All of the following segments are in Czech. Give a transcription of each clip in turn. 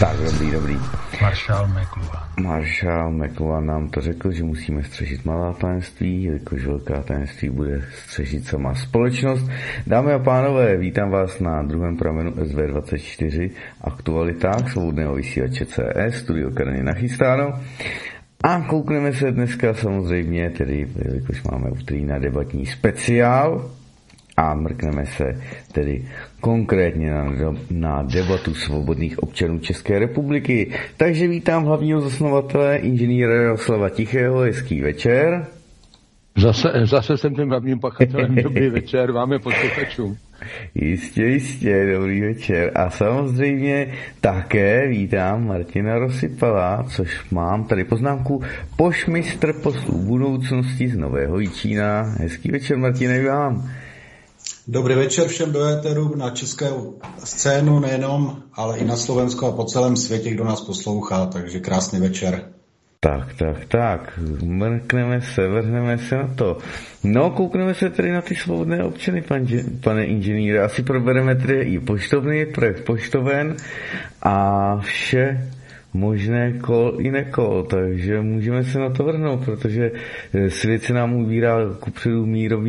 Tak, dobrý. Marshall McLuhan nám to řekl, že musíme střežit malá tajemství, jelikož velká tajemství bude střežit sama společnost. Dámy a pánové, vítám vás na druhém pramenu SV24 aktualitách svobodného vysílače CS, studio Karny nachystáno. A koukneme se dneska samozřejmě, tedy jelikož máme úterý, na debatní speciál a mrkneme se tedy konkrétně na debatu svobodných občanů České republiky. Takže vítám hlavního zasnovatele, inženýra Jaroslava Tichého, hezký večer. Zase jsem tím hlavním pachatelem, dobrý večer, vám je posluchačům. Jistě, dobrý večer. A samozřejmě také vítám Martina Rosypala, což mám tady poznámku pošmistr poslů budoucnosti z Nového Jičína. Hezký večer, Martine, vám. Dobrý večer všem do éteru na českou scénu nejenom, ale i na Slovensku a po celém světě, kdo nás poslouchá, takže krásný večer. Tak, vrhneme se na to. No, koukneme se tedy na ty svobodné občany, pane inženýre. Asi probereme tedy i poštovny, projekt poštoven a vše možné kol i nekol, takže můžeme se na to vrhnout, protože svět se nám ubírá kupředu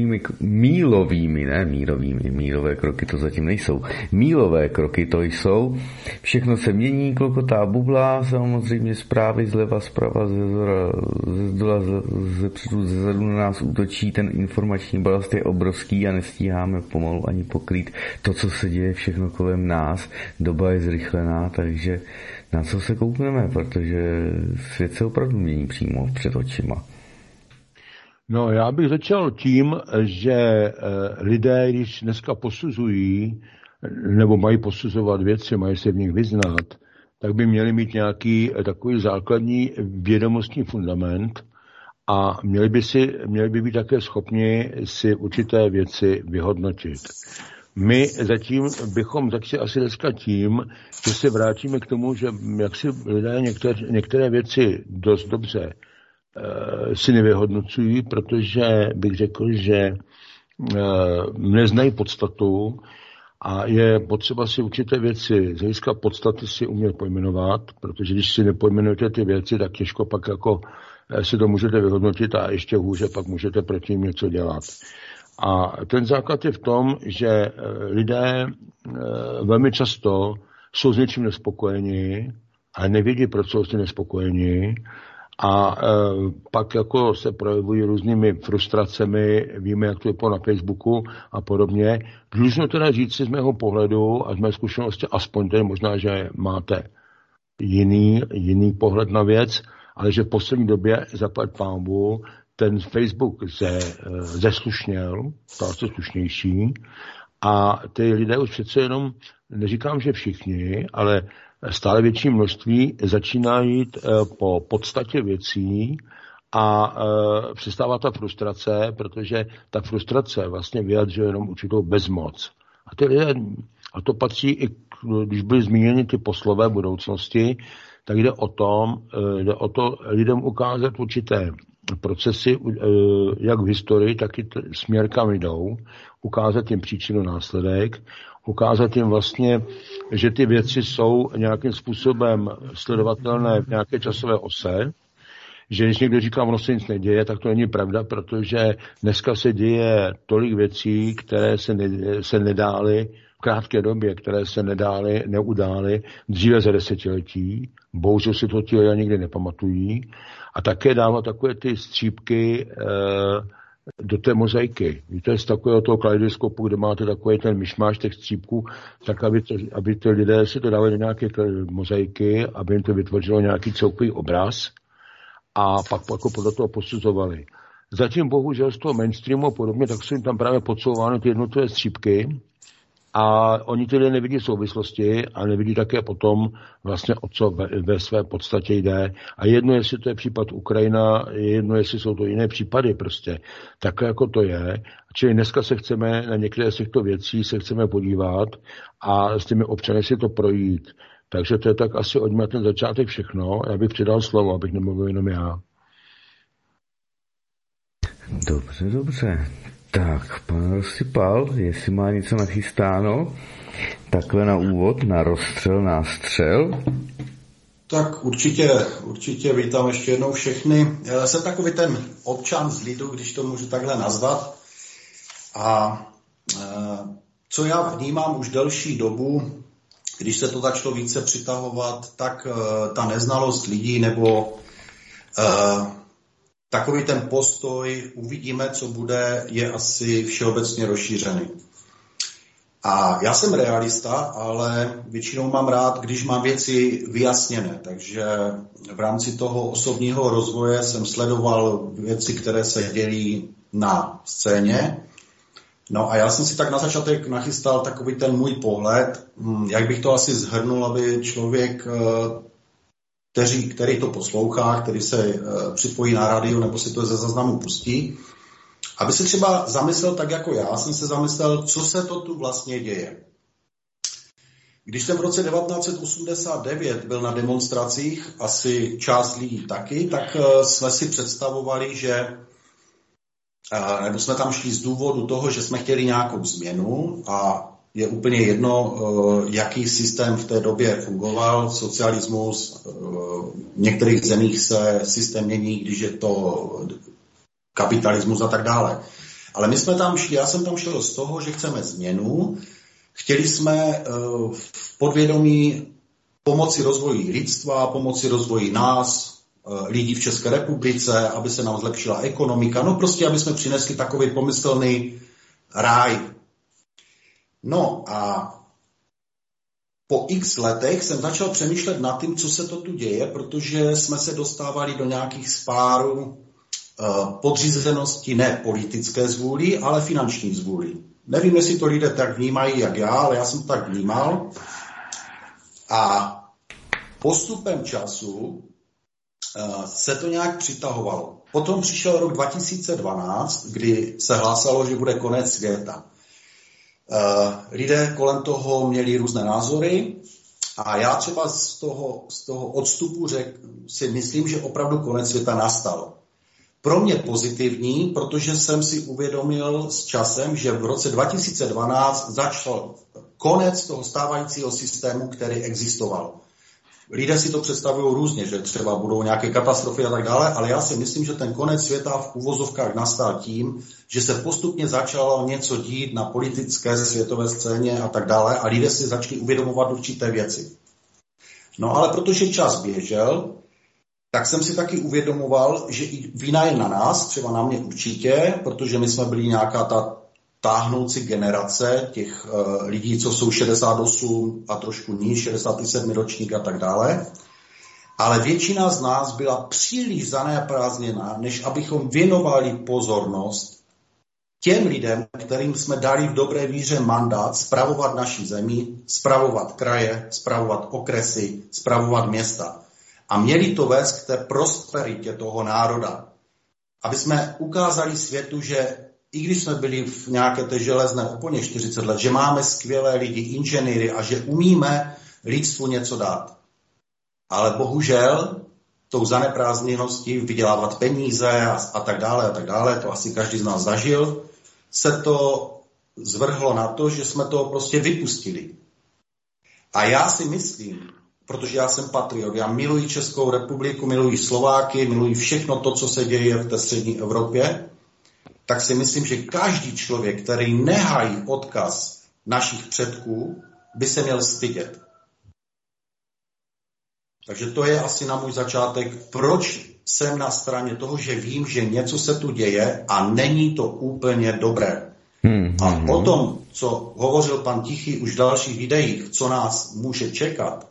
mílové kroky to zatím nejsou, mílové kroky to jsou, všechno se mění, klokotá bubla, samozřejmě zprávy zleva, zprava, ze zdola, ze předu, ze zadu na nás útočí, ten informační balast je obrovský a nestíháme pomalu ani pokrýt to, co se děje všechno kolem nás, doba je zrychlená, takže na co se koukneme, protože svět se opravdu mění přímo před očima. No, já bych začal tím, že lidé, když dneska posuzují, nebo mají posuzovat věci, mají se v nich vyznat, tak by měli mít nějaký takový základní vědomostní fundament a měli by být také schopni si určité věci vyhodnotit. My zatím bychom začali asi dneska tím, že se vrátíme k tomu, že jak si lidé některé věci dost dobře si nevyhodnocují, protože bych řekl, že neznají podstatu a je potřeba si určité věci z hlediska podstaty si umět pojmenovat, protože když si nepojmenujete ty věci, tak těžko pak jako si to můžete vyhodnotit a ještě hůře pak můžete proti ním něco dělat. A ten základ je v tom, že lidé velmi často jsou s něčím nespokojeni a nevědí, proč jsou s tím nespokojeni a pak jako se projevují různými frustracemi, víme, jak to je na Facebooku a podobně. Dlužno teda říct si z mého pohledu a z mé zkušenosti, aspoň tedy možná, že máte jiný pohled na věc, ale že v poslední době zaplať pánbůh ten Facebook zeslušněl, stal se slušnější a ty lidé už přece jenom, neříkám, že všichni, ale stále větší množství začínají jít po podstatě věcí a přestává ta frustrace, protože ta frustrace vlastně vyjadřuje jenom určitou bezmoc. A ty lidé, a to patří i, když byly zmíněny ty poslové budoucnosti, tak jde o to lidem ukázat určité procesy, jak v historii, tak i směr, kam jdou, ukázat jim příčinu následek, ukázat jim vlastně, že ty věci jsou nějakým způsobem sledovatelné v nějaké časové ose, že když někdo říká, ono se nic neděje, tak to není pravda, protože dneska se děje tolik věcí, které se nedály v krátké době, které se neudály dříve za desetiletí. Bohužel si to ti lidé nikdy nepamatují. A také dává takové ty střípky do té mozaiky. Víte, z takového toho kaleidoskopu, kde máte takový ten myšmáš těch střípků, tak aby ty lidé si to dávali do nějaké mozaiky, aby jim to vytvořilo nějaký celkový obraz a pak jako podle toho posuzovali. Zatím bohužel z toho mainstreamu a podobně, tak jsou jim tam právě podsouvány ty jednotlivé střípky a oni ty lidé nevidí souvislosti a nevidí také potom vlastně, o co ve své podstatě jde. A jedno, jestli to je případ Ukrajina, jedno, jestli jsou to jiné případy prostě. Tak jako to je. Čili dneska se chceme na některé z těchto věcí se chceme podívat a s těmi občany si to projít. Takže to je tak asi od mě ten začátek všechno. Já bych předal slovo, abych nemluvil jenom já. Dobře. Tak, pan Rosypal, jestli má něco nachystáno, takhle na úvod, na rozstřel, nástřel. Tak určitě vítám ještě jednou všechny. Já jsem takový ten občan z lidu, když to můžu takhle nazvat. A co já vnímám už delší dobu, když se to začalo více přitahovat, tak ta neznalost lidí nebo takový ten postoj, uvidíme, co bude, je asi všeobecně rozšířený. A já jsem realista, ale většinou mám rád, když mám věci vyjasněné. Takže v rámci toho osobního rozvoje jsem sledoval věci, které se dělí na scéně. No a já jsem si tak na začátek nachystal takový ten můj pohled, jak bych to asi shrnul, aby člověk, který to poslouchá, který se připojí na rádio nebo si to ze záznamu pustí, aby se třeba zamyslel tak jako já jsem se zamyslel, co se to tu vlastně děje. Když jsem v roce 1989 byl na demonstracích, asi část lidí taky, tak jsme si představovali, že nebo jsme tam šli z důvodu toho, že jsme chtěli nějakou změnu a je úplně jedno, jaký systém v té době fungoval, socialismus, v některých zemích se systém mění, když je to kapitalismus a tak dále. Ale my jsme tam šli, já jsem tam šel z toho, že chceme změnu, chtěli jsme v podvědomí pomoci rozvoji lidstva, pomoci rozvoji nás, lidí v České republice, aby se nám zlepšila ekonomika, no prostě, aby jsme přinesli takový pomyslný ráj. No a po x letech jsem začal přemýšlet nad tím, co se to tu děje, protože jsme se dostávali do nějakých spárů podřízenosti ne politické zvůli, ale finanční zvůli. Nevím, jestli to lidé tak vnímají, jak já, ale já jsem to tak vnímal. A postupem času se to nějak přitahovalo. Potom přišel rok 2012, kdy se hlásalo, že bude konec světa. Lidé kolem toho měli různé názory a já třeba z toho odstupu si myslím, že opravdu konec světa nastal. Pro mě pozitivní, protože jsem si uvědomil s časem, že v roce 2012 začal konec toho stávajícího systému, který existoval. Lidé si to představují různě, že třeba budou nějaké katastrofy a tak dále, ale já si myslím, že ten konec světa v uvozovkách nastal tím, že se postupně začalo něco dít na politické světové scéně a tak dále a lidé si začali uvědomovat určité věci. No ale protože čas běžel, tak jsem si taky uvědomoval, že i vina je na nás, třeba na mě určitě, protože my jsme byli nějaká ta táhnoucí generace těch lidí, co jsou 68 a trošku níž, 67 ročník a tak dále. Ale většina z nás byla příliš zaneprázdněná, než abychom věnovali pozornost těm lidem, kterým jsme dali v dobré víře mandát spravovat naši zemi, spravovat kraje, spravovat okresy, spravovat města. A měli to vést k té prosperitě toho národa. Aby jsme ukázali světu, že i když jsme byli v nějaké té železné oponě 40 let, že máme skvělé lidi, inženýry a že umíme lidstvu něco dát. Ale bohužel tou zaneprázdněností vydělávat peníze a tak dále, to asi každý z nás zažil, se to zvrhlo na to, že jsme to prostě vypustili. A já si myslím, protože já jsem patriot, já miluji Českou republiku, miluji Slováky, miluji všechno to, co se děje v té střední Evropě, tak si myslím, že každý člověk, který nehájí odkaz našich předků, by se měl stydět. Takže to je asi na můj začátek, proč jsem na straně toho, že vím, že něco se tu děje a není to úplně dobré. A o tom, co hovořil pan Tichý už v dalších videích, co nás může čekat,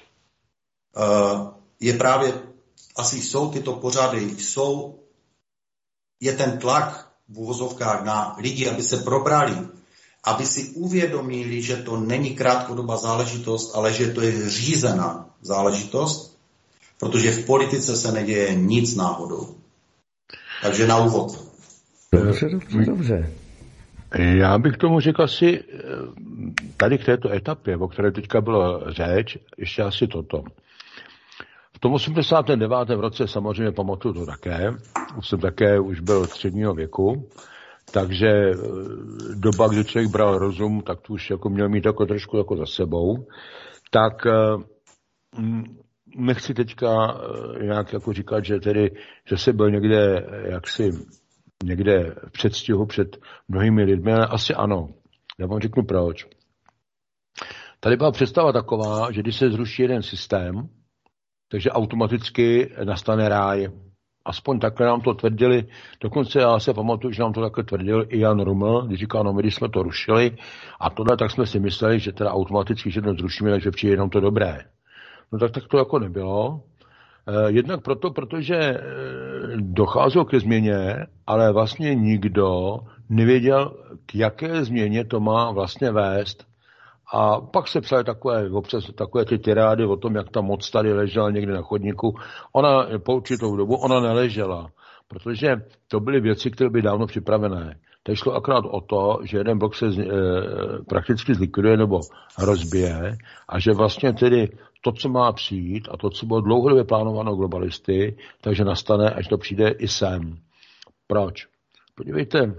je právě, asi jsou tyto pořady, je ten tlak v uvozovkách na lidi, aby se probrali, aby si uvědomili, že to není krátkodobá záležitost, ale že to je řízená záležitost, protože v politice se neděje nic náhodou. Takže na úvod. Dobře. Já bych tomu řekl asi tady k této etapě, o které teďka byla řeč, ještě asi toto. V tom 89. roce samozřejmě pamatuju to také, jsem také už byl středního věku, takže doba, kdy člověk bral rozum, tak tu už jako měl mít jako trošku jako za sebou, tak nechci teďka nějak jako říkat, že se byl někde někde v předstihu před mnohými lidmi, ale asi ano. Já vám řeknu proč. Tady byla představa taková, že když se zruší jeden systém, takže automaticky nastane ráj. Aspoň takhle nám to tvrdili, dokonce já se pamatuju, že nám to takhle tvrdil i Jan Ruml, když říkal, no my když jsme to rušili a tohle, tak jsme si mysleli, že teda automaticky všechno zrušíme, takže přijde jenom to dobré. No tak to jako nebylo. Jednak protože docházelo ke změně, ale vlastně nikdo nevěděl, k jaké změně to má vlastně vést. A pak se psaly občas takové ty tirády o tom, jak ta moc tady ležela někde na chodníku. Ona po určitou dobu, ona neležela, protože to byly věci, které byly dávno připravené. Teď šlo akorát o to, že jeden blok se prakticky zlikviduje nebo rozbije a že vlastně tedy to, co má přijít a to, co bylo dlouhodobě plánováno globalisty, takže nastane, až to přijde i sem. Proč? Podívejte,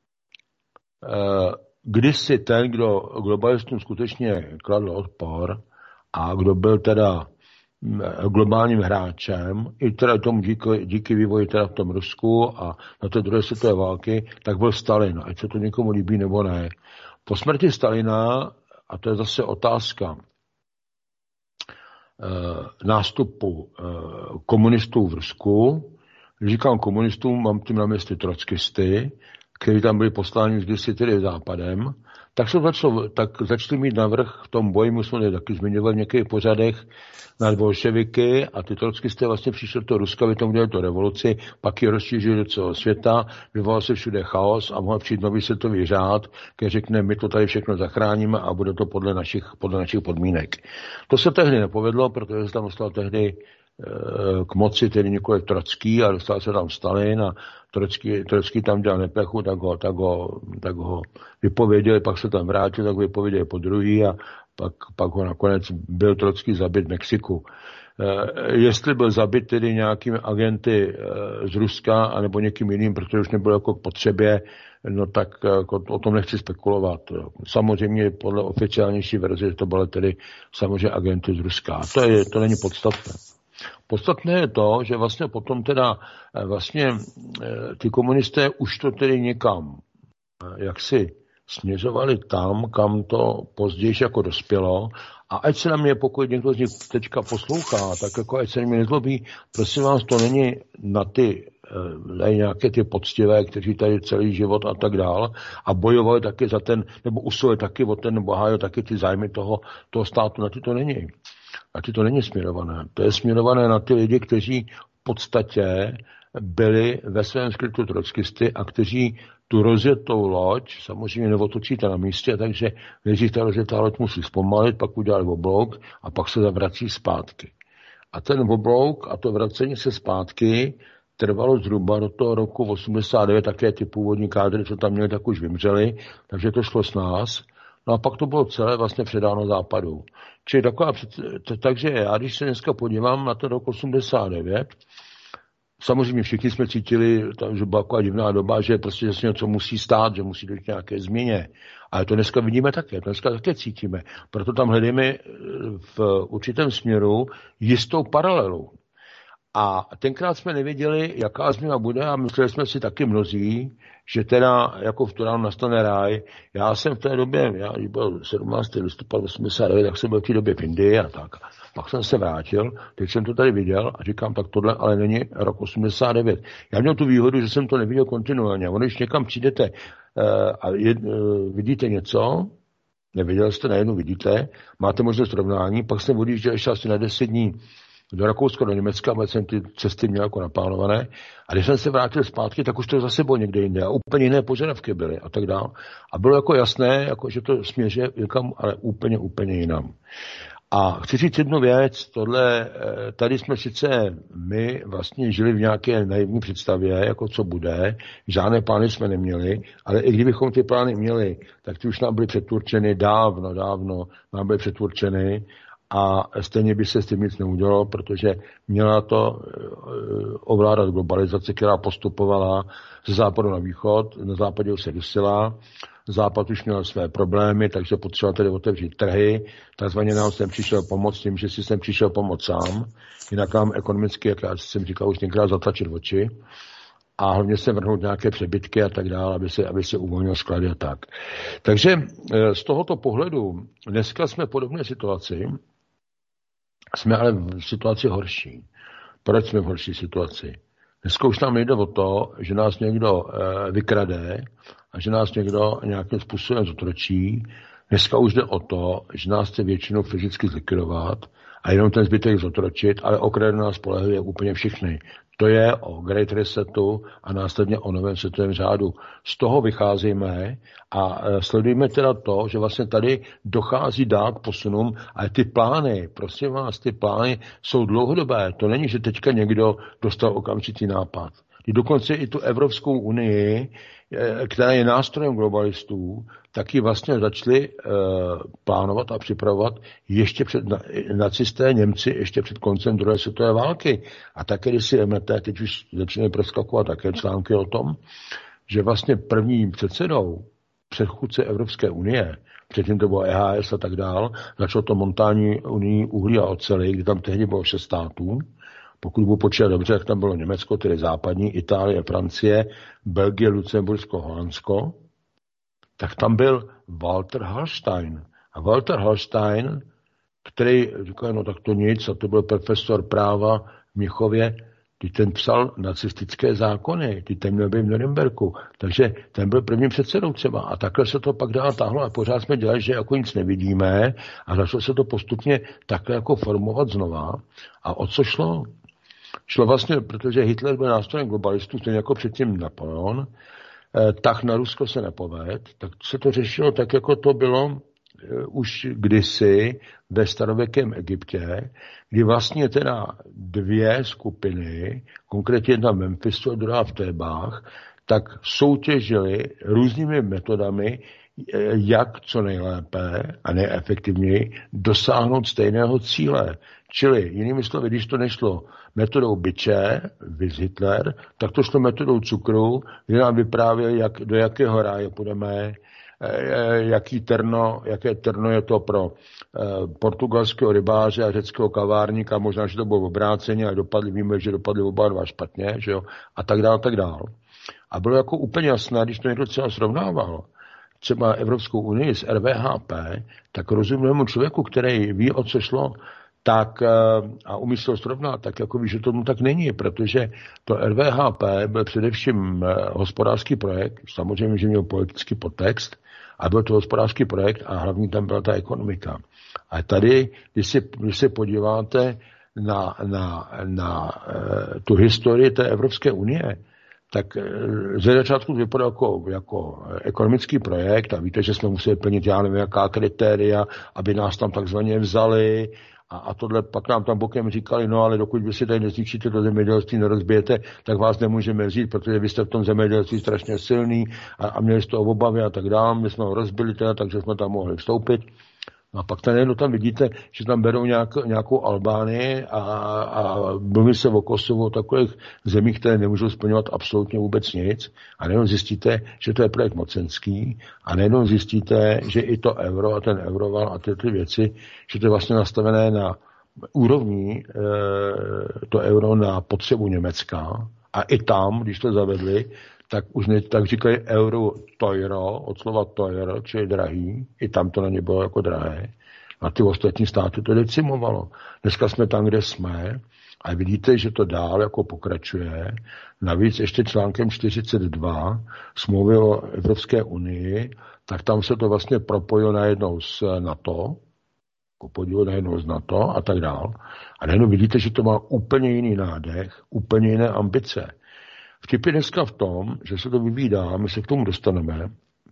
kdysi ten, kdo globalistům skutečně kladl odpor a kdo byl teda globálním hráčem, i teda tomu díky vývoji teda v tom Rusku a na té druhé světové války, tak byl Stalin, ať se to někomu líbí nebo ne. Po smrti Stalina, a to je zase otázka nástupu komunistů v Rusku, když říkám komunistům, mám tím na mysli trockisty, kteří tam byli posláni vždycky tedy západem, tak začali mít navrch v tom boji, my jsme taky zmiňovali v některých pořadech, nad bolševiky a ty trockisté vlastně přišli do Ruska, aby tomu dělali to revoluci, pak ji rozšířili do celého světa, vyvolal se všude chaos a mohl přijít nový světový řád, který řekne, my to tady všechno zachráníme a bude to podle našich podmínek. To se tehdy nepovedlo, protože se tam dostal tehdy k moci tedy několik Trocký a dostal se tam Stalin a Trocký tam dělal neplechu, tak ho vypověděli, pak se tam vrátil, tak ho vypověděli po druhý a pak ho nakonec byl Trocký zabit v Mexiku. Jestli byl zabit tedy nějakými agenty z Ruska anebo někým jiným, protože už nebylo jako k potřebě, no tak jako o tom nechci spekulovat. Samozřejmě podle oficiálnější verze to bylo tedy samozřejmě agenty z Ruska. To není podstatné. Podstatné je to, že vlastně potom teda vlastně ty komunisté už to tedy někam jaksi směřovali tam, kam to později jako dospělo. A ať se na mě, pokud někdo z nich teďka poslouchá, tak jako ať se na mě nezlobí, prosím vás, to není na ty nějaké ty poctivé, kteří tady celý život a tak dál a bojovali taky za ten, nebo usilovali taky o ten, nebo hájili taky ty zájmy toho státu, na ty to není. A ty to není směrované. To je směrované na ty lidi, kteří v podstatě byli ve svém skrytu trockisty a kteří tu rozjetou loď samozřejmě neotočíte na místě, takže nejdřív ta rozjetá loď musí zpomalit, pak udělat oblouk a pak se zavrací zpátky. A ten oblouk a to vracení se zpátky trvalo zhruba do toho roku 89, také ty původní kádry, co tam měli, tak už vymřeli, takže to šlo s nás. No a pak to bylo celé vlastně předáno západu. Čili takže já, když se dneska podívám na ten rok 89, samozřejmě všichni jsme cítili, že byla taková divná doba, že prostě se něco musí stát, že musí dojít nějaké změně. Ale to dneska vidíme také, to dneska také cítíme. Proto tam hledáme v určitém směru jistou paralelu. A tenkrát jsme nevěděli, jaká změna bude a mysleli jsme si taky mnozí, že teda jako v Turánu nastane ráj. Já jsem v té době, když byl 17. listopad 89, tak jsem byl v té době v Indii a tak. Pak jsem se vrátil, teď jsem to tady viděl a říkám, tak tohle ale není rok 89. Já měl tu výhodu, že jsem to neviděl kontinuálně. Ono, když někam přijdete a vidíte něco, neviděl jste, najednou vidíte, máte možnost srovnání, pak jsem odjížděl ještě asi na 10 dní do Rakouska, do Německa, protože jsem ty cesty měl jako naplánované. A když jsem se vrátil zpátky, tak už to zase bylo někde jinde. A úplně jiné požadavky byly a tak dále. A bylo jako jasné, jako, že to směřuje někam, ale úplně jinam. A chci říct jednu věc, tady jsme sice my vlastně žili v nějaké naivní představě, jako co bude, žádné plány jsme neměli, ale i kdybychom ty plány měli, tak ty už nám byly předurčeny dávno nám byly předurčeny a stejně by se s tím nic neudělalo, protože měla to ovládat globalizace, která postupovala ze západu na východ, na západě už se dusila, Západ už měl své problémy, takže potřeboval tedy otevřít trhy. Takzvaně nám jsem přišel pomoct tím, že si jsem přišel pomoct sám. Jinak nám ekonomicky, jak já jsem říkal, už některá zatlačit oči. A hlavně se vrhnout nějaké přebytky a tak dále, aby se uvolnil sklady a tak. Takže z tohoto pohledu dneska jsme v podobné situaci, jsme ale v situaci horší. Proč jsme v horší situaci? Dneska už nám nejde o to, že nás někdo vykrade a že nás někdo nějakým způsobem zotročí. Dneska už jde o to, že nás chce většinou fyzicky zlikvidovat a jenom ten zbytek zotročit, ale okrade nás spolehlivě úplně všichni. To je o Great Resetu a následně o novém světovém řádu. Z toho vycházíme a sledujeme teda to, že vlastně tady dochází dát posunům, ale ty plány, prosím vás, ty plány jsou dlouhodobé. To není, že teďka někdo dostal okamžitý nápad. I dokonce i tu Evropskou unii, která je nástrojem globalistů, taky vlastně začali plánovat a připravovat ještě před nacisté Němci, ještě před koncem druhé světové války. A také, když si jdete, teď už začínají proskakovat také články o tom, že vlastně prvním předsedou předchůdce Evropské unie, předtím to bylo EHS a tak dál, začalo to montání unii uhlí a oceli, kdy tam tehdy bylo 6 států. Pokud budu počítat dobře, jak tam bylo Německo, tedy západní, Itálie, Francie, Belgie, Lucembursko, Holandsko, tak tam byl Walter Hallstein. A Walter Hallstein, který říkal, no tak to nic, a to byl profesor práva v Mnichově, ten psal nacistické zákony, ten měl být v Norimberku. Takže ten byl prvním předsedou třeba. A takhle se to pak dál táhlo a pořád jsme dělali, že jako nic nevidíme a začalo se to postupně takhle jako formovat znova. A o co šlo? Šlo vlastně, protože Hitler byl nástrojem globalistů, stejně jako předtím Napoleon, tak na Rusko se nepovedl, tak se to řešilo tak, jako to bylo už kdysi ve starověkém Egyptě, kdy vlastně teda 2 skupiny, konkrétně jedna v Memphisu a druhá v Tébách, tak soutěžili různými metodami, jak co nejlépe a nejefektivněji dosáhnout stejného cíle. Čili, jinými slovy, když to nešlo metodou biče, viz Hitler, tak to šlo metodou cukru, kde nám vyprávěl, do jakého ráje půjdeme, jaké terno je to pro portugalského rybáře a řeckého kavárníka, možná, že to bylo obráceně, ale víme, že dopadli oba dva špatně, že jo, a tak dále, tak dále. A bylo jako úplně jasné, když to někdo třeba srovnával, třeba Evropskou unii s RVHP, tak rozumělému člověku, který ví, o co šlo, tak a umí se to srovnat, tak jako ví, že tomu tak není, protože to RVHP byl především hospodářský projekt, samozřejmě, že měl politický podtext, a byl to hospodářský projekt a hlavní tam byla ta ekonomika. A tady, když se podíváte na tu historii té Evropské unie, tak ze začátku vypadal jako ekonomický projekt a víte, že jsme museli plnit, já nevím, jaká kritéria, aby nás tam takzvaně vzali a tohle pak nám tam bokem říkali, no ale dokud vy si tady nezničíte to zemědělství, nerozbijete, tak vás nemůžeme vzít, protože vy jste v tom zemědělství strašně silný a měli z toho obavy a tak dále, my jsme ho rozbili teda, takže jsme tam mohli vstoupit. A pak tam vidíte, že tam berou nějakou Albánii a mluví se o Kosovu, o takových zemích, které nemůžou splňovat absolutně vůbec nic. A nejenom zjistíte, že to je projekt mocenský a nejenom zjistíte, že i to euro a ten euroval a ty věci, že to je vlastně nastavené na úrovni to euro na potřebu Německa. A i tam, když to zavedli, tak už tak říkají euro teuro, od slova teuro, čili drahý, i tam to na ně bylo jako drahé. A ty ostatní státy to decimovalo. Dneska jsme tam, kde jsme, a vidíte, že to dál jako pokračuje. Navíc ještě článkem 42 smlouvy o Evropské unii, tak tam se to vlastně propojilo najednou s NATO, podílo najednou z NATO a tak dál. A najednou vidíte, že to má úplně jiný nádech, úplně jiné ambice. Vtip je dneska v tom, že se to vyvíjí dál, my se k tomu dostaneme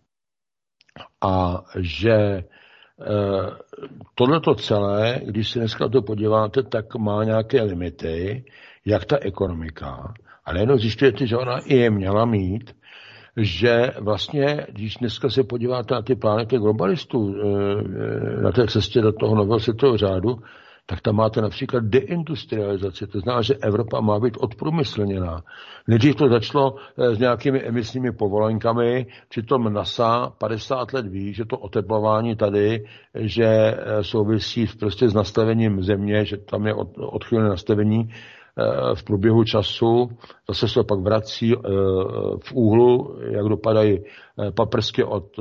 a že tohleto celé, když si dneska to podíváte, tak má nějaké limity, jak ta ekonomika. A nejenom zjišťujete, že ona i je měla mít, že vlastně, když dneska se podíváte na ty plány těch globalistů na té cestě do toho nového světového řádu, tak tam máte například deindustrializaci, to znamená, že Evropa má být odprůmyslněná. Nejdřív to začalo s nějakými emisními povolenkami, přitom NASA 50 let ví, že to oteplování tady, že souvisí prostě s nastavením země, že tam je odchylné nastavení v průběhu času, zase se pak vrací v úhlu, jak dopadají paprsky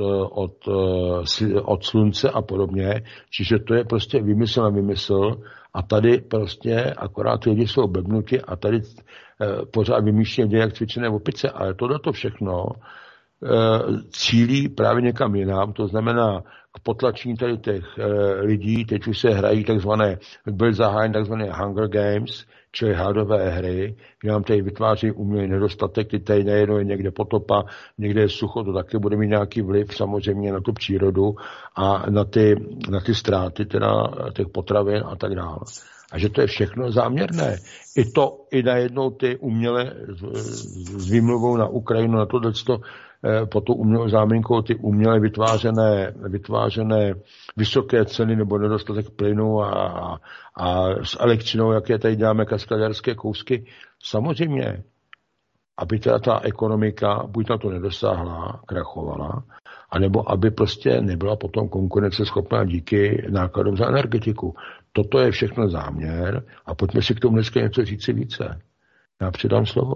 od slunce a podobně. Čiže to je prostě výmysl na výmysl a tady prostě akorát lidi jsou blbnutí a tady pořád vymýšlí jak cvičené opice, ale tohleto všechno cílí právě někam jinam, to znamená k potlačení tady těch lidí, teď už se hrají byly zahájeny takzvané Hunger Games, čili hladové hry, kde nám tady vytváří umělý nedostatek, kdy tady nejednou je někde potopa, někde je sucho, to taky bude mít nějaký vliv samozřejmě na tu přírodu a na ty ztráty teda těch potravin a tak dále. A že to je všechno záměrné. I najednou ty uměle s výmluvou na Ukrajinu, na tohleto, pod tou umělou záminkou ty uměle vytvářené vysoké ceny nebo nedostatek plynu a s elektřinou, jaké tady děláme kaskaderské kousky. Samozřejmě, aby teda ta ekonomika buď na to nedosáhla, krachovala, anebo aby prostě nebyla potom konkurenceschopná díky nákladům za energetiku. Toto je všechno záměr a pojďme si k tomu dneska něco říci více. Já předám slovo.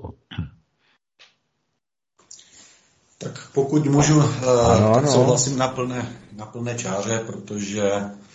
Tak pokud můžu, tak souhlasím na plné čáře, protože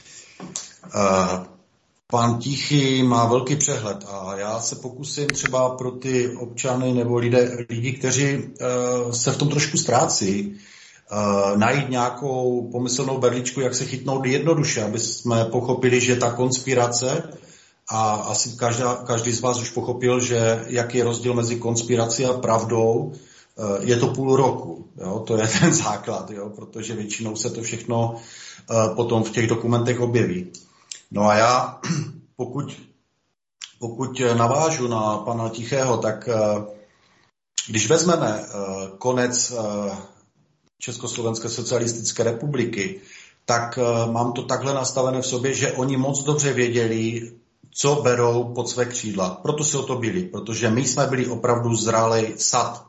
pan Tichý má velký přehled a já se pokusím třeba pro ty občany nebo lidi, kteří se v tom trošku ztrácí, najít nějakou pomyslnou berličku, jak se chytnout jednoduše, aby jsme pochopili, že ta konspirace, a asi každý z vás už pochopil, že jaký je rozdíl mezi konspirací a pravdou, je to půl roku. Jo? To je ten základ, jo? Protože většinou se to všechno potom v těch dokumentech objeví. No a já, pokud navážu na pana Tichého, tak když vezmeme konec Československé socialistické republiky, tak mám to takhle nastavené v sobě, že oni moc dobře věděli, co berou pod své křídla. Proto si o to byli, protože my jsme byli opravdu zralý sad.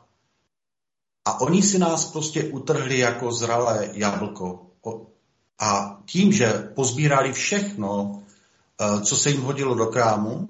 A oni si nás prostě utrhli jako zralé jablko. A tím, že pozbírali všechno, co se jim hodilo do krámu,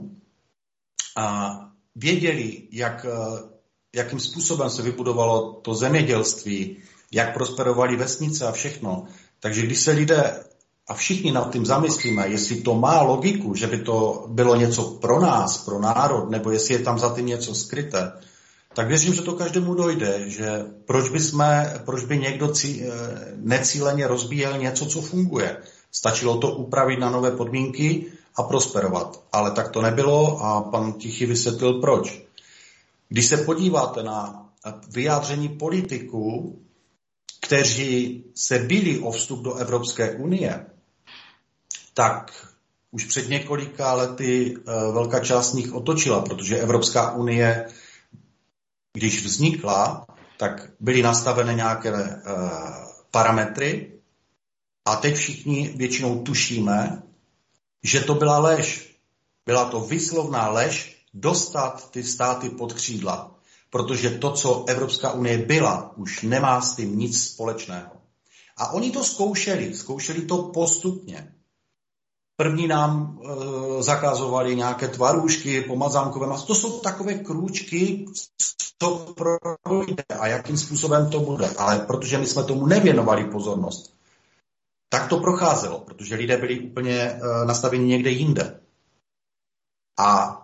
a věděli, jakým způsobem se vybudovalo to zemědělství, jak prosperovaly vesnice a všechno. Takže když se lidé a všichni nad tím zamyslíme, jestli to má logiku, že by to bylo něco pro nás, pro národ, nebo jestli je tam za tím něco skryté, tak věřím, že to každému dojde, že proč by někdo necíleně rozbíjel něco, co funguje. Stačilo to upravit na nové podmínky a prosperovat. Ale tak to nebylo a pan Tichý vysvětlil proč. Když se podíváte na vyjádření politiků, kteří se bili o vstup do Evropské unie, tak už před několika lety velká část z nich otočila, protože Evropská unie, když vznikla, tak byly nastavené nějaké parametry a teď všichni většinou tušíme, že to byla lež. Byla to výslovná lež dostat ty státy pod křídla, protože to, co Evropská unie byla, už nemá s tím nic společného. A oni to zkoušeli to postupně. První nám zakazovali nějaké tvarůžky, pomazánkové maso. To jsou takové krůčky, co projde a jakým způsobem to bude. Ale protože my jsme tomu nevěnovali pozornost, tak to procházelo, protože lidé byli úplně nastaveni někde jinde. A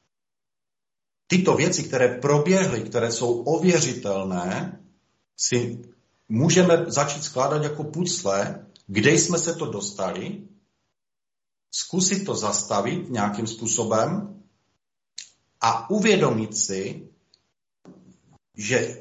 tyto věci, které proběhly, které jsou ověřitelné, si můžeme začít skládat jako pucle, kde jsme se to dostali, zkusit to zastavit nějakým způsobem a uvědomit si, že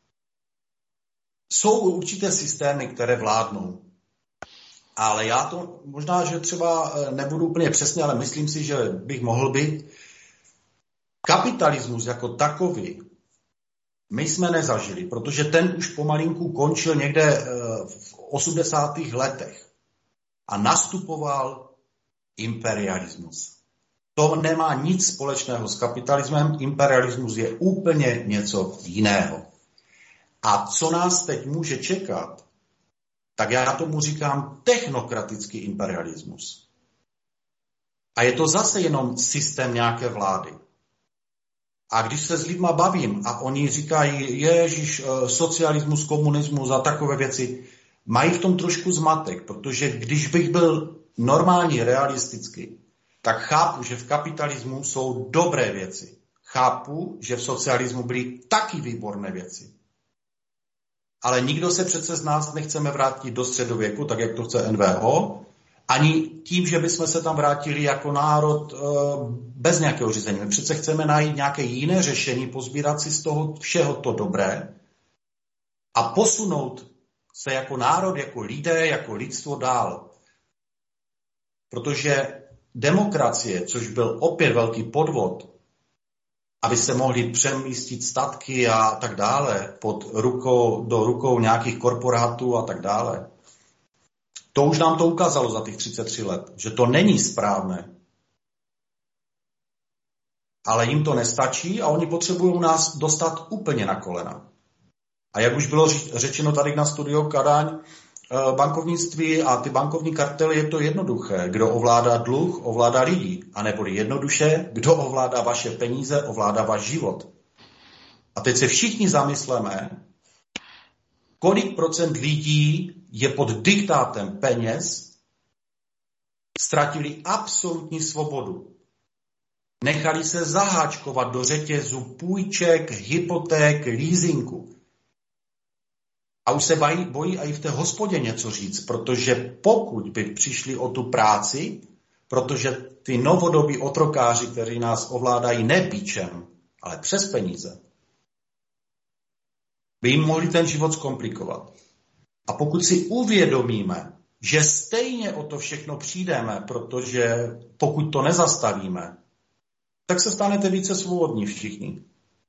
jsou určité systémy, které vládnou. Ale já to možná, že třeba nebudu úplně přesně, ale myslím si, že bych mohl být. Kapitalismus jako takový my jsme nezažili, protože ten už pomalinku končil někde v 80. letech a nastupoval imperialismus. To nemá nic společného s kapitalismem, imperialismus je úplně něco jiného. A co nás teď může čekat, tak já tomu říkám technokratický imperialismus. A je to zase jenom systém nějaké vlády. A když se s lidma bavím a oni říkají, ježiš, socialismus, komunismus a takové věci, mají v tom trošku zmatek, protože když bych byl normální, realistický, tak chápu, že v kapitalismu jsou dobré věci. Chápu, že v socialismu byly taky výborné věci. Ale nikdo se přece z nás nechceme vrátit do středověku, tak jak to chce NVO, ani tím, že bychom se tam vrátili jako národ bez nějakého řízení. My přece chceme najít nějaké jiné řešení, pozbírat si z toho všeho to dobré a posunout se jako národ, jako lidé, jako lidstvo dál. Protože demokracie, což byl opět velký podvod, aby se mohli přemístit statky a tak dále do rukou nějakých korporátů a tak dále. To už nám to ukázalo za těch 33 let, že to není správné. Ale jim to nestačí a oni potřebují nás dostat úplně na kolena. A jak už bylo řečeno tady na studiu Kadaň, bankovnictví a ty bankovní kartely je to jednoduché. Kdo ovládá dluh, ovládá lidi. A neboli jednoduše, kdo ovládá vaše peníze, ovládá váš život. A teď se všichni zamysleme, kolik procent lidí je pod diktátem peněz, ztratili absolutní svobodu. Nechali se zaháčkovat do řetězu půjček, hypoték, leasingu. A už se bojí i v té hospodě něco říct, protože pokud by přišli o tu práci, protože ty novodobí otrokáři, kteří nás ovládají ne bičem, ale přes peníze, by jim mohli ten život zkomplikovat. A pokud si uvědomíme, že stejně o to všechno přijdeme, protože pokud to nezastavíme, tak se stanete více svobodní všichni.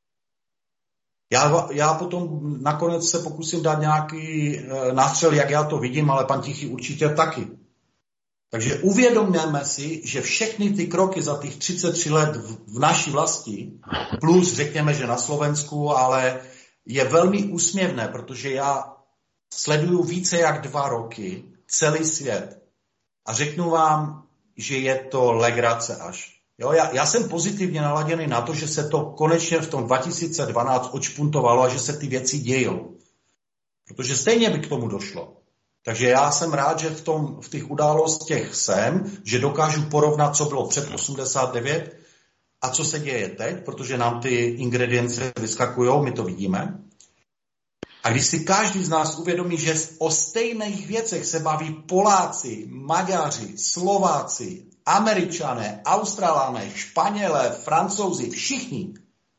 Já potom nakonec se pokusím dát nějaký nástřel, jak já to vidím, ale pan Tichý určitě taky. Takže uvědomíme si, že všechny ty kroky za těch 33 let v naší vlasti, plus řekněme, že na Slovensku, ale je velmi úsměvné, protože já sleduju více jak 2 roky celý svět a řeknu vám, že je to legrace až. Jo, já jsem pozitivně naladěný na to, že se to konečně v tom 2012 odšpuntovalo a že se ty věci dějou. Protože stejně by k tomu došlo. Takže já jsem rád, že v těch událostech jsem, že dokážu porovnat, co bylo před 89 a co se děje teď, protože nám ty ingredience vyskakujou, my to vidíme. A když si každý z nás uvědomí, že o stejných věcech se baví Poláci, Maďaři, Slováci, Američané, Australané, Španělé, Francouzi, všichni,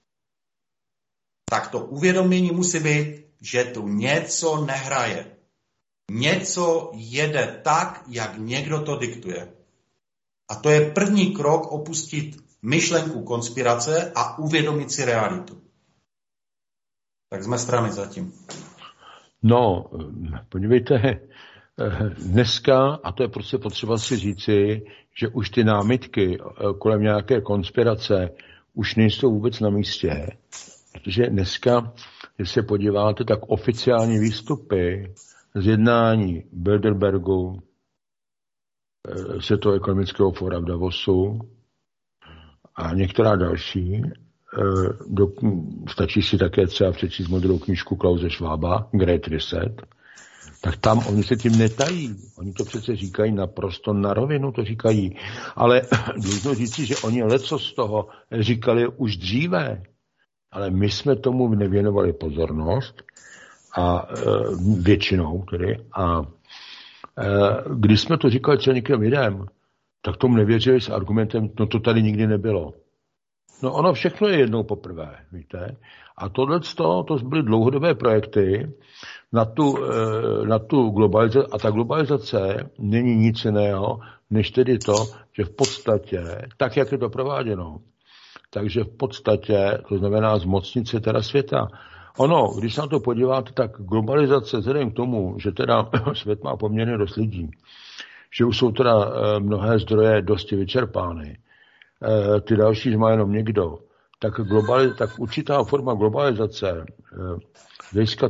tak to uvědomění musí být, že tu něco nehraje. Něco jede tak, jak někdo to diktuje. A to je první krok opustit myšlenku konspirace a uvědomit si realitu. Tak z mé strany zatím. No, podívejte, dneska, a to je prostě potřeba si říci, že už ty námitky kolem nějaké konspirace už nejsou vůbec na místě. Protože dneska, když se podíváte, tak oficiální výstupy z jednání Bilderbergu, Světového ekonomického fóra v Davosu a některá další, stačí si také třeba přečíst modrou knížku Klause Schwaba, Great Reset, tak tam oni se tím netají. Oni to přece říkají naprosto na rovinu, to říkají. Ale dlužno říci, že oni leco z toho říkali už dříve. Ale my jsme tomu nevěnovali pozornost a většinou tedy. A když jsme to říkali třeba někým lidem, tak tomu nevěřili s argumentem, no to tady nikdy nebylo. No ono všechno je jednou poprvé, víte. A to byly dlouhodobé projekty na tu globalizaci. A ta globalizace není nic jiného, než tedy to, že v podstatě, tak jak je to prováděno, takže v podstatě, to znamená zmocnit se teda světa. Ono, když se na to podíváte, tak globalizace vzhledem k tomu, že teda svět má poměrně dost lidí, že už jsou teda mnohé zdroje dosti vyčerpány. Ty další, že má jenom někdo. Tak určitá forma globalizace, dneska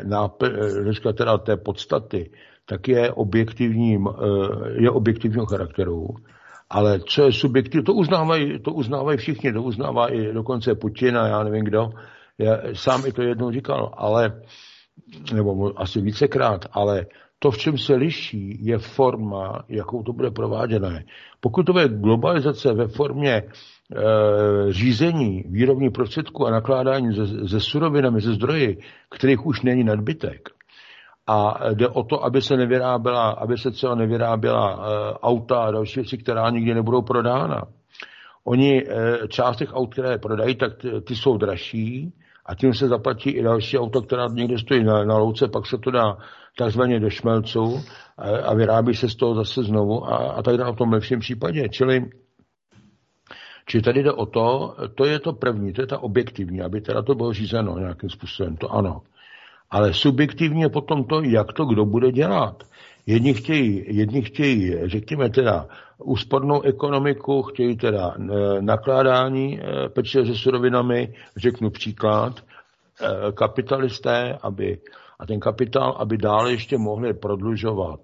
té podstaty, tak je objektivního charakteru. Ale co je subjektivní, to uznávají všichni, to uznává i dokonce Putin a já nevím kdo. Sám i to jednou říkal, nebo asi vícekrát, ale to, v čem se liší, je forma, jakou to bude prováděné. Pokud to bude globalizace ve formě řízení výrobních prostředků a nakládání se surovinami, ze zdroji, kterých už není nadbytek, a jde o to, aby se třeba nevyráběla auta a další věci, která nikdy nebudou prodána. Oni část těch aut, které prodají, tak ty jsou dražší a tím se zaplatí i další auto, která někde stojí na louce, pak se to dá takzvaně do šmelcu a vyrábí se z toho zase znovu a tak dále v tom lepším případě. Čili tady jde o to je to první, to je ta objektivní, aby teda to bylo řízeno nějakým způsobem, to ano. Ale subjektivně je potom to, jak to kdo bude dělat. Jedni chtějí, řekněme teda, úspornou ekonomiku, chtějí teda nakládání pečlivě se surovinami, řeknu příklad, kapitalisté, a ten kapitál, aby dále ještě mohli prodlužovat,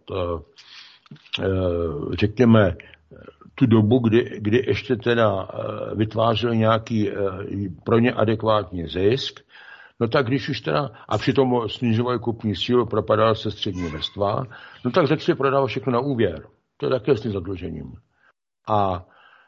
řekněme, tu dobu, kdy ještě teda vytvářeli nějaký pro ně adekvátní zisk, no tak když už teda, a přitom snižovali kupní sílu, propadala se střední vrstva, no tak začali prodávat všechno na úvěr. To je také s tím zadlužením. A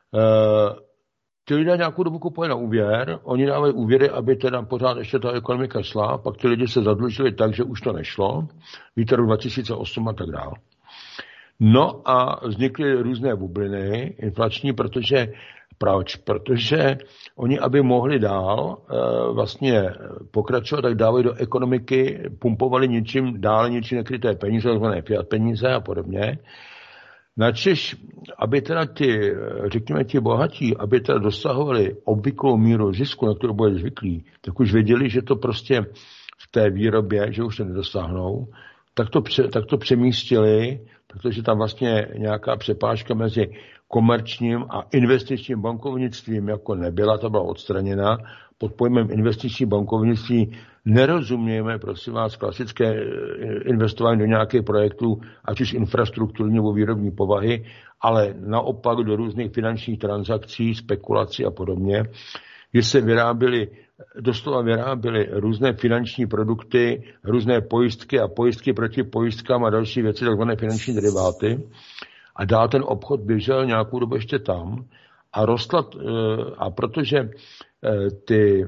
ty lidé nějakou dobu kupují na úvěr, oni dávají úvěry, aby teda pořád ještě ta ekonomika šla, pak ty lidi se zadlužili tak, že už to nešlo, víte, rok 2008 a tak dále. No a vznikly různé bubliny inflační, proč? Protože oni, aby mohli dál vlastně pokračovat, tak dávají do ekonomiky, pumpovali něčím nekryté peníze, takzvané fiat peníze a podobně. Načež, aby teda ti bohatí, aby teda dosahovali obvyklou míru zisku, na kterou bude zvyklí, tak už věděli, že to prostě v té výrobě, že už to nedosáhnou, tak to přemístili, protože tam vlastně nějaká přepážka mezi komerčním a investičním bankovnictvím jako nebyla, ta byla odstraněna. Pod pojmem investiční bankovnictví nerozumějme, prosím vás, klasické investování do nějakých projektů, ať už infrastrukturní nebo výrobní povahy, ale naopak do různých finančních transakcí, spekulací a podobně, že se doslova vyráběly různé finanční produkty, různé pojistky a pojistky proti pojistkám a další věci, takzvané finanční deriváty. A dál ten obchod běžel nějakou dobu ještě tam a rostla, a protože ty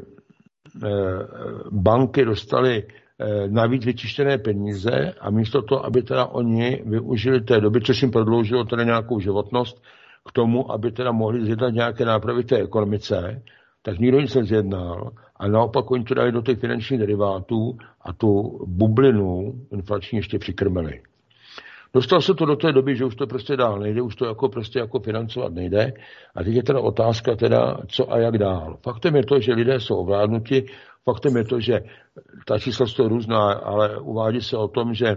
banky dostaly navíc vyčištěné peníze a místo toho, aby teda oni využili té doby, což jim prodloužilo teda nějakou životnost k tomu, aby teda mohli zjednat nějaké nápravy té ekonomice, tak nikdo nic nezjednal a naopak oni to dali do těch finančních derivátů a tu bublinu inflační ještě přikrmili. Dostal se to do té doby, že už to prostě dál nejde, už to jako financovat nejde. A teď je teda otázka teda, co a jak dál. Faktem je to, že lidé jsou ovládnuti, faktem je to, že ta čísla jsou různá, ale uvádí se o tom, že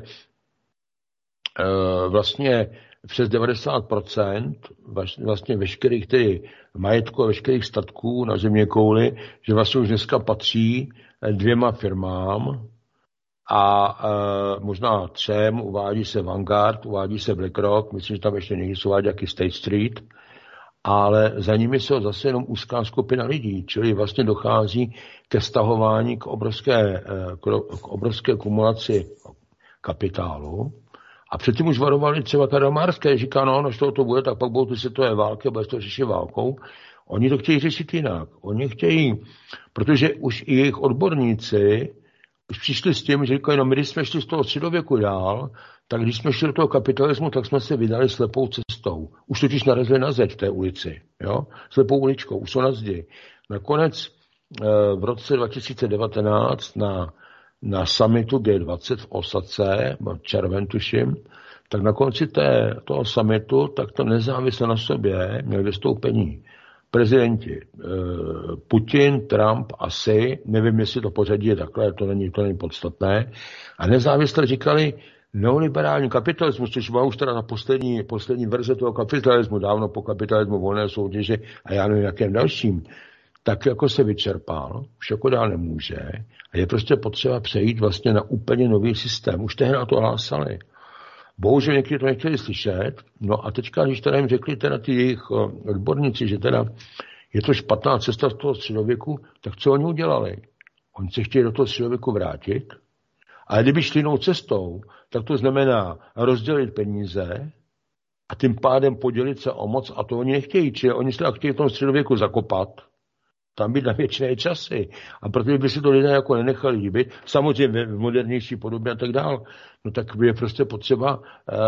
vlastně přes 90% vlastně veškerých majetku a veškerých statků na zeměkouli, že vlastně už dneska patří 2 firmám, a možná 3, uvádí se Vanguard, uvádí se BlackRock, myslím, že tam ještě někdy se uvádí jaký State Street, ale za nimi se zase jenom úzká skupina lidí, čili vlastně dochází ke stahování k obrovské kumulaci kapitálu. A předtím už varovali třeba Karamarské, říká, no, než to bude, tak pak budou ty světové války, bude to řešit válkou. Oni to chtějí řešit jinak. Oni chtějí, protože už i jejich odborníci už přišli s tím, že říkají, no my když jsme šli z toho středověku dál, tak když jsme šli do toho kapitalismu, tak jsme se vydali slepou cestou. Už totiž narazili na zeď v té ulici, jo? Slepou uličkou, už jsou na zdi. Nakonec v roce 2019 na summitu G20 v Osace, červen tuším, tak na konci toho summitu, tak to nezávisle na sobě měl vystoupení prezidenti Putin, Trump a Xi, nevím, jestli to pořadí je takhle, to není podstatné, a nezávisle říkali, neoliberální kapitalismus, což má už teda na poslední verze toho kapitalismu, dávno po kapitalismu volné soutěže a já nevím jakém dalším, tak jako se vyčerpal, už jako dál nemůže a je prostě potřeba přejít vlastně na úplně nový systém. Už tehdy na to hlásali. Bohužel někteří to nechtěli slyšet, no a teďka, když teda jim řekli teda ty jejich odborníci, že teda je to špatná cesta z toho středověku, tak co oni udělali? Oni se chtěli do toho středověku vrátit, ale kdyby šli jinou cestou, tak to znamená rozdělit peníze a tím pádem podělit se o moc a to oni nechtějí, čili oni se chtějí v tom středověku zakopat, tam být na věčné časy. A protože by si to lidé jako nenechali líbit, samozřejmě v modernější podobě a tak dál, no tak je prostě potřeba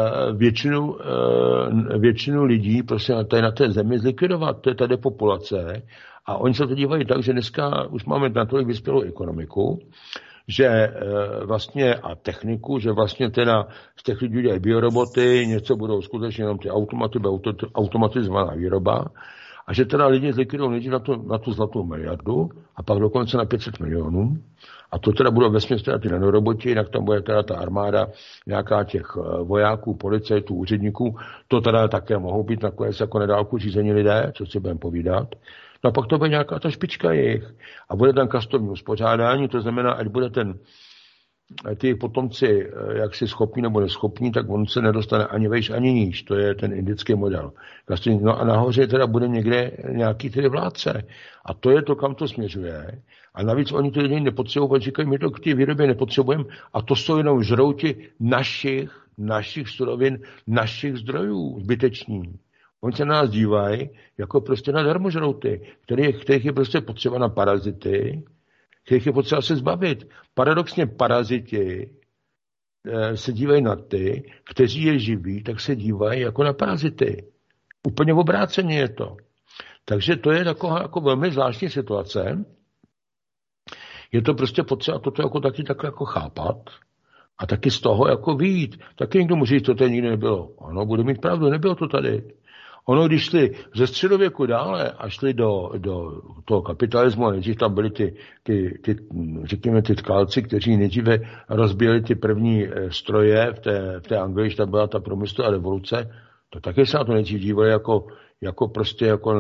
většinu lidí prostě na té zemi zlikvidovat. To je ta depopulace. A oni se to dívají tak, že dneska už máme natolik vyspělou ekonomiku, že vlastně a techniku, že vlastně teda z těch lidí dělají bioroboty, něco budou skutečně jenom ty automaty, automatizovaná výroba, a že teda lidi zlikvidují lidi na tu zlatou miliardu a pak dokonce na 500 milionů. A to teda budou vesměs teda ty nanoroboti, jinak tam bude teda ta armáda nějaká těch vojáků, policajtů, úředníků. To teda také mohou být nakonec jako nedálku řízení lidé, co si budeme povídat. No a pak to bude nějaká ta špička jejich. A bude tam kastovní uspořádání, to znamená, ať bude ty potomci jaksi schopní nebo neschopní, tak on se nedostane ani vejš, ani níž. To je ten indický model. No a nahoře teda bude někde nějaký tedy vládce. A to je to, kam to směřuje. A navíc oni ty lidi nepotřebují, říkají, my to k té výrobě nepotřebujeme. A to jsou jenom žrouti našich surovin, našich zdrojů zbyteční. Oni se na nás dívají jako prostě na darmožrouty, kterých je prostě potřeba na parazity, kterých je potřeba se zbavit. Paradoxně paraziti se dívají na ty, kteří je živí, tak se dívají jako na parazity. Úplně obráceně je to. Takže to je taková jako velmi zvláštní situace. Je to prostě potřeba toto jako taky takhle jako chápat a taky z toho jako vyjít. Taky někdo může říct, to tady nikdy nebylo. Ano, bude mít pravdu, nebylo to tady. Ono, když šli ze středověku dále a šli do toho kapitalismu a nejdřív tam byli řekněme, ty tkalci, kteří nejdříve rozbíjeli ty první stroje v té Anglii, když tam byla ta průmyslová revoluce, to taky se na to nejdřív dívali jako prostě jako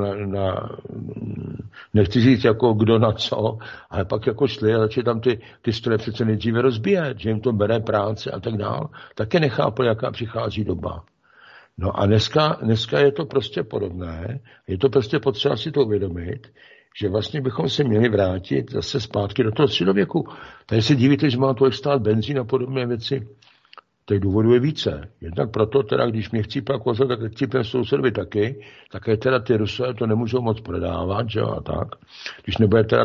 nechci říct jako kdo na co, ale pak jako šli a začali tam ty stroje přece nejdříve rozbíjet, že jim to bere práce a tak dál. Taky nechápali, jaká přichází doba. No a dneska je to prostě podobné, je to prostě potřeba si to uvědomit, že vlastně bychom se měli vrátit zase zpátky do toho středověku. Tady se divíte, že má tolik stát benzín a podobné věci. Těch důvodů je více. Jednak proto, teda, když mě chcípá koza, tak chcípem sousedovi taky, také teda ty Rusové to nemůžou moc prodávat, že jo, a tak. Když nebude teda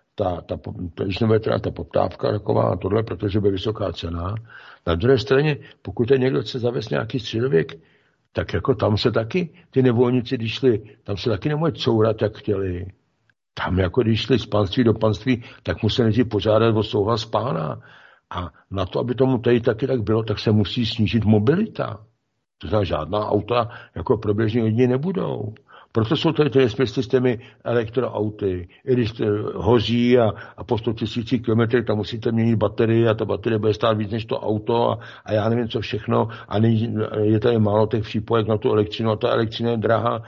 ta poptávka taková a tohle, protože bude vysoká cena. Na druhé straně, pokud je někdo chce zavést nějaký středověk, tak jako tam se taky ty nevolníci, když šli, tam se taky nemohli courat, jak chtěli. Tam jako když šli z panství do panství, tak museli nejdřív požádat o souhlas pána. A na to, aby tomu tady taky tak bylo, tak se musí snížit mobilita. To znamená, žádná auta jako pro běžní lidi nebudou. Proto jsou tady ty nesmysly s těmi elektroauty. I když hoří a po 100 000 kilometrech tam musíte měnit baterii a ta baterie bude stát víc než to auto a já nevím co všechno a je tady málo těch přípojek na tu elektřinu a ta elektřina je drahá.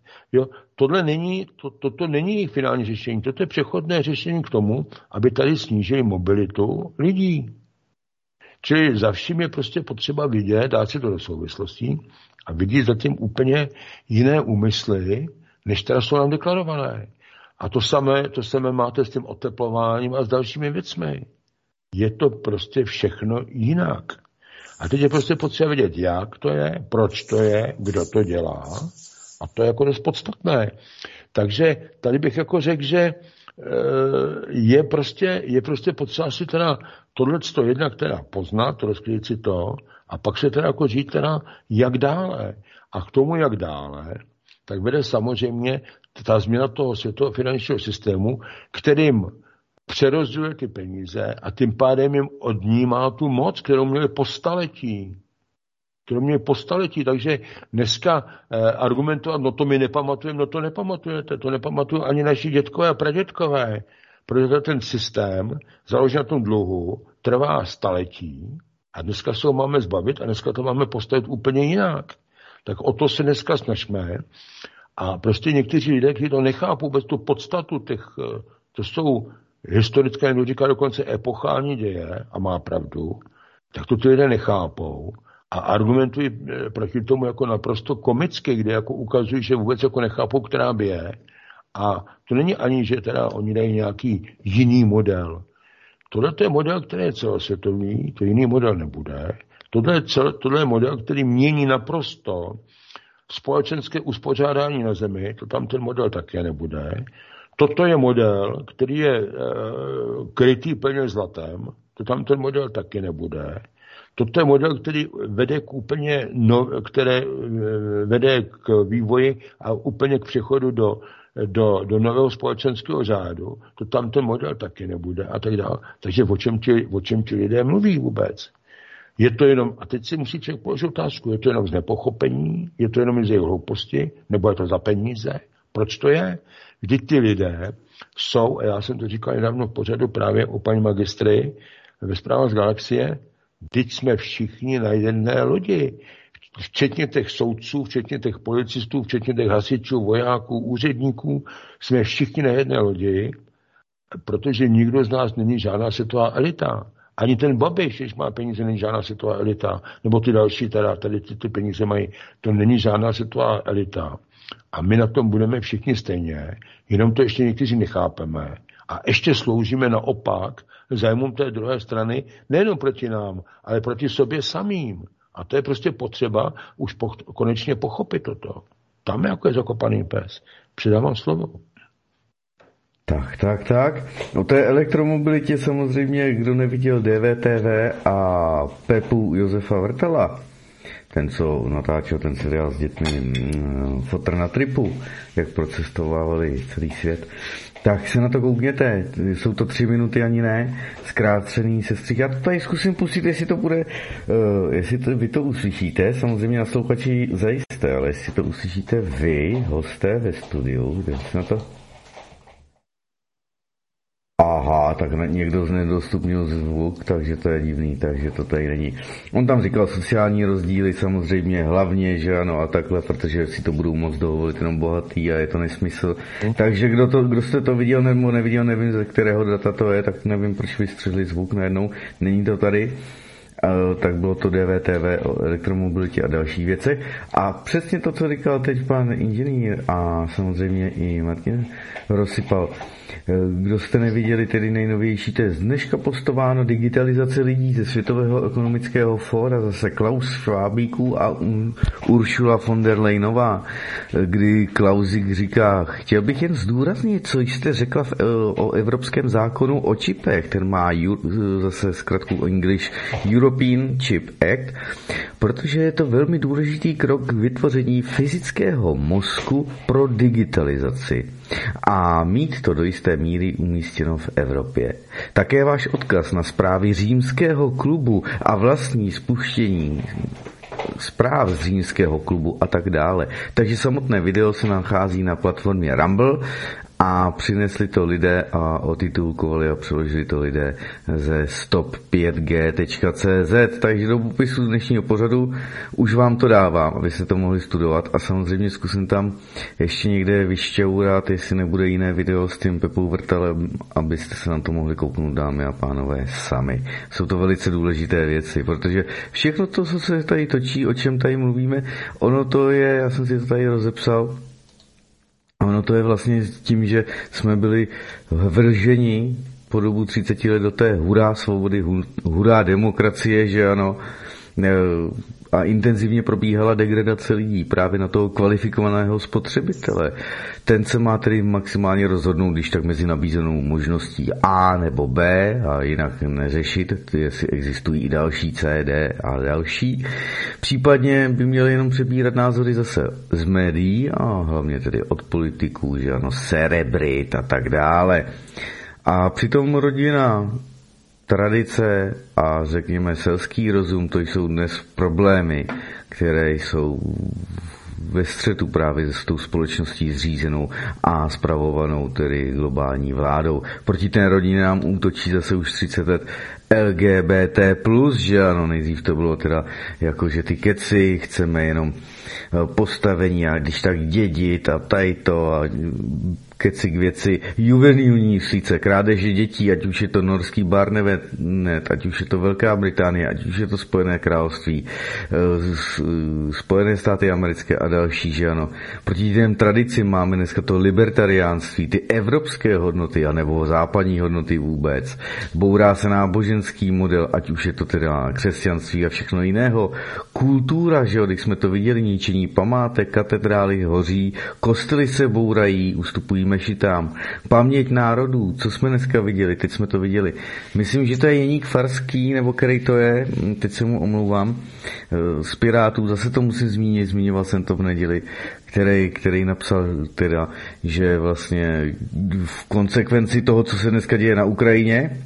Toto není finální řešení. Toto je přechodné řešení k tomu, aby tady snížili mobilitu lidí. Čili za vším je prostě potřeba vidět, dát si to do souvislostí a vidět zatím úplně jiné úmysly, než teda jsou nám deklarované. A to samé máte s tím oteplováním a s dalšími věcmi. Je to prostě všechno jinak. A teď je prostě potřeba vědět, jak to je, proč to je, kdo to dělá. A to je jako dost podstatné. Takže tady bych jako řekl, že je prostě potřeba si teda tohleto jednak teda poznat, rozkrýt si to a pak se teda jako říct teda jak dále. A k tomu jak dále, tak vede samozřejmě ta změna toho světového finančního systému, kterým přerozděluje ty peníze a tím pádem jim odnímá tu moc, kterou měli po staletí. Takže dneska argumentovat, no to my nepamatujeme, no to nepamatujete, to nepamatují ani naši dětkové a pradětkové, protože ten systém založený na tom dluhu trvá staletí A dneska se ho máme zbavit a dneska to máme postavit úplně jinak. Tak o to se dneska snažíme. A prostě někteří lidé, kteří to nechápou vůbec tu podstatu to jsou historické, někdo říká dokonce epochální děje a má pravdu, tak to ty lidé nechápou a argumentují proti tomu jako naprosto komicky, kde jako ukazují, že vůbec jako nechápou, která by je. A to není ani, že teda oni dají nějaký jiný model. Tohle je model, který je celosvětový, to jiný model nebude. Tohle je model, který mění naprosto společenské uspořádání na zemi, to tam ten model také nebude. Toto je model, který je krytý plně zlatem, to tam ten model taky nebude. Toto je model, který vede k které vede k vývoji a úplně k přechodu do nového společenského řádu. To tam ten model taky nebude a tak dále. Takže o čem ti lidé mluví vůbec? Je to jenom, a teď si musí člověk položit otázku, je to jenom z nepochopení, je to jenom z jejich hlouposti, nebo je to za peníze? Proč to je? Vždyť ty lidé jsou, a já jsem to říkal nedávno v pořadu právě o paní magistry ve Zprávách z galaxie, vždyť jsme všichni na jedné lodi. Včetně těch soudců, včetně těch policistů, včetně těch hasičů, vojáků, úředníků, jsme všichni na jedné lodi, protože nikdo z nás není žádná světová elita. Ani ten Babiš, když má peníze, není žádná světová elita. Nebo ty další, tady ty peníze mají, to není žádná světová elita. A my na tom budeme všichni stejně, jenom to ještě někteří nechápeme. A ještě sloužíme naopak zájmům té druhé strany, nejenom proti nám, ale proti sobě samým. A to je prostě potřeba už konečně pochopit toto. Tam jako je zakopaný pes. Předávám slovo. Tak. O té elektromobilitě samozřejmě, kdo neviděl DVTV a Pepu Josefa Vrtala, ten, co natáčel ten seriál s dětmi Fotr na tripu, jak procestovávali celý svět, tak se na to koukněte. Jsou to 3 minuty, ani ne, zkrácený sestřih. Já to tady zkusím pustit, jestli to bude, vy to uslyšíte, samozřejmě naslouchači zajisté, ale jestli to uslyšíte vy, hosté ve studiu, kde se na to... Aha, tak někdo znedostupnil zvuk, takže to je divný, takže to tady není. On tam říkal sociální rozdíly samozřejmě, hlavně, že ano, a takhle, protože si to budou moc dovolit jenom bohatý a je to nesmysl. Takže kdo jste to viděl nebo neviděl, nevím, ze kterého data to je, tak nevím, proč vystřihli zvuk najednou, není to tady. Tak bylo to DVTV o elektromobilitě a další věci. A přesně to, co říkal teď pan inženýr a samozřejmě i Martin Rozsypal. Kdo jste neviděli tedy nejnovější, to je z dneška postováno digitalizace lidí ze Světového ekonomického fóra, zase Klaus Schwabíků a Ursula von der Leyenová, kdy Klausík říká, chtěl bych jen zdůraznit, co jste řekla o evropském zákonu o čipech, ten má zase zkratku English European Chip Act, protože je to velmi důležitý krok k vytvoření fyzického mozku pro digitalizaci a mít to do jisté míry umístěno v Evropě. Také váš odkaz na zprávy Římského klubu a vlastní spuštění zpráv z Římského klubu a tak dále. Takže samotné video se nachází na platformě Rumble a přinesli to lidé a otitulkovali a přeložili to lidé ze stop5g.cz, takže do popisu dnešního pořadu už vám to dávám, abyste to mohli studovat a samozřejmě zkusím tam ještě někde vyšťourat, jestli nebude jiné video s tím Pepou Vrtalem, abyste se na to mohli kouknout, dámy a pánové, sami. Jsou to velice důležité věci, protože všechno to, co se tady točí, o čem tady mluvíme, ono to je, já jsem si to tady rozepsal, ono to je vlastně tím, že jsme byli vrženi po dobu 30 let do té hurá svobody, hurá demokracie, že ano, a intenzivně probíhala degradace lidí právě na toho kvalifikovaného spotřebitele. Ten se má tedy maximálně rozhodnout, když tak mezi nabízenou možností A nebo B a jinak neřešit, jestli existují i další C, D a další. Případně by měli jenom přebírat názory zase z médií a hlavně tedy od politiků, že ano, celebrit a tak dále. A přitom rodina, tradice a řekněme selský rozum, to jsou dnes problémy, které jsou ve střetu právě s tou společností zřízenou a spravovanou tedy globální vládou. Proti té rodině nám útočí zase už 30 let LGBT+, že ano, nejdřív to bylo teda jako, že ty keci, chceme jenom postavení a když tak dědit a tady to a keci k věci, juvenilní sice, krádeže dětí, ať už je to norský Barnevet, ať už je to Velká Británie, ať už je to Spojené království, Spojené státy americké a další, že ano. Proti těm tradicím máme dneska to libertariánství, ty evropské hodnoty, anebo západní hodnoty vůbec. Bourá se náboženský model, ať už je to teda křesťanství a všechno jiného. Kultura, že jo, když jsme to viděli, ničení památek, katedrály hoří, kostely se bourají, ustupují mešitám. Paměť národů, co jsme dneska viděli, teď jsme to viděli. Myslím, že to je Jeník Farský, nebo který to je, teď se mu omlouvám, z Pirátů, zase to musím zmínit, zmiňoval jsem to v neděli, který napsal teda, že vlastně v konsekvenci toho, co se dneska děje na Ukrajině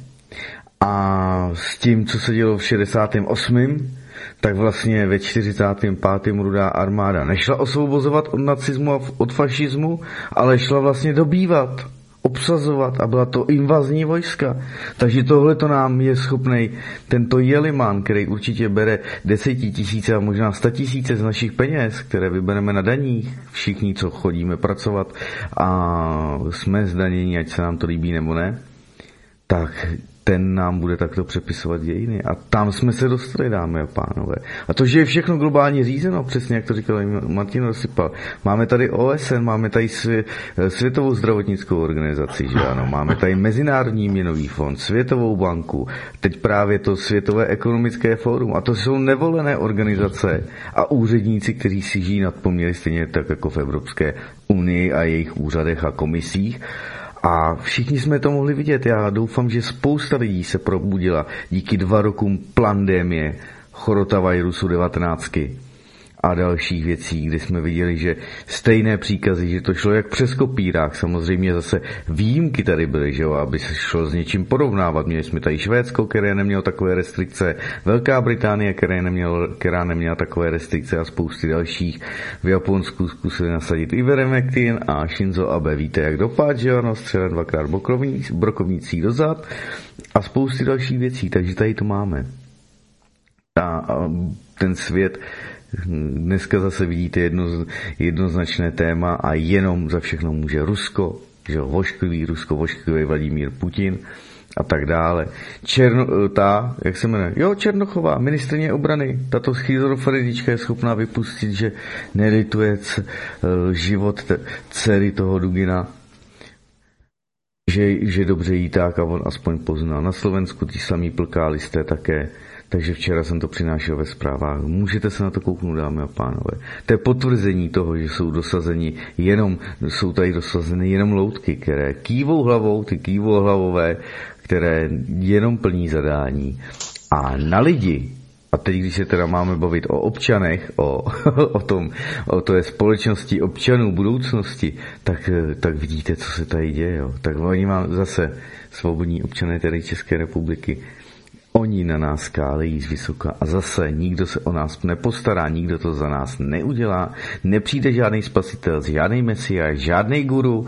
a s tím, co se dělo v 68., tak vlastně ve 45. Rudá armáda nešla osvobozovat od nacismu a od fašismu, ale šla vlastně dobývat, obsazovat a byla to invazní vojska. Takže tohle to nám je schopnej tento Jeliman, který určitě bere 10 000 a možná 100 000 z našich peněz, které vybereme na daních, všichni, co chodíme pracovat a jsme zdaněni, ať se nám to líbí nebo ne, tak ten nám bude takto přepisovat dějiny. A tam jsme se dostali, dámy a pánové. A to, že je všechno globálně řízeno, přesně jak to říkal Martin Rozsypal. Máme tady OSN, máme tady Světovou zdravotnickou organizaci, že ano, máme tady Mezinárodní měnový fond, Světovou banku, teď právě to Světové ekonomické fórum. A to jsou nevolené organizace a úředníci, kteří si žijí nad poměry stejně tak jako v Evropské unii a jejich úřadech a komisích. A všichni jsme to mohli vidět. Já doufám, že spousta lidí se probudila díky 2 rokům pandemie chorotavirusu 19 a dalších věcí, kde jsme viděli, že stejné příkazy, že to šlo jak přes kopírák. Samozřejmě zase výjimky tady byly, že jo, aby se šlo s něčím porovnávat. Měli jsme tady Švédsko, které nemělo takové restrikce, Velká Británie, která neměla takové restrikce a spousty dalších. V Japonsku zkusili nasadit Ivermectin a Shinzo Abe, víte, jak dopad, že ano, střelen 2x brokovnicí dozad a spousty dalších věcí, takže tady to máme. A ten svět dneska zase vidíte jednoznačné téma a jenom za všechno může Rusko, že vošklivý Vladimír Putin a tak dále. Jak se jmenuje? Černochová, ministryně obrany. Tato schizofrenička je schopná vypustit, že nelituje život dcery toho Dugina, že dobře jí tak a on aspoň pozná. Na Slovensku ty samý plkalisté také. Takže včera jsem to přinášel ve zprávách. Můžete se na to kouknout, dámy a pánové. To je potvrzení toho, že jsou tady dosazeny jenom loutky, které kývou hlavou, ty kývohlavové, které jenom plní zadání. A na lidi, a teď, když se teda máme bavit o občanech, o té společnosti občanů budoucnosti, tak vidíte, co se tady děje. Jo. Tak oni mám zase svobodní občané tedy České republiky. Oni na nás skálejí z vysoka a zase nikdo se o nás nepostará, nikdo to za nás neudělá, nepřijde žádný spasitel, žádný mesiáš, žádný guru.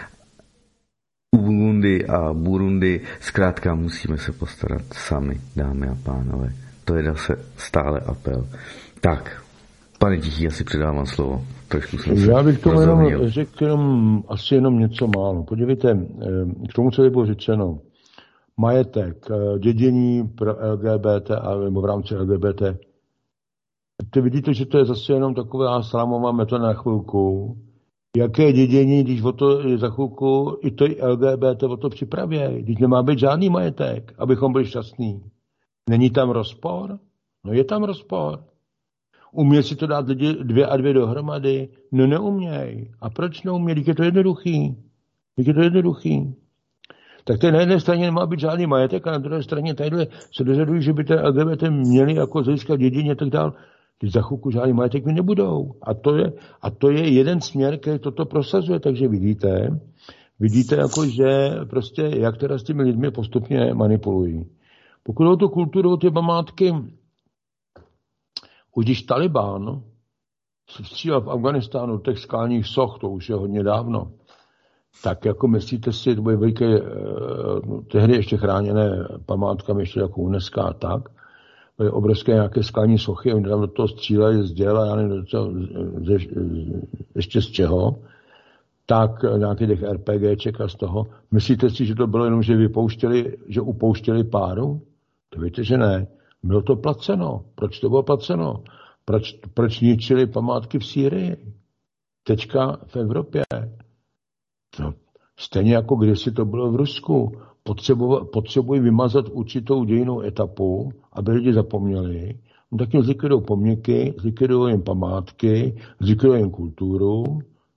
Ugundy a Burundi, zkrátka musíme se postarat sami, dámy a pánové. To je zase stále apel. Tak, pane Tichý, asi předávám slovo. Já bych tomu řekl asi jenom něco málo. Podívejte, k tomu, co bylo řečeno, majetek, dědění pro LGBT nebo v rámci LGBT. Ty vidíte, že to je zase jenom taková slámová metoda na chvilku. Jaké dědění, když o to za chvilku i to LGBT o to připravějí. Když nemá být žádný majetek, abychom byli šťastní. Není tam rozpor? No je tam rozpor. Umějí si to dát lidi 2 a 2 dohromady? No neumějí. A proč neumějí? Když je to jednoduchý. Tak to na jedné straně nemá být žádný majetek a na druhé straně tadyhle se dožadují, že by ty LGBT měli jako získat dědině a tak dál. Když za chvilku žádný majetek mi nebudou. A to je jeden směr, který toto prosazuje. Takže vidíte jako, že prostě jak teda s těmi lidmi postupně manipulují. Pokud o tu kulturu, o ty památky, už když Taliban střílel v Afganistánu těch skalních soch, to už je hodně dávno. Tak jako myslíte si, to byly veliké, tehdy ještě chráněné památkami, ještě jako UNESCO a tak, byly obrovské nějaké skalní sochy, oni tam do toho stříleli z děl a já nevím, ještě z čeho, tak nějaký těch RPGček a z toho. Myslíte si, že to bylo jenom, že upouštěli páru? To víte, že ne. Bylo to placeno. Proč to bylo placeno? Proč ničili památky v Sýrii? Teďka v Evropě. No, stejně jako kdysi to bylo v Rusku. Potřebují vymazat určitou dějinnou etapu, aby lidi zapomněli. No, tak jim zlikvidují pomníky, zlikvidují jim památky, zlikvidují jim kulturu.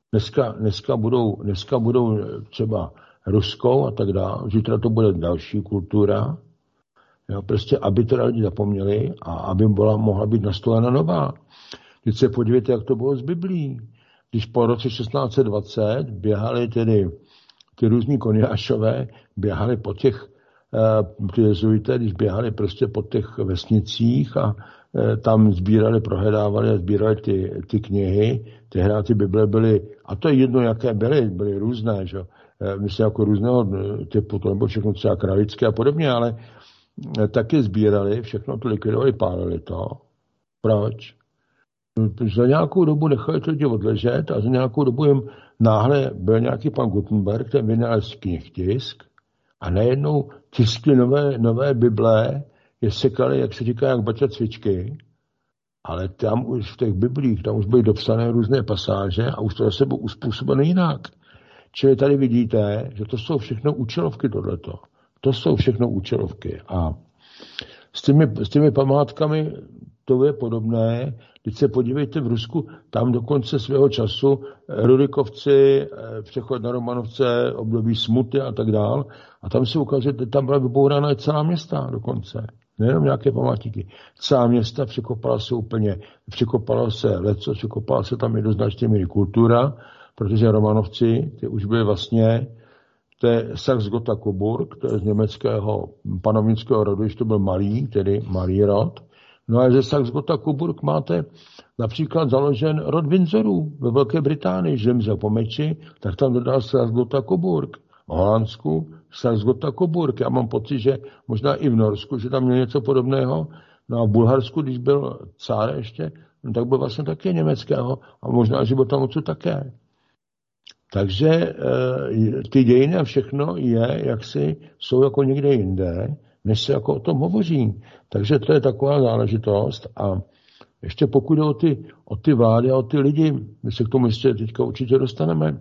Dneska budou třeba ruskou a tak dále. Zítra to bude další kultura. Jo, prostě, aby teda lidi zapomněli a aby mohla být nastolena nová. Když se podívejte, jak to bylo s Biblí. Když po roce 1620 běhali tedy ty různí koniášové, běhali po těch, ty jezuité, když běhali prostě po těch vesnicích a tam prohledávali a sbírali ty knihy, tehdy ty Bible byly, a to je jedno, jaké byly různé, že? Myslím jako různého typu, to nebylo všechno třeba kralické a podobně, ale taky sbírali, všechno to likvidovali, pálili to. Proč? Za nějakou dobu nechali to lidi odležet a za nějakou dobu jim náhle byl nějaký pan Gutenberg, ten vynalez knihtisk a najednou tiskli nové Bible, je sekali, jak se říká, jak baťa cvičky, ale tam už v těch Biblích, tam už byly dopsané různé pasáže a už to zase bylo uspůsobené jinak. Čili tady vidíte, že to jsou všechno účelovky tohleto. To jsou všechno účelovky. A s těmi památkami to je podobné. Když se podívejte v Rusku, tam dokonce svého času Rudikovci, přechod na Romanovce, období smuty a tak dál. A tam se ukazuje, že tam byla vybourána celá města dokonce. Nejenom nějaké památníky. Celá města překopala se leco, překopala se tam jednoznačně míry kultura, protože Romanovci, ty už byli vlastně, to je Saxe-Gotha-Coburg, to je z německého panovnického rodu, když to byl malý, tedy malý rod. No a ze Saxe-Gotha-Coburg máte například založen rod Windsorů ve Velké Británii, že zemřel po meči, tak tam dodal Saxe-Gotha-Coburg. V Holandsku Saxe-Gotha-Coburg. Já mám pocit, že možná i v Norsku, že tam měl něco podobného. No a v Bulharsku, když byl cár ještě, no tak byl vlastně také německého a možná, že byl tam odsud také. Takže ty dějiny a všechno jsou jako někde jinde, než se jako o tom hovoří. Takže to je taková záležitost. A ještě pokud jde o ty vlády a o ty lidi, my se k tomu ještě teďka určitě dostaneme.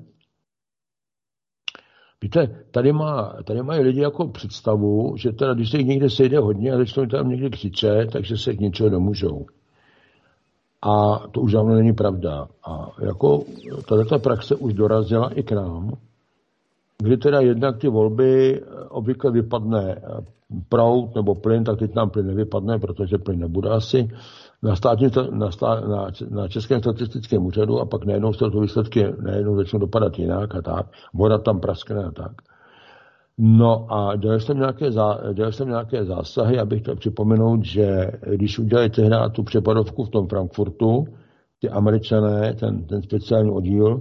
Víte, tady mají lidi jako představu, že teda, když se jich někde sejde hodně a začnou tam někde křičet, takže se k něčeho domůžou. A to už dávno není pravda. A jako tato praxe už dorazila i k nám, kdy teda jednak ty volby obvykle vypadne proud nebo plyn, tak teď nám plyn nevypadne, protože plyn nebude asi na Českém statistickém úřadu a pak najednou se to výsledky najednou začnou dopadat jinak a tak. Voda tam praskne a tak. No a dělal jsem nějaké zásahy, abych chtěl připomenout, že když udělali tehdy tu přepadovku v tom Frankfurtu, ty Američané, ten speciální oddíl,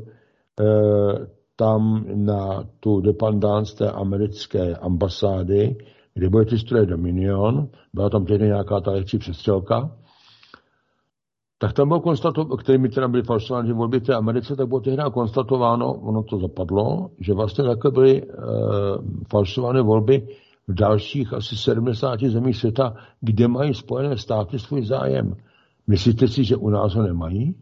tam na tu dependance té americké ambasády, kde byly ty stroje Dominion, byla tam tehdy nějaká ta lehčí přestřelka, tak tam bylo konstatováno, kterými teda byly falšovány volby té Americe, tak bylo tehdy konstatováno, ono to zapadlo, že vlastně takhle byly falšované volby v dalších asi 70 zemích světa, kde mají Spojené státy svůj zájem. Myslíte si, že u nás ho nemají?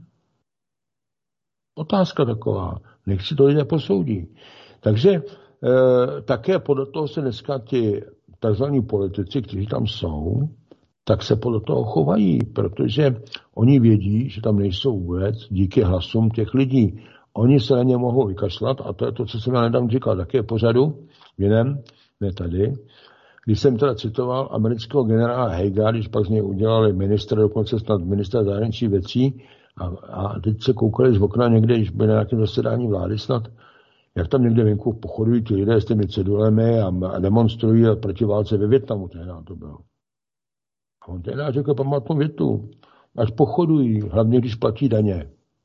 Otázka taková. Nech si to lidé posoudí. Takže také podle toho se dneska ti takzvaní politici, kteří tam jsou, tak se podle toho chovají, protože oni vědí, že tam nejsou vůbec díky hlasům těch lidí. Oni se na ně mohou vykašlat a to je to, co jsem já nedávno říkal, také pořadu v jiném, ne tady, když jsem teda citoval amerického generála Haiga, když pak z něj udělali ministra, dokonce snad ministra zahraničních věcí a teď se koukali z okna někde, když byli na nějakém zasedání vlády snad, jak tam někde venku pochodují ty lidé s těmi cedulemi a demonstrují proti válce ve Vietnamu, tehdy to bylo. A on tehdy řekl památnou větu, až pochodují, hlavně když platí daně.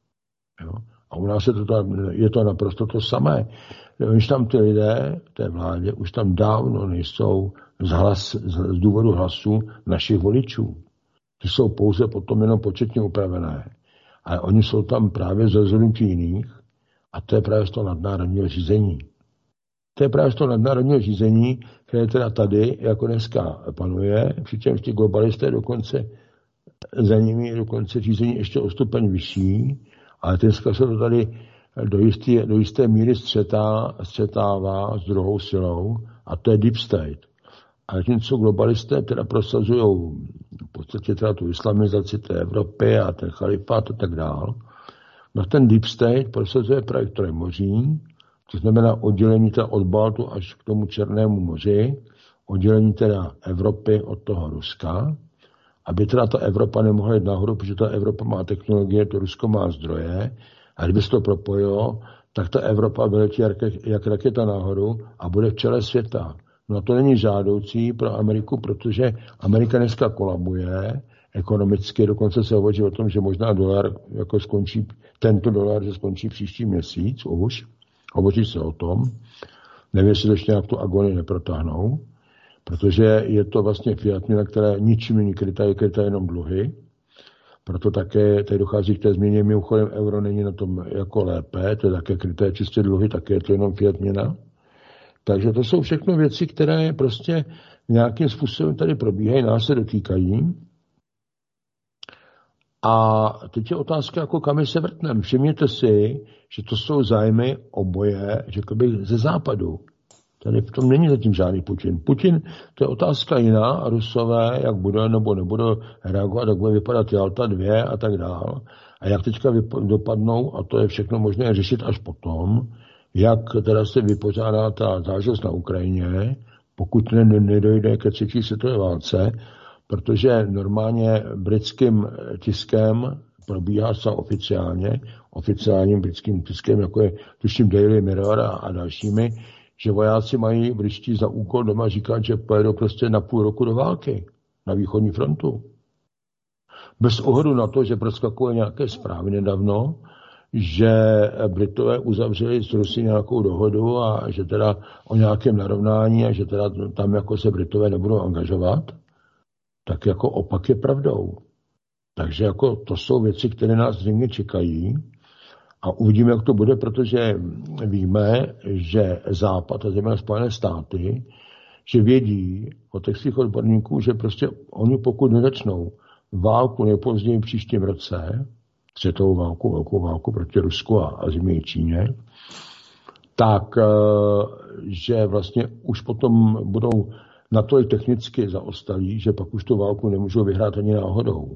Jo? A u nás je to naprosto to samé. Už tam ty lidé v té vládě už tam dávno nejsou z důvodu hlasu našich voličů. Ty jsou pouze potom jenom početně upravené. Ale oni jsou tam právě z rozhodnutí jiných a to je právě z toho nadnárodního řízení. To je právě z toho nadnárodního řízení, které teda tady jako dneska panuje, přičemž ti globalisté dokonce za nimi dokonce řízení ještě o stupeň vyšší, ale dneska se to tady do jisté míry střetává s druhou silou a to je Deep State. A tím, co globalisté teda prosazují v podstatě teda tu islamizaci té Evropy a ten chalifát a tak dál, no ten Deep State prosazuje projekt Trojmoří, to znamená oddělení teda od Baltu až k tomu Černému moři, oddělení teda Evropy od toho Ruska, aby teda ta Evropa nemohla jít nahoru, protože ta Evropa má technologie, to Rusko má zdroje, a kdyby se to propojilo, tak ta Evropa vyletí jak raketa nahoru a bude v čele světa. No a to není žádoucí pro Ameriku, protože Amerika dneska kolabuje ekonomicky, dokonce se hovoří o tom, že možná dolar jako skončí, tento dolar, že skončí příští měsíc už. Hovoří se o tom. Nevím, jestli ještě nějak tu agonii neprotáhnou, protože je to vlastně fiat měna, která ničím není krytá, je krytá jenom dluhy. Proto také tady dochází k té změně. Mimochodem euro není na tom jako lépe, to je také kryté čistě dluhy, také je to jenom fiat měna. Takže to jsou všechno věci, které prostě nějakým způsobem tady probíhají, nás se dotýkají. A teď je otázka, jako kam se vrtneme. Všimněte si, že to jsou zájmy oboje, řekl bych, ze západu. Tady v tom není zatím žádný Putin. Putin, to je otázka jiná, a Rusové, jak bude nebo nebude reagovat, jak bude vypadat Jalta 2 a tak dál. A jak teďka dopadnou, a to je všechno možné řešit až potom, jak teda se vypořádá ta záležitost na Ukrajině, pokud nedojde ke třetí světové válce, protože normálně britským tiskem probíhá zcela oficiálním britským tiskem, jako je tuším Daily Mirror a dalšími, že vojáci mají britští za úkol doma říkat, že pojedou prostě na půl roku do války na východní frontu. Bez ohledu na to, že proskakuje nějaké zprávy nedávno, že Britové uzavřeli s Rusy nějakou dohodu a že teda o nějakém narovnání a že teda tam jako se Britové nebudou angažovat, tak jako opak je pravdou. Takže jako to jsou věci, které nás zřejmě čekají a uvidíme, jak to bude, protože víme, že Západ a zejména Spojené státy, že vědí od těch svých odborníků, že prostě oni pokud nezačnou válku nejpozději v příštím roce, světovou válku, velkou válku proti Rusku a zřejmě Číně, tak že vlastně už potom budou natolik technicky zaostalí, že pak už tu válku nemůžou vyhrát ani náhodou.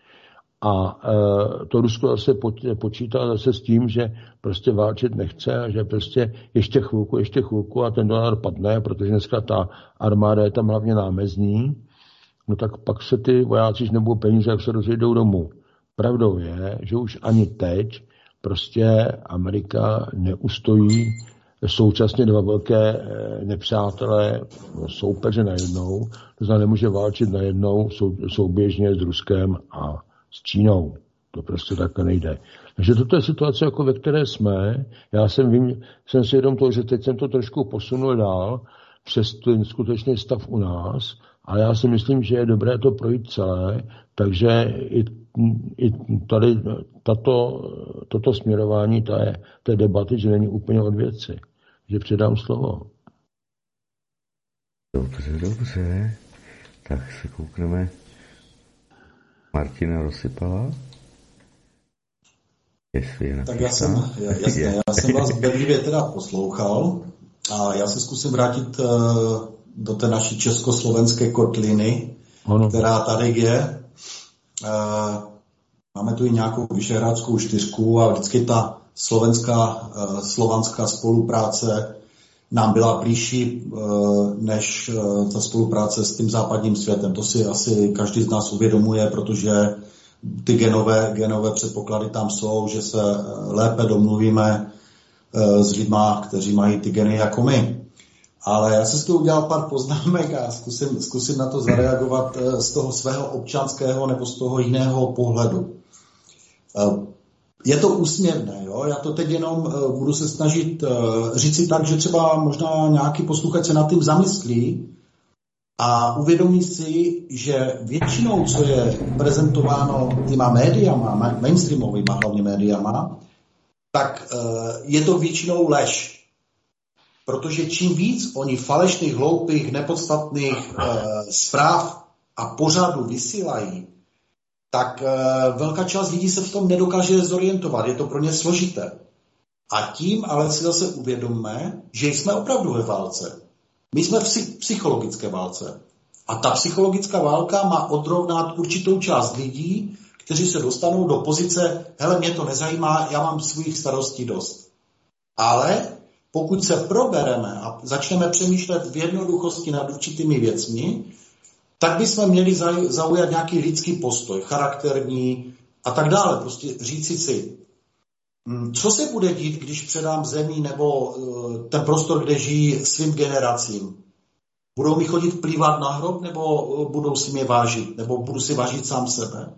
A to Rusko zase počítá zase s tím, že prostě válčit nechce a že prostě ještě chvilku a ten dolar padne, protože dneska ta armáda je tam hlavně námezní, no tak pak se ty vojáci, nebudou peníze, jak se rozejdou domů. Pravdou je, že už ani teď prostě Amerika neustojí současně dva velké nepřátelé soupeře najednou, to znamená nemůže válčit najednou souběžně s Ruskem a s Čínou. To prostě takhle nejde. Takže toto je situace, jako ve které jsme. Já jsem si vědom toho, že teď jsem to trošku posunul dál přes ten skutečný stav u nás, ale já si myslím, že je dobré to projít celé, takže i tady toto směrování té debaty, že není úplně od věci. Že předám slovo. Dobře. Tak se koukneme. Martina Rozsypala. Tak já jsem vás bedlivě teda poslouchal a já se zkusím vrátit do té naší československé kotliny, která tady je. Máme tu i nějakou Vyšehradskou čtyřku a vždycky ta slovanská spolupráce nám byla blížší než ta spolupráce s tím západním světem. To si asi každý z nás uvědomuje, protože ty genové předpoklady tam jsou, že se lépe domluvíme s lidma, kteří mají ty geny jako my. Ale já jsem si tu udělal pár poznámek a zkusím na to zareagovat z toho svého občanského nebo z toho jiného pohledu. Je to úsměvné, jo? Já to teď jenom budu se snažit říct si tak, že třeba možná nějaký posluchač se nad tím zamyslí a uvědomí si, že většinou, co je prezentováno těma médiama, mainstreamovýma hlavně médiama, tak je to většinou lež. Protože čím víc oni falešných, hloupých, nepodstatných zpráv a pořadů vysílají, tak velká část lidí se v tom nedokáže zorientovat. Je to pro ně složité. A tím ale si zase uvědomme, že jsme opravdu ve válce. My jsme v psychologické válce. A ta psychologická válka má odrovnat určitou část lidí, kteří se dostanou do pozice, hele, mě to nezajímá, já mám svých starostí dost. Ale pokud se probereme a začneme přemýšlet v jednoduchosti nad určitými věcmi, tak bychom měli zaujat nějaký lidský postoj, charakterní a tak dále. Prostě říci si, co se bude dít, když předám zemi nebo ten prostor, kde žijí, svým generacím. Budou mi chodit plývat na hrob, nebo budou si mě vážit, nebo budu si vážit sám sebe.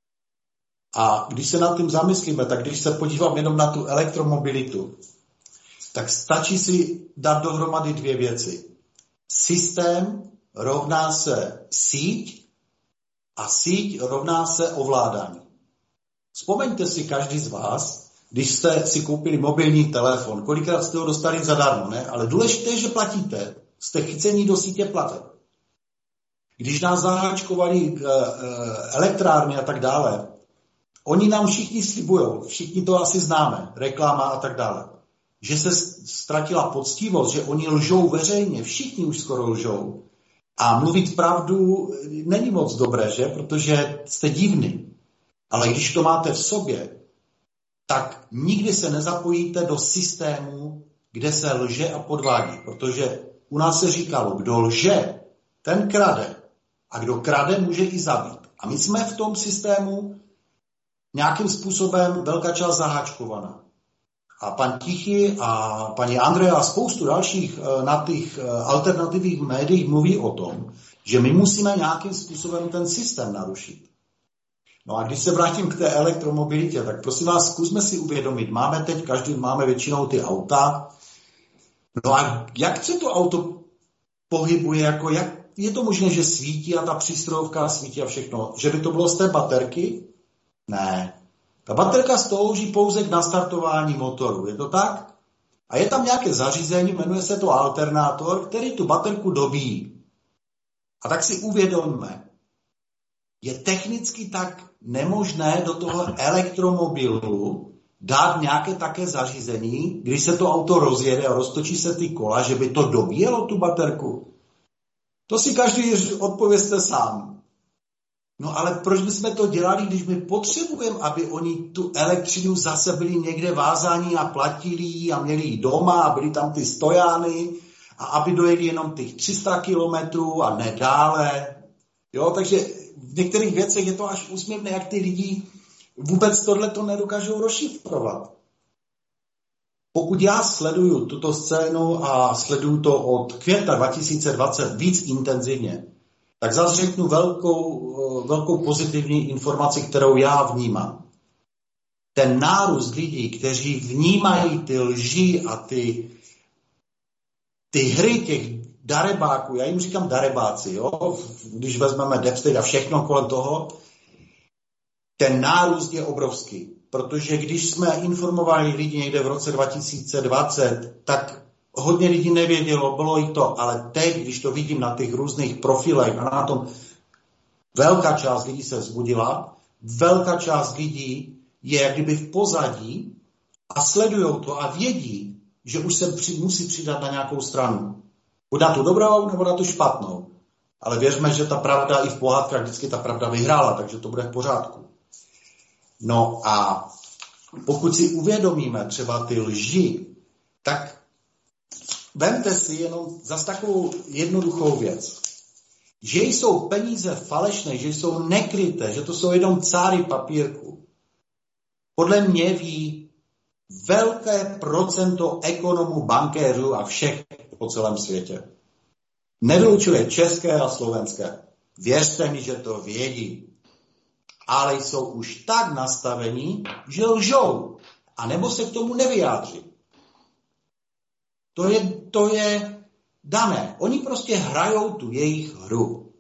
A když se nad tím zamyslíme, tak když se podívám jenom na tu elektromobilitu, tak stačí si dát dohromady dvě věci. Systém rovná se síť a síť rovná se ovládání. Vzpomeňte si každý z vás, když jste si koupili mobilní telefon, kolikrát jste ho dostali zadarmo, ne? Ale důležité je, že platíte. Jste chycení do sítě plateb. Když nás zaháčkovali elektrárny a tak dále, oni nám všichni slibujou, všichni to asi známe, reklama a tak dále, že se ztratila poctivost, že oni lžou veřejně, všichni už skoro lžou. A mluvit pravdu není moc dobré, že? Protože jste divný. Ale když to máte v sobě, tak nikdy se nezapojíte do systému, kde se lže a podvádí. Protože u nás se říkalo, kdo lže, ten krade. A kdo krade, může i zabít. A my jsme v tom systému nějakým způsobem velká část zaháčkovaná. A pan Tichy a paní Andrea a spoustu dalších na těch alternativních médiích mluví o tom, že my musíme nějakým způsobem ten systém narušit. No a když se vrátím k té elektromobilitě, tak prosím vás, zkusme si uvědomit, každý máme většinou ty auta. No a jak se to auto pohybuje, jako jak je to možné, že svítí a ta přístrojovka svítí a všechno? Že by to bylo z té baterky? Ne. Ta baterka slouží pouze k nastartování motoru, je to tak? A je tam nějaké zařízení, jmenuje se to alternátor, který tu baterku dobíjí. A tak si uvědomme, je technicky tak nemožné do toho elektromobilu dát nějaké také zařízení, když se to auto rozjede a roztočí se ty kola, že by to dobíjelo tu baterku? To si každý odpovězte sám. No ale proč bychom to dělali, když my potřebujeme, aby oni tu elektřinu zase byli někde vázaní a platili a měli ji doma a byli tam ty stojány a aby dojeli jenom těch 300 kilometrů a ne dále. Jo, takže v některých věcech je to až úsměvné, jak ty lidi vůbec tohleto nedokážou rozšifrovat. Pokud já sleduju tuto scénu a sleduju to od května 2020 víc intenzivně, tak zase řeknu velkou pozitivní informaci, kterou já vnímám. Ten nárůst lidí, kteří vnímají ty lži a ty hry těch darebáků, já jim říkám darebáci, jo? Když vezmeme Deepstate a všechno kolem toho, ten nárůst je obrovský. Protože když jsme informovali lidi někde v roce 2020, tak hodně lidí nevědělo, bylo i to, ale teď, když to vidím na těch různých profilech a na tom, velká část lidí se vzbudila, velká část lidí je jak kdyby v pozadí a sledujou to a vědí, že už se musí přidat na nějakou stranu. Buď na tu dobrou, nebo na tu špatnou. Ale věřme, že ta pravda i v pohádkách vždycky ta pravda vyhrála, takže to bude v pořádku. No a pokud si uvědomíme třeba ty lži, tak vemte si jenom zase takovou jednoduchou věc. Že jsou peníze falešné, že jsou nekryté, že to jsou jenom cáry papírku. Podle mě ví velké procento ekonomů, bankéřů a všech po celém světě. Nevylučuje české a slovenské. Věřte mi, že to vědí. ale jsou už tak nastavení, že lžou, a nebo se k tomu nevyjádří. To je dané. Oni prostě hrajou tu jejich hru.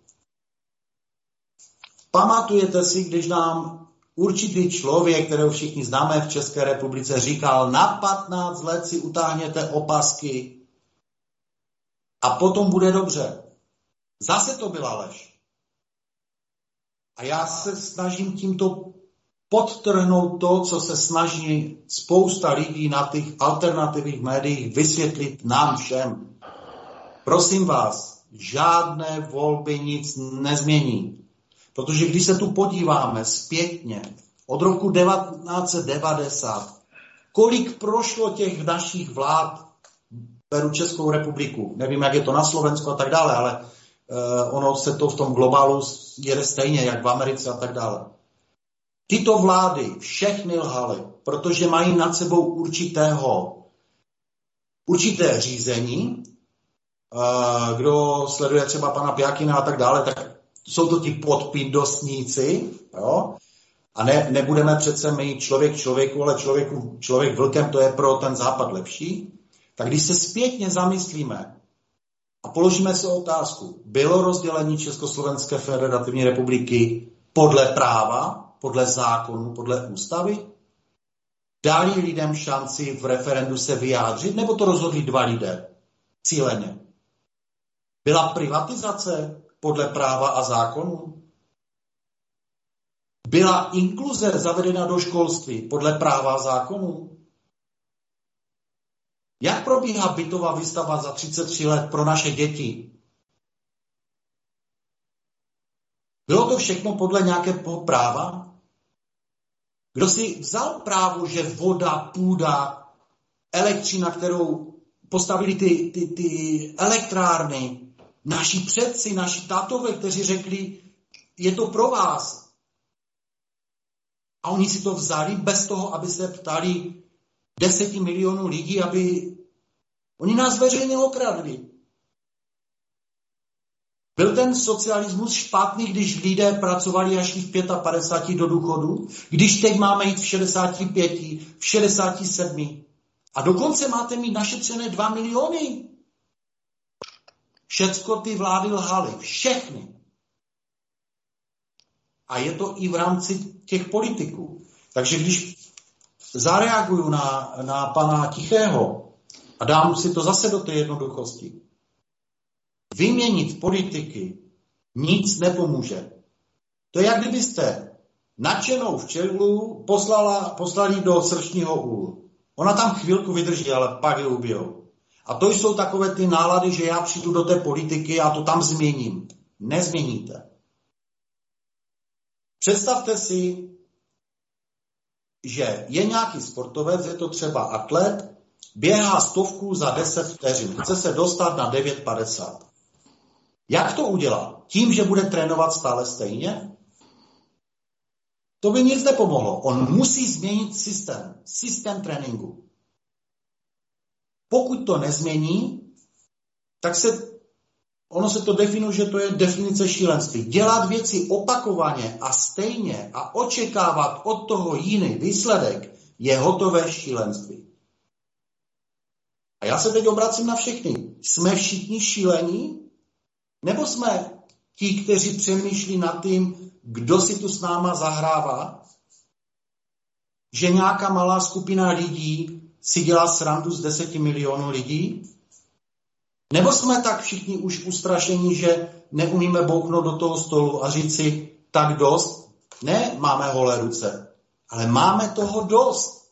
Pamatujete si, když nám určitý člověk, kterého všichni známe v České republice, říkal, na 15 let si utáhněte opasky a potom bude dobře. Zase to byla lež. A já se snažím tímto podtrhnout to, co se snaží spousta lidí na těch alternativních médiích vysvětlit nám všem. Prosím vás, žádné volby nic nezmění. Protože když se tu podíváme zpětně, od roku 1990, kolik prošlo těch našich vlád, beru Českou republiku, nevím, jak je to na Slovensku a tak dále, ale ono se to v tom globálu jede stejně, jak v Americe a tak dále. Tyto vlády všechny lhaly, protože mají nad sebou určité řízení. Kdo sleduje třeba pana Pjakina a tak dále, tak jsou to ti podpindostníci, jo? A nebudeme přece mít člověk člověku, ale člověk vlkem, to je pro ten západ lepší. Tak když se zpětně zamyslíme a položíme si otázku, bylo rozdělení Československé federativní republiky podle práva, podle zákonu, podle ústavy? Dali lidem šanci v referendu se vyjádřit, nebo to rozhodli dva lidé cíleně? Byla privatizace podle práva a zákonu? Byla inkluze zavedena do školství podle práva a zákonu? Jak probíhá bytová výstava za 33 let pro naše děti? Bylo to všechno podle nějakého práva? Kdo si vzal právo, že voda, půda, elektřina, kterou postavili ty elektrárny, naši předci, naši tatové, kteří řekli, je to pro vás. A oni si to vzali bez toho, aby se ptali 10 milionů lidí, aby oni nás veřejně okradli. Byl ten socialismus špatný, když lidé pracovali až v 55 do důchodu? Když teď máme jít v 65, v 67. A dokonce máte mít našetřené 2 miliony. Všecko ty vlády lhaly. Všechny. A je to i v rámci těch politiků. Takže když zareaguju na pana Tichého a dám si to zase do té jednoduchosti, vyměnit politiky nic nepomůže. To je, jak kdybyste nadšenou včelu poslali do sršního úlu. Ona tam chvilku vydrží, ale pak ji ubijou. A to jsou takové ty nálady, že já přijdu do té politiky a to tam změním. Nezměníte. Představte si, že je nějaký sportovec, je to třeba atlet, běhá 100 za 10 vteřin. Chce se dostat na 9,50. Jak to udělá? Tím, že bude trénovat stále stejně? To by nic nepomohlo. On musí změnit systém tréninku. Pokud to nezmění, tak ono se to definuje, že to je definice šílenství. Dělat věci opakovaně a stejně a očekávat od toho jiný výsledek je hotové šílenství. A já se teď obracím na všechny. Jsme všichni šílení? Nebo jsme ti, kteří přemýšlí nad tím, kdo si tu s náma zahrává? Že nějaká malá skupina lidí si dělá srandu z 10 milionů lidí? Nebo jsme tak všichni už ustrašení, že neumíme bouchnout do toho stolu a říct si tak dost? Ne, máme holé ruce, ale máme toho dost.